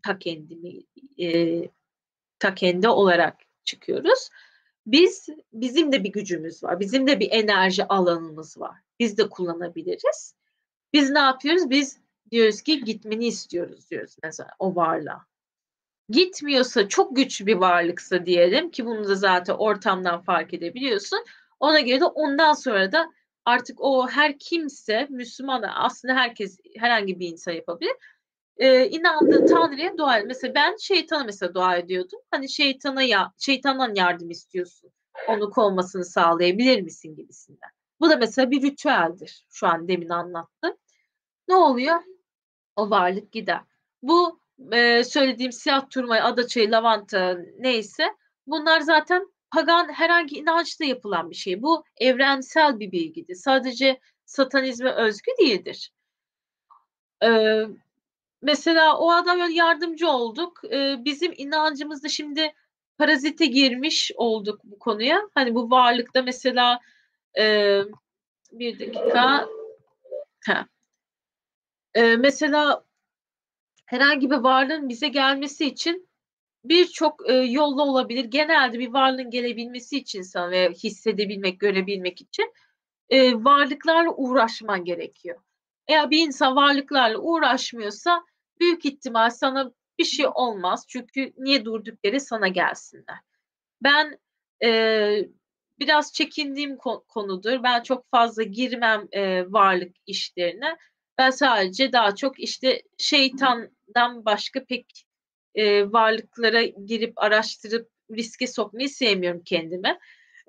ta kendi olarak çıkıyoruz. Bizim de bir gücümüz var. Bizim de bir enerji alanımız var. Biz de kullanabiliriz. Biz ne yapıyoruz? Biz diyoruz ki gitmeni istiyoruz diyoruz mesela o varlığa. Gitmiyorsa çok güçlü bir varlıksa diyelim ki bunu da zaten ortamdan fark edebiliyorsun. Ona göre de ondan sonra da artık o her kimse Müslüman aslında herkes herhangi bir insan yapabilir. İnandığı Tanrı'ya dua ediyor. Mesela ben şeytana mesela dua ediyordum. Hani şeytandan yardım istiyorsun. Onu kovmasını sağlayabilir misin gibisinden. Bu da mesela bir ritüeldir. Şu an demin anlattım. Ne oluyor? O varlık gider. Bu söylediğim siyah turma, adaçayı, lavanta neyse bunlar zaten pagan herhangi inançta yapılan bir şey. Bu evrensel bir bilgidir. Sadece satanizme özgü değildir. Ee, Mesela o adama yardımcı olduk. Bizim inancımızda şimdi parazite girmiş olduk bu konuya. Hani bu varlıkta mesela e, bir dakika. Ha. Mesela herhangi bir varlığın bize gelmesi için birçok yolla olabilir. Genelde bir varlığın gelebilmesi için sana ve hissedebilmek, görebilmek için varlıklarla uğraşman gerekiyor. Eğer bir insan varlıklarla uğraşmıyorsa büyük ihtimal sana bir şey olmaz. Çünkü niye durduk yere sana gelsinler. Ben e, biraz çekindiğim konudur. Ben çok fazla girmem varlık işlerine. Ben sadece daha çok işte şeytandan başka pek varlıklara girip araştırıp riske sokmayı sevmiyorum kendime.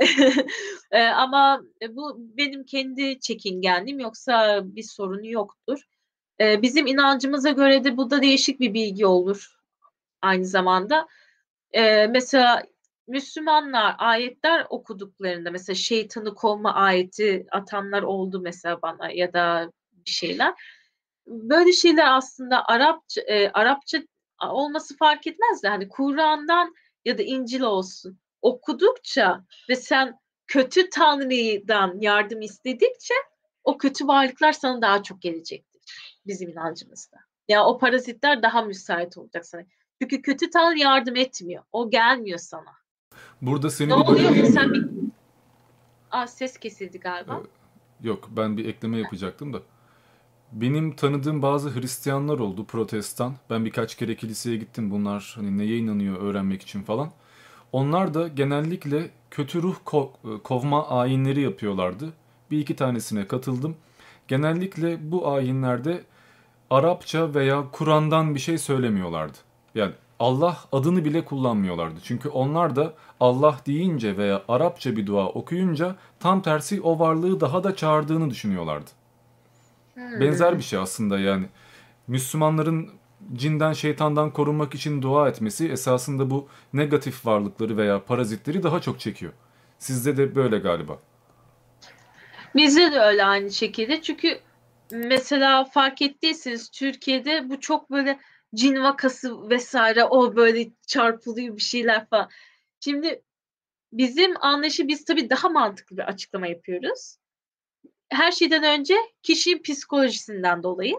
Ama bu benim kendi çekingenliğim yoksa bir sorunu yoktur. Bizim inancımıza göre de bu da değişik bir bilgi olur aynı zamanda. Mesela Müslümanlar ayetler okuduklarında mesela şeytanı kovma ayeti atanlar oldu mesela bana ya da bir şeyler. Böyle şeyler aslında Arapça olması fark etmez de hani Kur'an'dan ya da İncil olsun okudukça ve sen kötü Tanrı'dan yardım istedikçe o kötü varlıklar sana daha çok gelecektir bizim inancımızda. Ya o parazitler daha müsait olacak sana. Çünkü kötü tanrı yardım etmiyor. O gelmiyor sana. Burada Ne seni bir oluyor? böleyim mi? Sen bir... Aa, ses kesildi Ee, galiba. Yok, ben bir ekleme yapacaktım da. Benim tanıdığım bazı Hristiyanlar oldu, protestan. Ben birkaç kere kiliseye gittim, bunlar hani neye inanıyor öğrenmek için falan. Onlar da genellikle kötü ruh kovma ayinleri yapıyorlardı. Bir iki tanesine katıldım. Genellikle bu ayinlerde Arapça veya Kur'an'dan bir şey söylemiyorlardı. Yani Allah adını bile kullanmıyorlardı. Çünkü onlar da Allah deyince veya Arapça bir dua okuyunca tam tersi o varlığı daha da çağırdığını düşünüyorlardı. Benzer bir Hmm. şey aslında yani. Müslümanların cinden şeytandan korunmak için dua etmesi esasında bu negatif varlıkları veya parazitleri daha çok çekiyor. Sizde de böyle galiba. Bizde de öyle aynı şekilde. Çünkü mesela fark ettiyseniz Türkiye'de bu çok böyle cin vakası vesaire, o böyle çarpılıyor bir şeyler falan. Şimdi bizim anlayışı, biz tabii daha mantıklı bir açıklama yapıyoruz. Her şeyden önce kişinin psikolojisinden dolayı.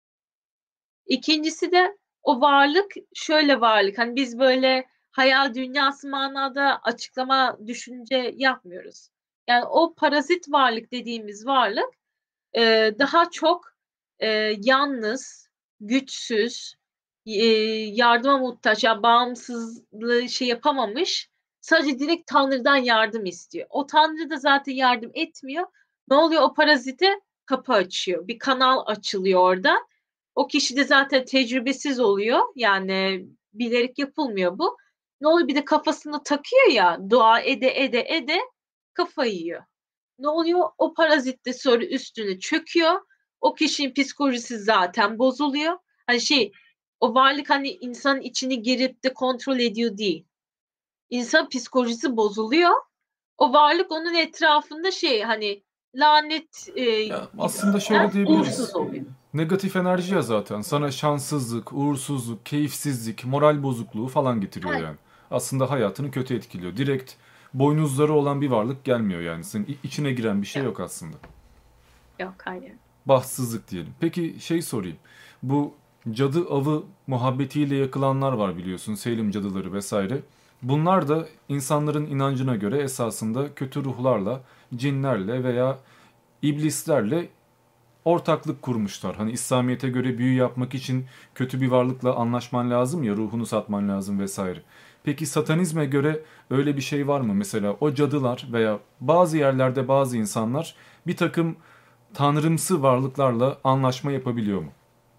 İkincisi de o varlık şöyle varlık. Hani biz böyle hayal dünyası manada açıklama, düşünce yapmıyoruz. Yani o parazit varlık dediğimiz varlık daha çok e, yalnız, güçsüz, yardıma muhtaç, yani bağımsızlığı şey yapamamış, sadece direkt Tanrı'dan yardım istiyor. O Tanrı da zaten yardım etmiyor. Ne oluyor? O parazite kapı açıyor. Bir kanal açılıyor orada. O kişi de zaten tecrübesiz oluyor. Yani bilerek yapılmıyor bu. Ne oluyor? Bir de kafasında takıyor ya, dua ede ede ede kafayı yiyor. Ne oluyor? O parazit de sonra üstüne çöküyor. O kişinin psikolojisi zaten bozuluyor. Hani şey, o varlık hani insanın içini girip de kontrol ediyor değil. İnsan psikolojisi bozuluyor. O varlık onun etrafında şey, hani lanet Ya aslında şöyle gibisinden uğursuz diyebiliriz. oluyor. Negatif enerji ya zaten. Sana şanssızlık, uğursuzluk, keyifsizlik, moral bozukluğu falan getiriyor Ay, yani. Aslında hayatını kötü etkiliyor. Direkt boynuzları olan bir varlık gelmiyor yani. Senin içine giren bir şey yok, yok aslında. yok, hayır. Bahtsızlık diyelim. Peki şey sorayım. Bu cadı avı muhabbetiyle yakılanlar var biliyorsun. Salem cadıları vesaire. Bunlar da insanların inancına göre esasında kötü ruhlarla, cinlerle veya iblislerle ortaklık kurmuşlar. Hani İslamiyet'e göre büyü yapmak için kötü bir varlıkla anlaşman lazım ya, ruhunu satman lazım vesaire. Peki satanizme göre öyle bir şey var mı? Mesela o cadılar veya bazı yerlerde bazı insanlar bir takım tanrımsı varlıklarla anlaşma yapabiliyor mu?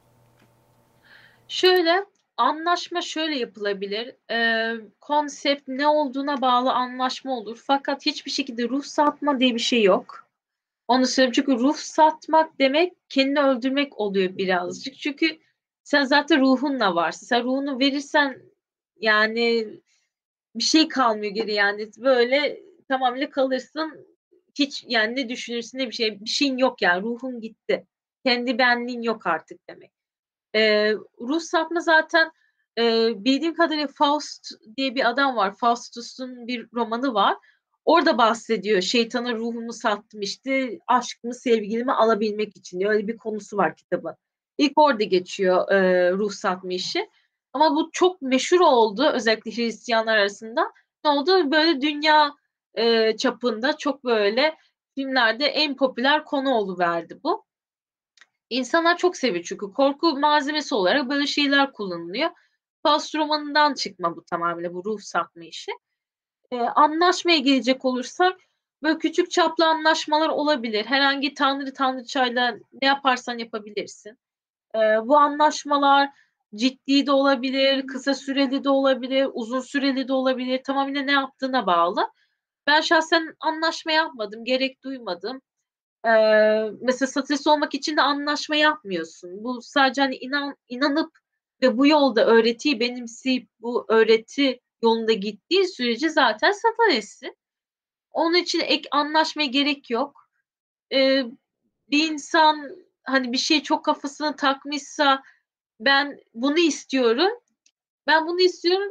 Şöyle, anlaşma şöyle yapılabilir. Konsept ne olduğuna bağlı anlaşma olur. Fakat hiçbir şekilde ruh satma diye bir şey yok. Onu söyleyeyim, çünkü ruh satmak demek kendini öldürmek oluyor birazcık. Çünkü sen zaten ruhunla varsın. Sen ruhunu verirsen yani bir şey kalmıyor geri, yani böyle tamamıyla kalırsın. Hiç yani ne düşünürsün ne bir şeyin yok, yani ruhun gitti. Kendi benliğin yok artık demek. Ruh sapma zaten bildiğim kadarıyla Faust diye bir adam var. Faustus'un bir romanı var. Orada bahsediyor. Şeytana ruhumu sattım işte, aşkımı, sevgilimi alabilmek için diyor. Öyle bir konusu var kitabın. İlk orada geçiyor ruh satma işi. Ama bu çok meşhur oldu özellikle Hristiyanlar arasında. Ne oldu? Böyle dünya çapında çok böyle filmlerde en popüler konu oluverdi bu. İnsanlar çok seviyor çünkü korku malzemesi olarak böyle şeyler kullanılıyor. Faust romanından çıkma bu, tamamıyla bu ruh satma işi. Anlaşmaya gelecek olursak böyle küçük çaplı anlaşmalar olabilir. Herhangi tanrı tanrıçayla ne yaparsan yapabilirsin. Bu anlaşmalar ciddi de olabilir, kısa süreli de olabilir, uzun süreli de olabilir. Tamamıyla ne yaptığına bağlı. Ben şahsen anlaşma yapmadım, gerek duymadım. Mesela satirist olmak için de anlaşma yapmıyorsun. Bu sadece hani inanıp ve bu yolda öğretiyi benimseyip bu öğreti yolunda gittiği sürece zaten satanistsin. Onun için ek anlaşmaya gerek yok. Ee, Bir insan hani bir şey çok kafasına takmışsa, ben bunu istiyorum, ben bunu istiyorum,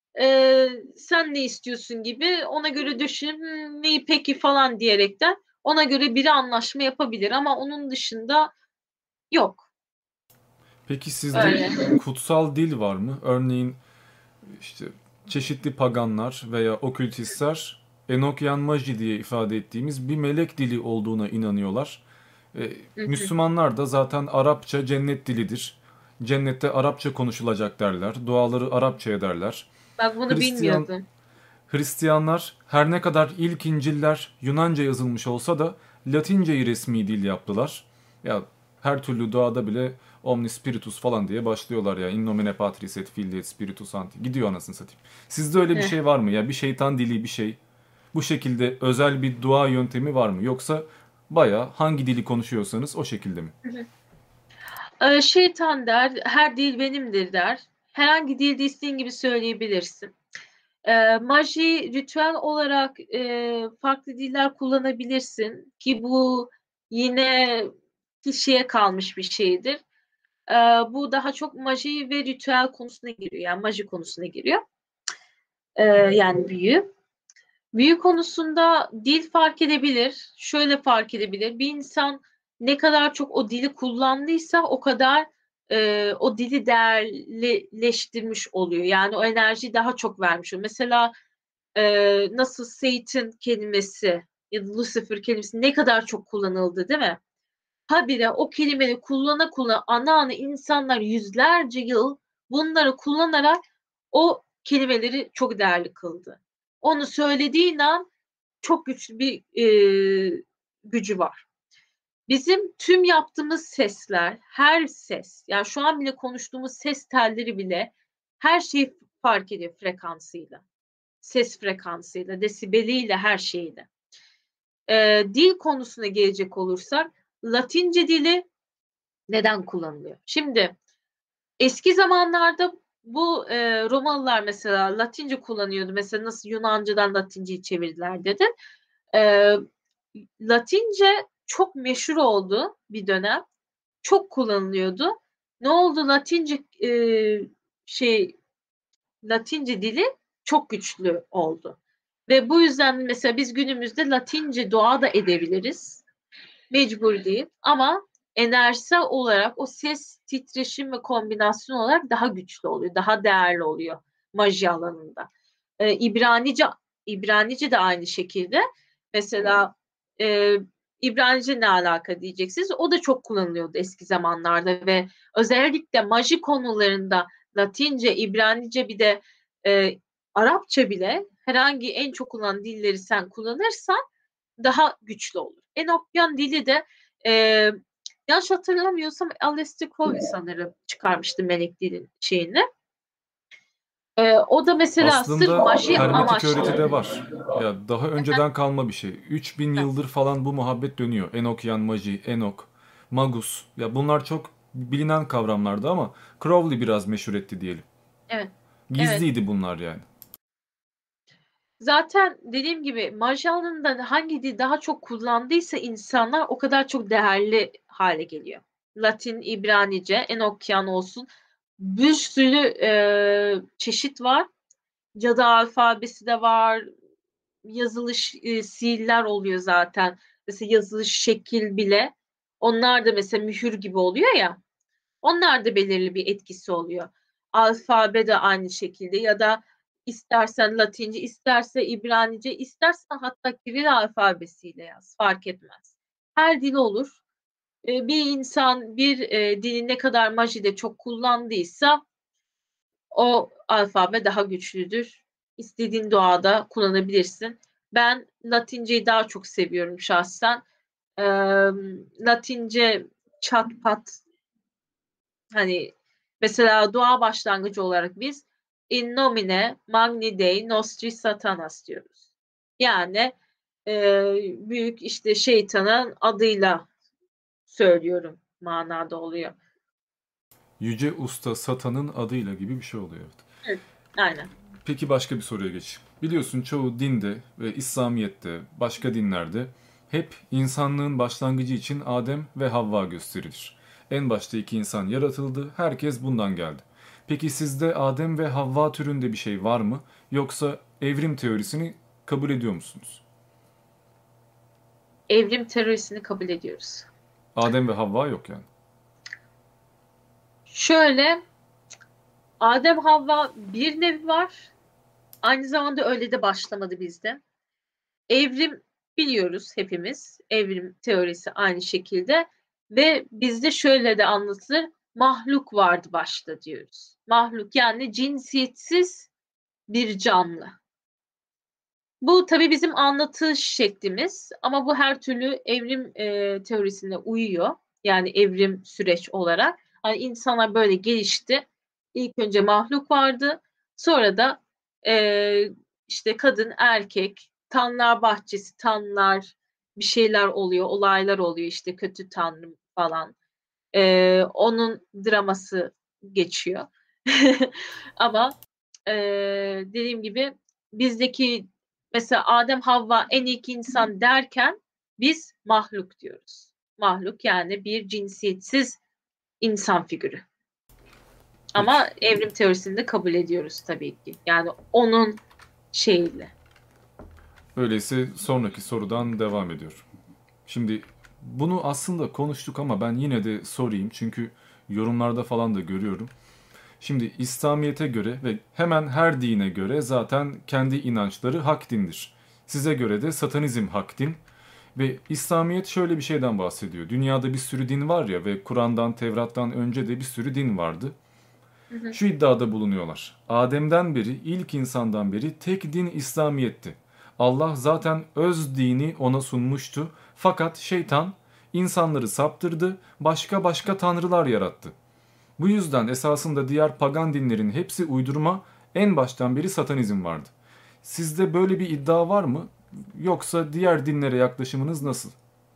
sen ne istiyorsun gibi ona göre düşünüp neyi peki falan diyerekten ona göre biri anlaşma yapabilir, ama onun dışında yok. Peki sizde Öyle. kutsal dil var mı? Örneğin İşte çeşitli paganlar veya okültistler Enokyan Maji diye ifade ettiğimiz bir melek dili olduğuna inanıyorlar. Hı hı. Müslümanlar da zaten Arapça cennet dilidir. Cennette Arapça konuşulacak derler. Duaları Arapça ederler. Bak bunu Hristiyan bilmiyordum. Hristiyanlar her ne kadar ilk İncil'ler Yunanca yazılmış olsa da Latinceyi resmi dil yaptılar. Ya her türlü duada bile Omni Spiritus falan diye başlıyorlar ya. In nomine Patris et Filii et Spiritus Sancti. Gidiyor anasını satayım. Sizde öyle bir Heh. şey var mı ya? Bir şeytan dili bir şey. Bu şekilde özel bir dua yöntemi var mı? Yoksa baya hangi dili konuşuyorsanız o şekilde mi? Şeytan der, her dil benimdir der. Herhangi dilde istediğin gibi söyleyebilirsin. Maji ritüel olarak farklı diller kullanabilirsin ki bu yine kişiye kalmış bir şeydir. Ee, Bu daha çok maji ve ritüel konusuna giriyor. Yani maji konusuna giriyor. Yani büyü. Büyü konusunda dil fark edebilir. Şöyle fark edebilir. Bir insan ne kadar çok o dili kullandıysa o kadar o dili değerleştirmiş oluyor. Yani o enerjiyi daha çok vermiş oluyor. Mesela nasıl Satan kelimesi ya da Lucifer kelimesi ne kadar çok kullanıldı değil mi? Habire o kelimeyi kullana ana insanlar yüzlerce yıl bunları kullanarak o kelimeleri çok değerli kıldı. Onu söylediğin an çok güçlü bir gücü var. Bizim tüm yaptığımız sesler, her ses, yani şu an bile konuştuğumuz ses telleri bile her şeyi fark ediyor frekansıyla. Ses frekansıyla, desibeliyle, her şeyle. Dil konusuna gelecek olursak, Latince dili neden kullanılıyor? Şimdi eski zamanlarda bu Romalılar mesela Latince kullanıyordu. Mesela nasıl Yunanca'dan Latince'yi çevirdiler dedi. E, Latince çok meşhur oldu bir dönem. Çok kullanılıyordu. Ne oldu? Şey Latince dili çok güçlü oldu. Ve bu yüzden mesela biz günümüzde Latince dua da edebiliriz. Mecbur değil. Ama enerjisel olarak o ses titreşim ve kombinasyon olarak daha güçlü oluyor. Daha değerli oluyor maji alanında. Ee, İbranice İbranice de aynı şekilde. Mesela e, İbranice ne alaka diyeceksiniz. O da çok kullanılıyordu eski zamanlarda ve özellikle maji konularında Latince, İbranice bir de e, Arapça bile herhangi en çok kullanılan dilleri sen kullanırsan daha güçlü olur. Enokyan dili de e, yanlış hatırlamıyorsam Aleister Crowley sanırım çıkarmıştı melek dilin şeyini. O da mesela sırf Aslında maji Hermetik amaçlı. öğretide var. Ya daha önceden kalma bir şey. 3000 yıldır falan bu muhabbet dönüyor. Enokyan Maji, Enok, Magus. Ya bunlar çok bilinen kavramlardı ama Crowley biraz meşhur etti diyelim. Evet, evet. Gizliydi bunlar yani. Zaten dediğim gibi maji alanında hangi dil daha çok kullandıysa insanlar o kadar çok değerli hale geliyor. Latin, İbranice, Enokyan olsun. Bir sürü çeşit var. Cadı alfabesi de var. Yazılış sihirler oluyor zaten. Mesela yazılış şekil bile. Onlar da mesela mühür gibi oluyor ya. Onlar da belirli bir etkisi oluyor. Alfabe de aynı şekilde ya da istersen Latince, isterse İbranice, istersen hatta Kiril alfabesiyle yaz. Fark etmez. Her dil olur. Bir insan bir dili ne kadar majide çok kullandıysa o alfabe daha güçlüdür. İstediğin doğada kullanabilirsin. Ben Latinceyi daha çok seviyorum şahsen. Ee, Latince çat pat hani mesela dua başlangıcı olarak biz in nomine magni Dei nostri satanas diyoruz. Yani büyük işte şeytanın adıyla söylüyorum manada oluyor. Yüce Usta Satan'ın adıyla gibi bir şey oluyor. Evet. Hı, aynen. Peki başka bir soruya geç. Biliyorsun çoğu dinde ve İslamiyet'te, başka dinlerde hep insanlığın başlangıcı için Adem ve Havva gösterilir. En başta iki insan yaratıldı, herkes bundan geldi. Peki sizde Adem ve Havva türünde bir şey var mı? Yoksa evrim teorisini kabul ediyor musunuz? Evrim teorisini kabul ediyoruz. Adem ve Havva yok yani. Şöyle Adem Havva bir nevi var. Aynı zamanda öyle de başlamadı bizde. Evrim biliyoruz hepimiz. Evrim teorisi aynı şekilde. Ve bizde şöyle de anlatılır. Mahluk vardı başta diyoruz. Mahluk yani cinsiyetsiz bir canlı. Bu tabii bizim anlatış şeklimiz ama bu her türlü evrim teorisine uyuyor. Yani evrim süreç olarak. Hani insanlar böyle gelişti. İlk önce mahluk vardı. Sonra da e, işte kadın, erkek, tanrılar bahçesi, tanrılar bir şeyler oluyor, olaylar oluyor işte kötü tanrı falan. Onun draması geçiyor. Ama e, dediğim gibi bizdeki mesela Adem Havva en ilk insan derken biz mahluk diyoruz. Mahluk yani bir cinsiyetsiz insan figürü. Peki. Ama evrim teorisini de kabul ediyoruz tabii ki. Yani onun şeyiyle. Öyleyse sonraki sorudan devam ediyorum. Şimdi bunu aslında konuştuk ama ben yine de sorayım çünkü yorumlarda falan da görüyorum. Şimdi İslamiyet'e göre ve hemen her dine göre zaten kendi inançları hak dindir. Size göre de satanizm hak din. Ve İslamiyet şöyle bir şeyden bahsediyor. Dünyada bir sürü din var ya ve Kur'an'dan, Tevrat'tan önce de bir sürü din vardı. Hı hı. Şu iddiada bulunuyorlar. Adem'den beri, ilk insandan beri tek din İslamiyet'ti. Allah zaten öz dini ona sunmuştu. Fakat şeytan insanları saptırdı, başka başka tanrılar yarattı. Bu yüzden esasında diğer pagan dinlerin hepsi uydurma, en baştan beri satanizm vardı. Sizde böyle bir iddia var mı? Yoksa diğer dinlere yaklaşımınız nasıl?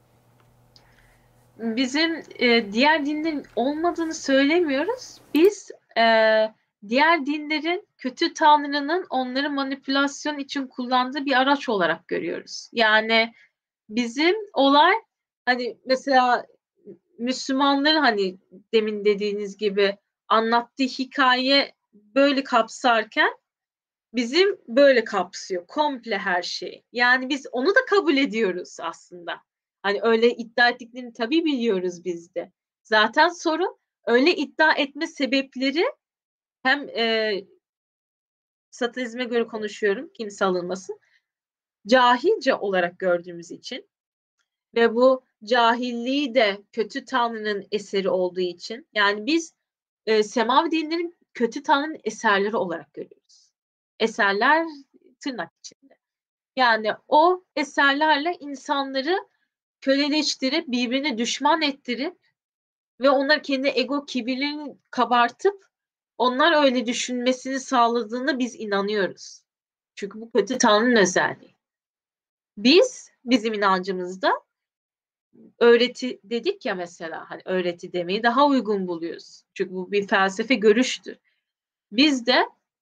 Bizim diğer dinlerin olmadığını söylemiyoruz. Biz diğer dinlerin kötü tanrının onları manipülasyon için kullandığı bir araç olarak görüyoruz. Yani bizim olay hani mesela Müslümanların hani demin dediğiniz gibi anlattığı hikaye böyle kapsarken bizim böyle kapsıyor komple her şeyi. Yani biz onu da kabul ediyoruz aslında. Hani öyle iddia ettiklerini tabii biliyoruz biz de. Zaten sorun öyle iddia etme sebepleri hem satanizme göre konuşuyorum kimse alınmasın. Cahilce olarak gördüğümüz için ve bu cahilliği de kötü tanrının eseri olduğu için yani biz semavi dinlerin kötü tanrının eserleri olarak görüyoruz. Eserler tırnak içinde. Yani o eserlerle insanları köleleştirip birbirine düşman ettirip ve onlar kendi ego kibirlerini kabartıp onlar öyle düşünmesini sağladığını biz inanıyoruz. Çünkü bu kötü Tanrı'nın özelliği. Biz bizim inancımızda öğreti dedik ya mesela hani öğreti demeyi daha uygun buluyoruz. Çünkü bu bir felsefe görüştür. Biz de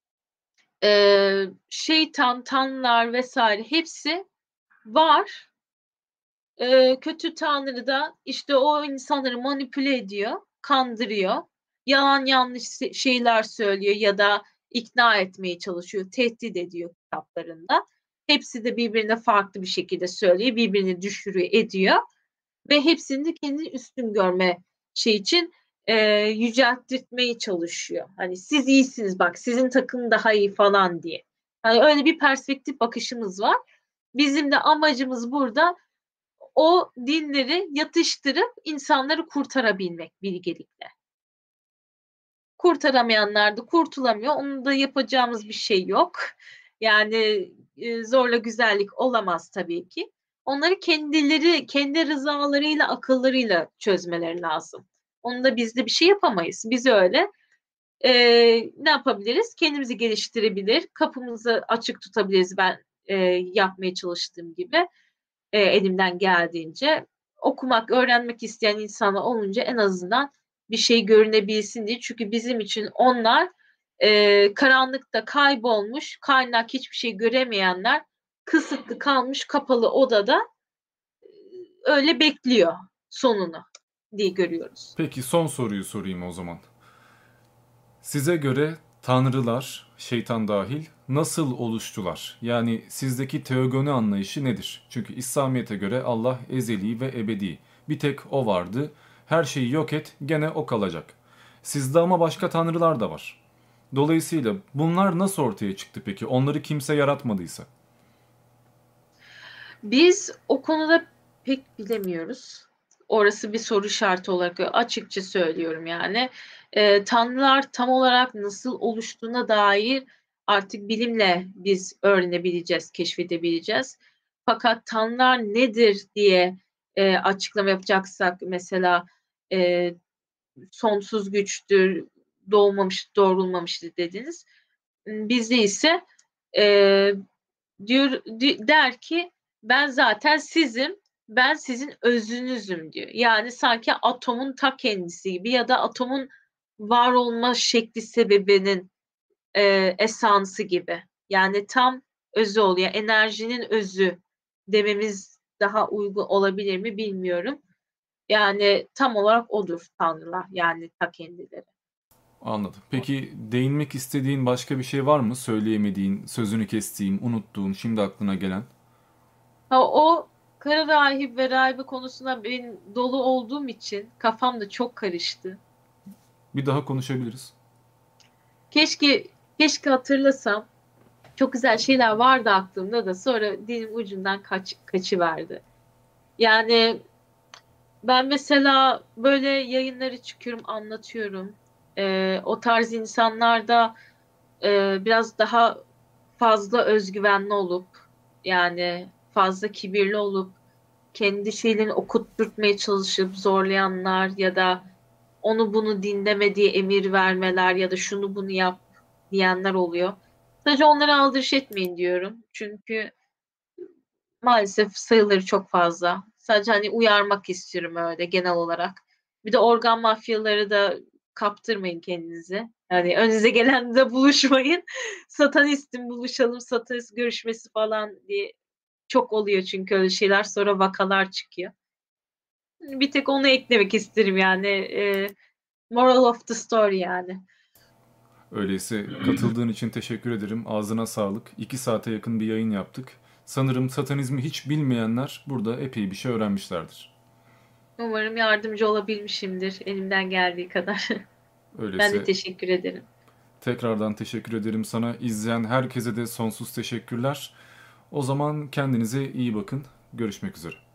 şeytan, tanrılar vesaire hepsi var. Kötü tanrı da işte o insanları manipüle ediyor, kandırıyor, yalan yanlış şeyler söylüyor ya da ikna etmeye çalışıyor, tehdit ediyor kitaplarında. Hepsi de birbirine farklı bir şekilde söylüyor, birbirini düşürüyor, ediyor ve hepsini de kendini üstün görme şey için yücelttirmeye çalışıyor. Hani siz iyisiniz bak, sizin takım daha iyi falan diye. Hani öyle bir perspektif bakışımız var. Bizim de amacımız burada o dinleri yatıştırıp insanları kurtarabilmek bilgelikle. Kurtaramayanlar da kurtulamıyor. Onun da yapacağımız bir şey yok. Yani zorla güzellik olamaz tabii ki. Onları kendileri, kendi rızalarıyla, akıllarıyla çözmeleri lazım. Onu da biz de bir şey yapamayız. Biz öyle e, ne yapabiliriz? Kendimizi geliştirebilir, kapımızı açık tutabiliriz ben yapmaya çalıştığım gibi elimden geldiğince okumak, öğrenmek isteyen insanlar olunca en azından bir şey görünebilsin diye. Çünkü bizim için onlar karanlıkta kaybolmuş, kaynak hiçbir şey göremeyenler kısıtlı kalmış kapalı odada öyle bekliyor sonunu diye görüyoruz. Peki son soruyu sorayım o zaman. Size göre tanrılar, şeytan dahil nasıl oluştular? Yani sizdeki teogoni anlayışı nedir? Çünkü İslamiyet'e göre Allah ezeli ve ebedi. Bir tek o vardı. Her şeyi yok et, gene o kalacak. Sizde ama başka tanrılar da var. Dolayısıyla bunlar nasıl ortaya çıktı peki? Onları kimse yaratmadıysa. Biz o konuda pek bilemiyoruz. Orası bir soru işareti olarak açıkça söylüyorum yani. Tanrılar tam olarak nasıl oluştuğuna dair artık bilimle biz öğrenebileceğiz, keşfedebileceğiz. Fakat tanrılar nedir diye açıklama yapacaksak mesela e, sonsuz güçtür, doğmamış, doğrulmamıştır dediniz. Bizde ise e, der ki ben zaten sizim, ben sizin özünüzüm diyor. Yani sanki atomun ta kendisi gibi ya da atomun var olma şekli sebebinin esansı gibi. Yani tam özü oluyor. Enerjinin özü dememiz daha uygun olabilir mi bilmiyorum. Yani tam olarak odur tanrılar yani ta kendileri. Anladım. Peki değinmek istediğin başka bir şey var mı? Söyleyemediğin, sözünü kestiğin, unuttuğun, şimdi aklına gelen? Ha, o kara rahip ve rahibe konusunda ben dolu olduğum için kafam da çok karıştı. Bir daha konuşabiliriz. Keşke keşke hatırlasam. Çok güzel şeyler vardı aklımda da sonra dilim ucundan kaçıverdi. Yani ben mesela böyle yayınları çıkıyorum, anlatıyorum. O tarz insanlar da biraz daha fazla özgüvenli olup yani fazla kibirli olup kendi şeylerini okutturtmaya çalışıp zorlayanlar ya da onu bunu dinleme diye emir vermeler ya da şunu bunu yap diyenler oluyor. Sadece onlara aldırış etmeyin diyorum. Çünkü maalesef sayıları çok fazla. Sadece hani uyarmak istiyorum öyle genel olarak. Bir de organ mafyaları da kaptırmayın kendinizi. Yani önünüze gelenle buluşmayın. Satanistim buluşalım, satanist görüşmesi falan diye çok oluyor çünkü öyle şeyler sonra vakalar çıkıyor. Bir tek onu eklemek isterim yani. Moral of the story yani. Öyleyse katıldığın için teşekkür ederim. Ağzına sağlık. 2 saate yakın bir yayın yaptık. Sanırım satanizmi hiç bilmeyenler burada epey bir şey öğrenmişlerdir. Umarım yardımcı olabilmişimdir elimden geldiği kadar. Ben de Öyleyse teşekkür ederim. tekrardan teşekkür ederim sana. İzleyen herkese de sonsuz teşekkürler. O zaman kendinize iyi bakın. Görüşmek üzere.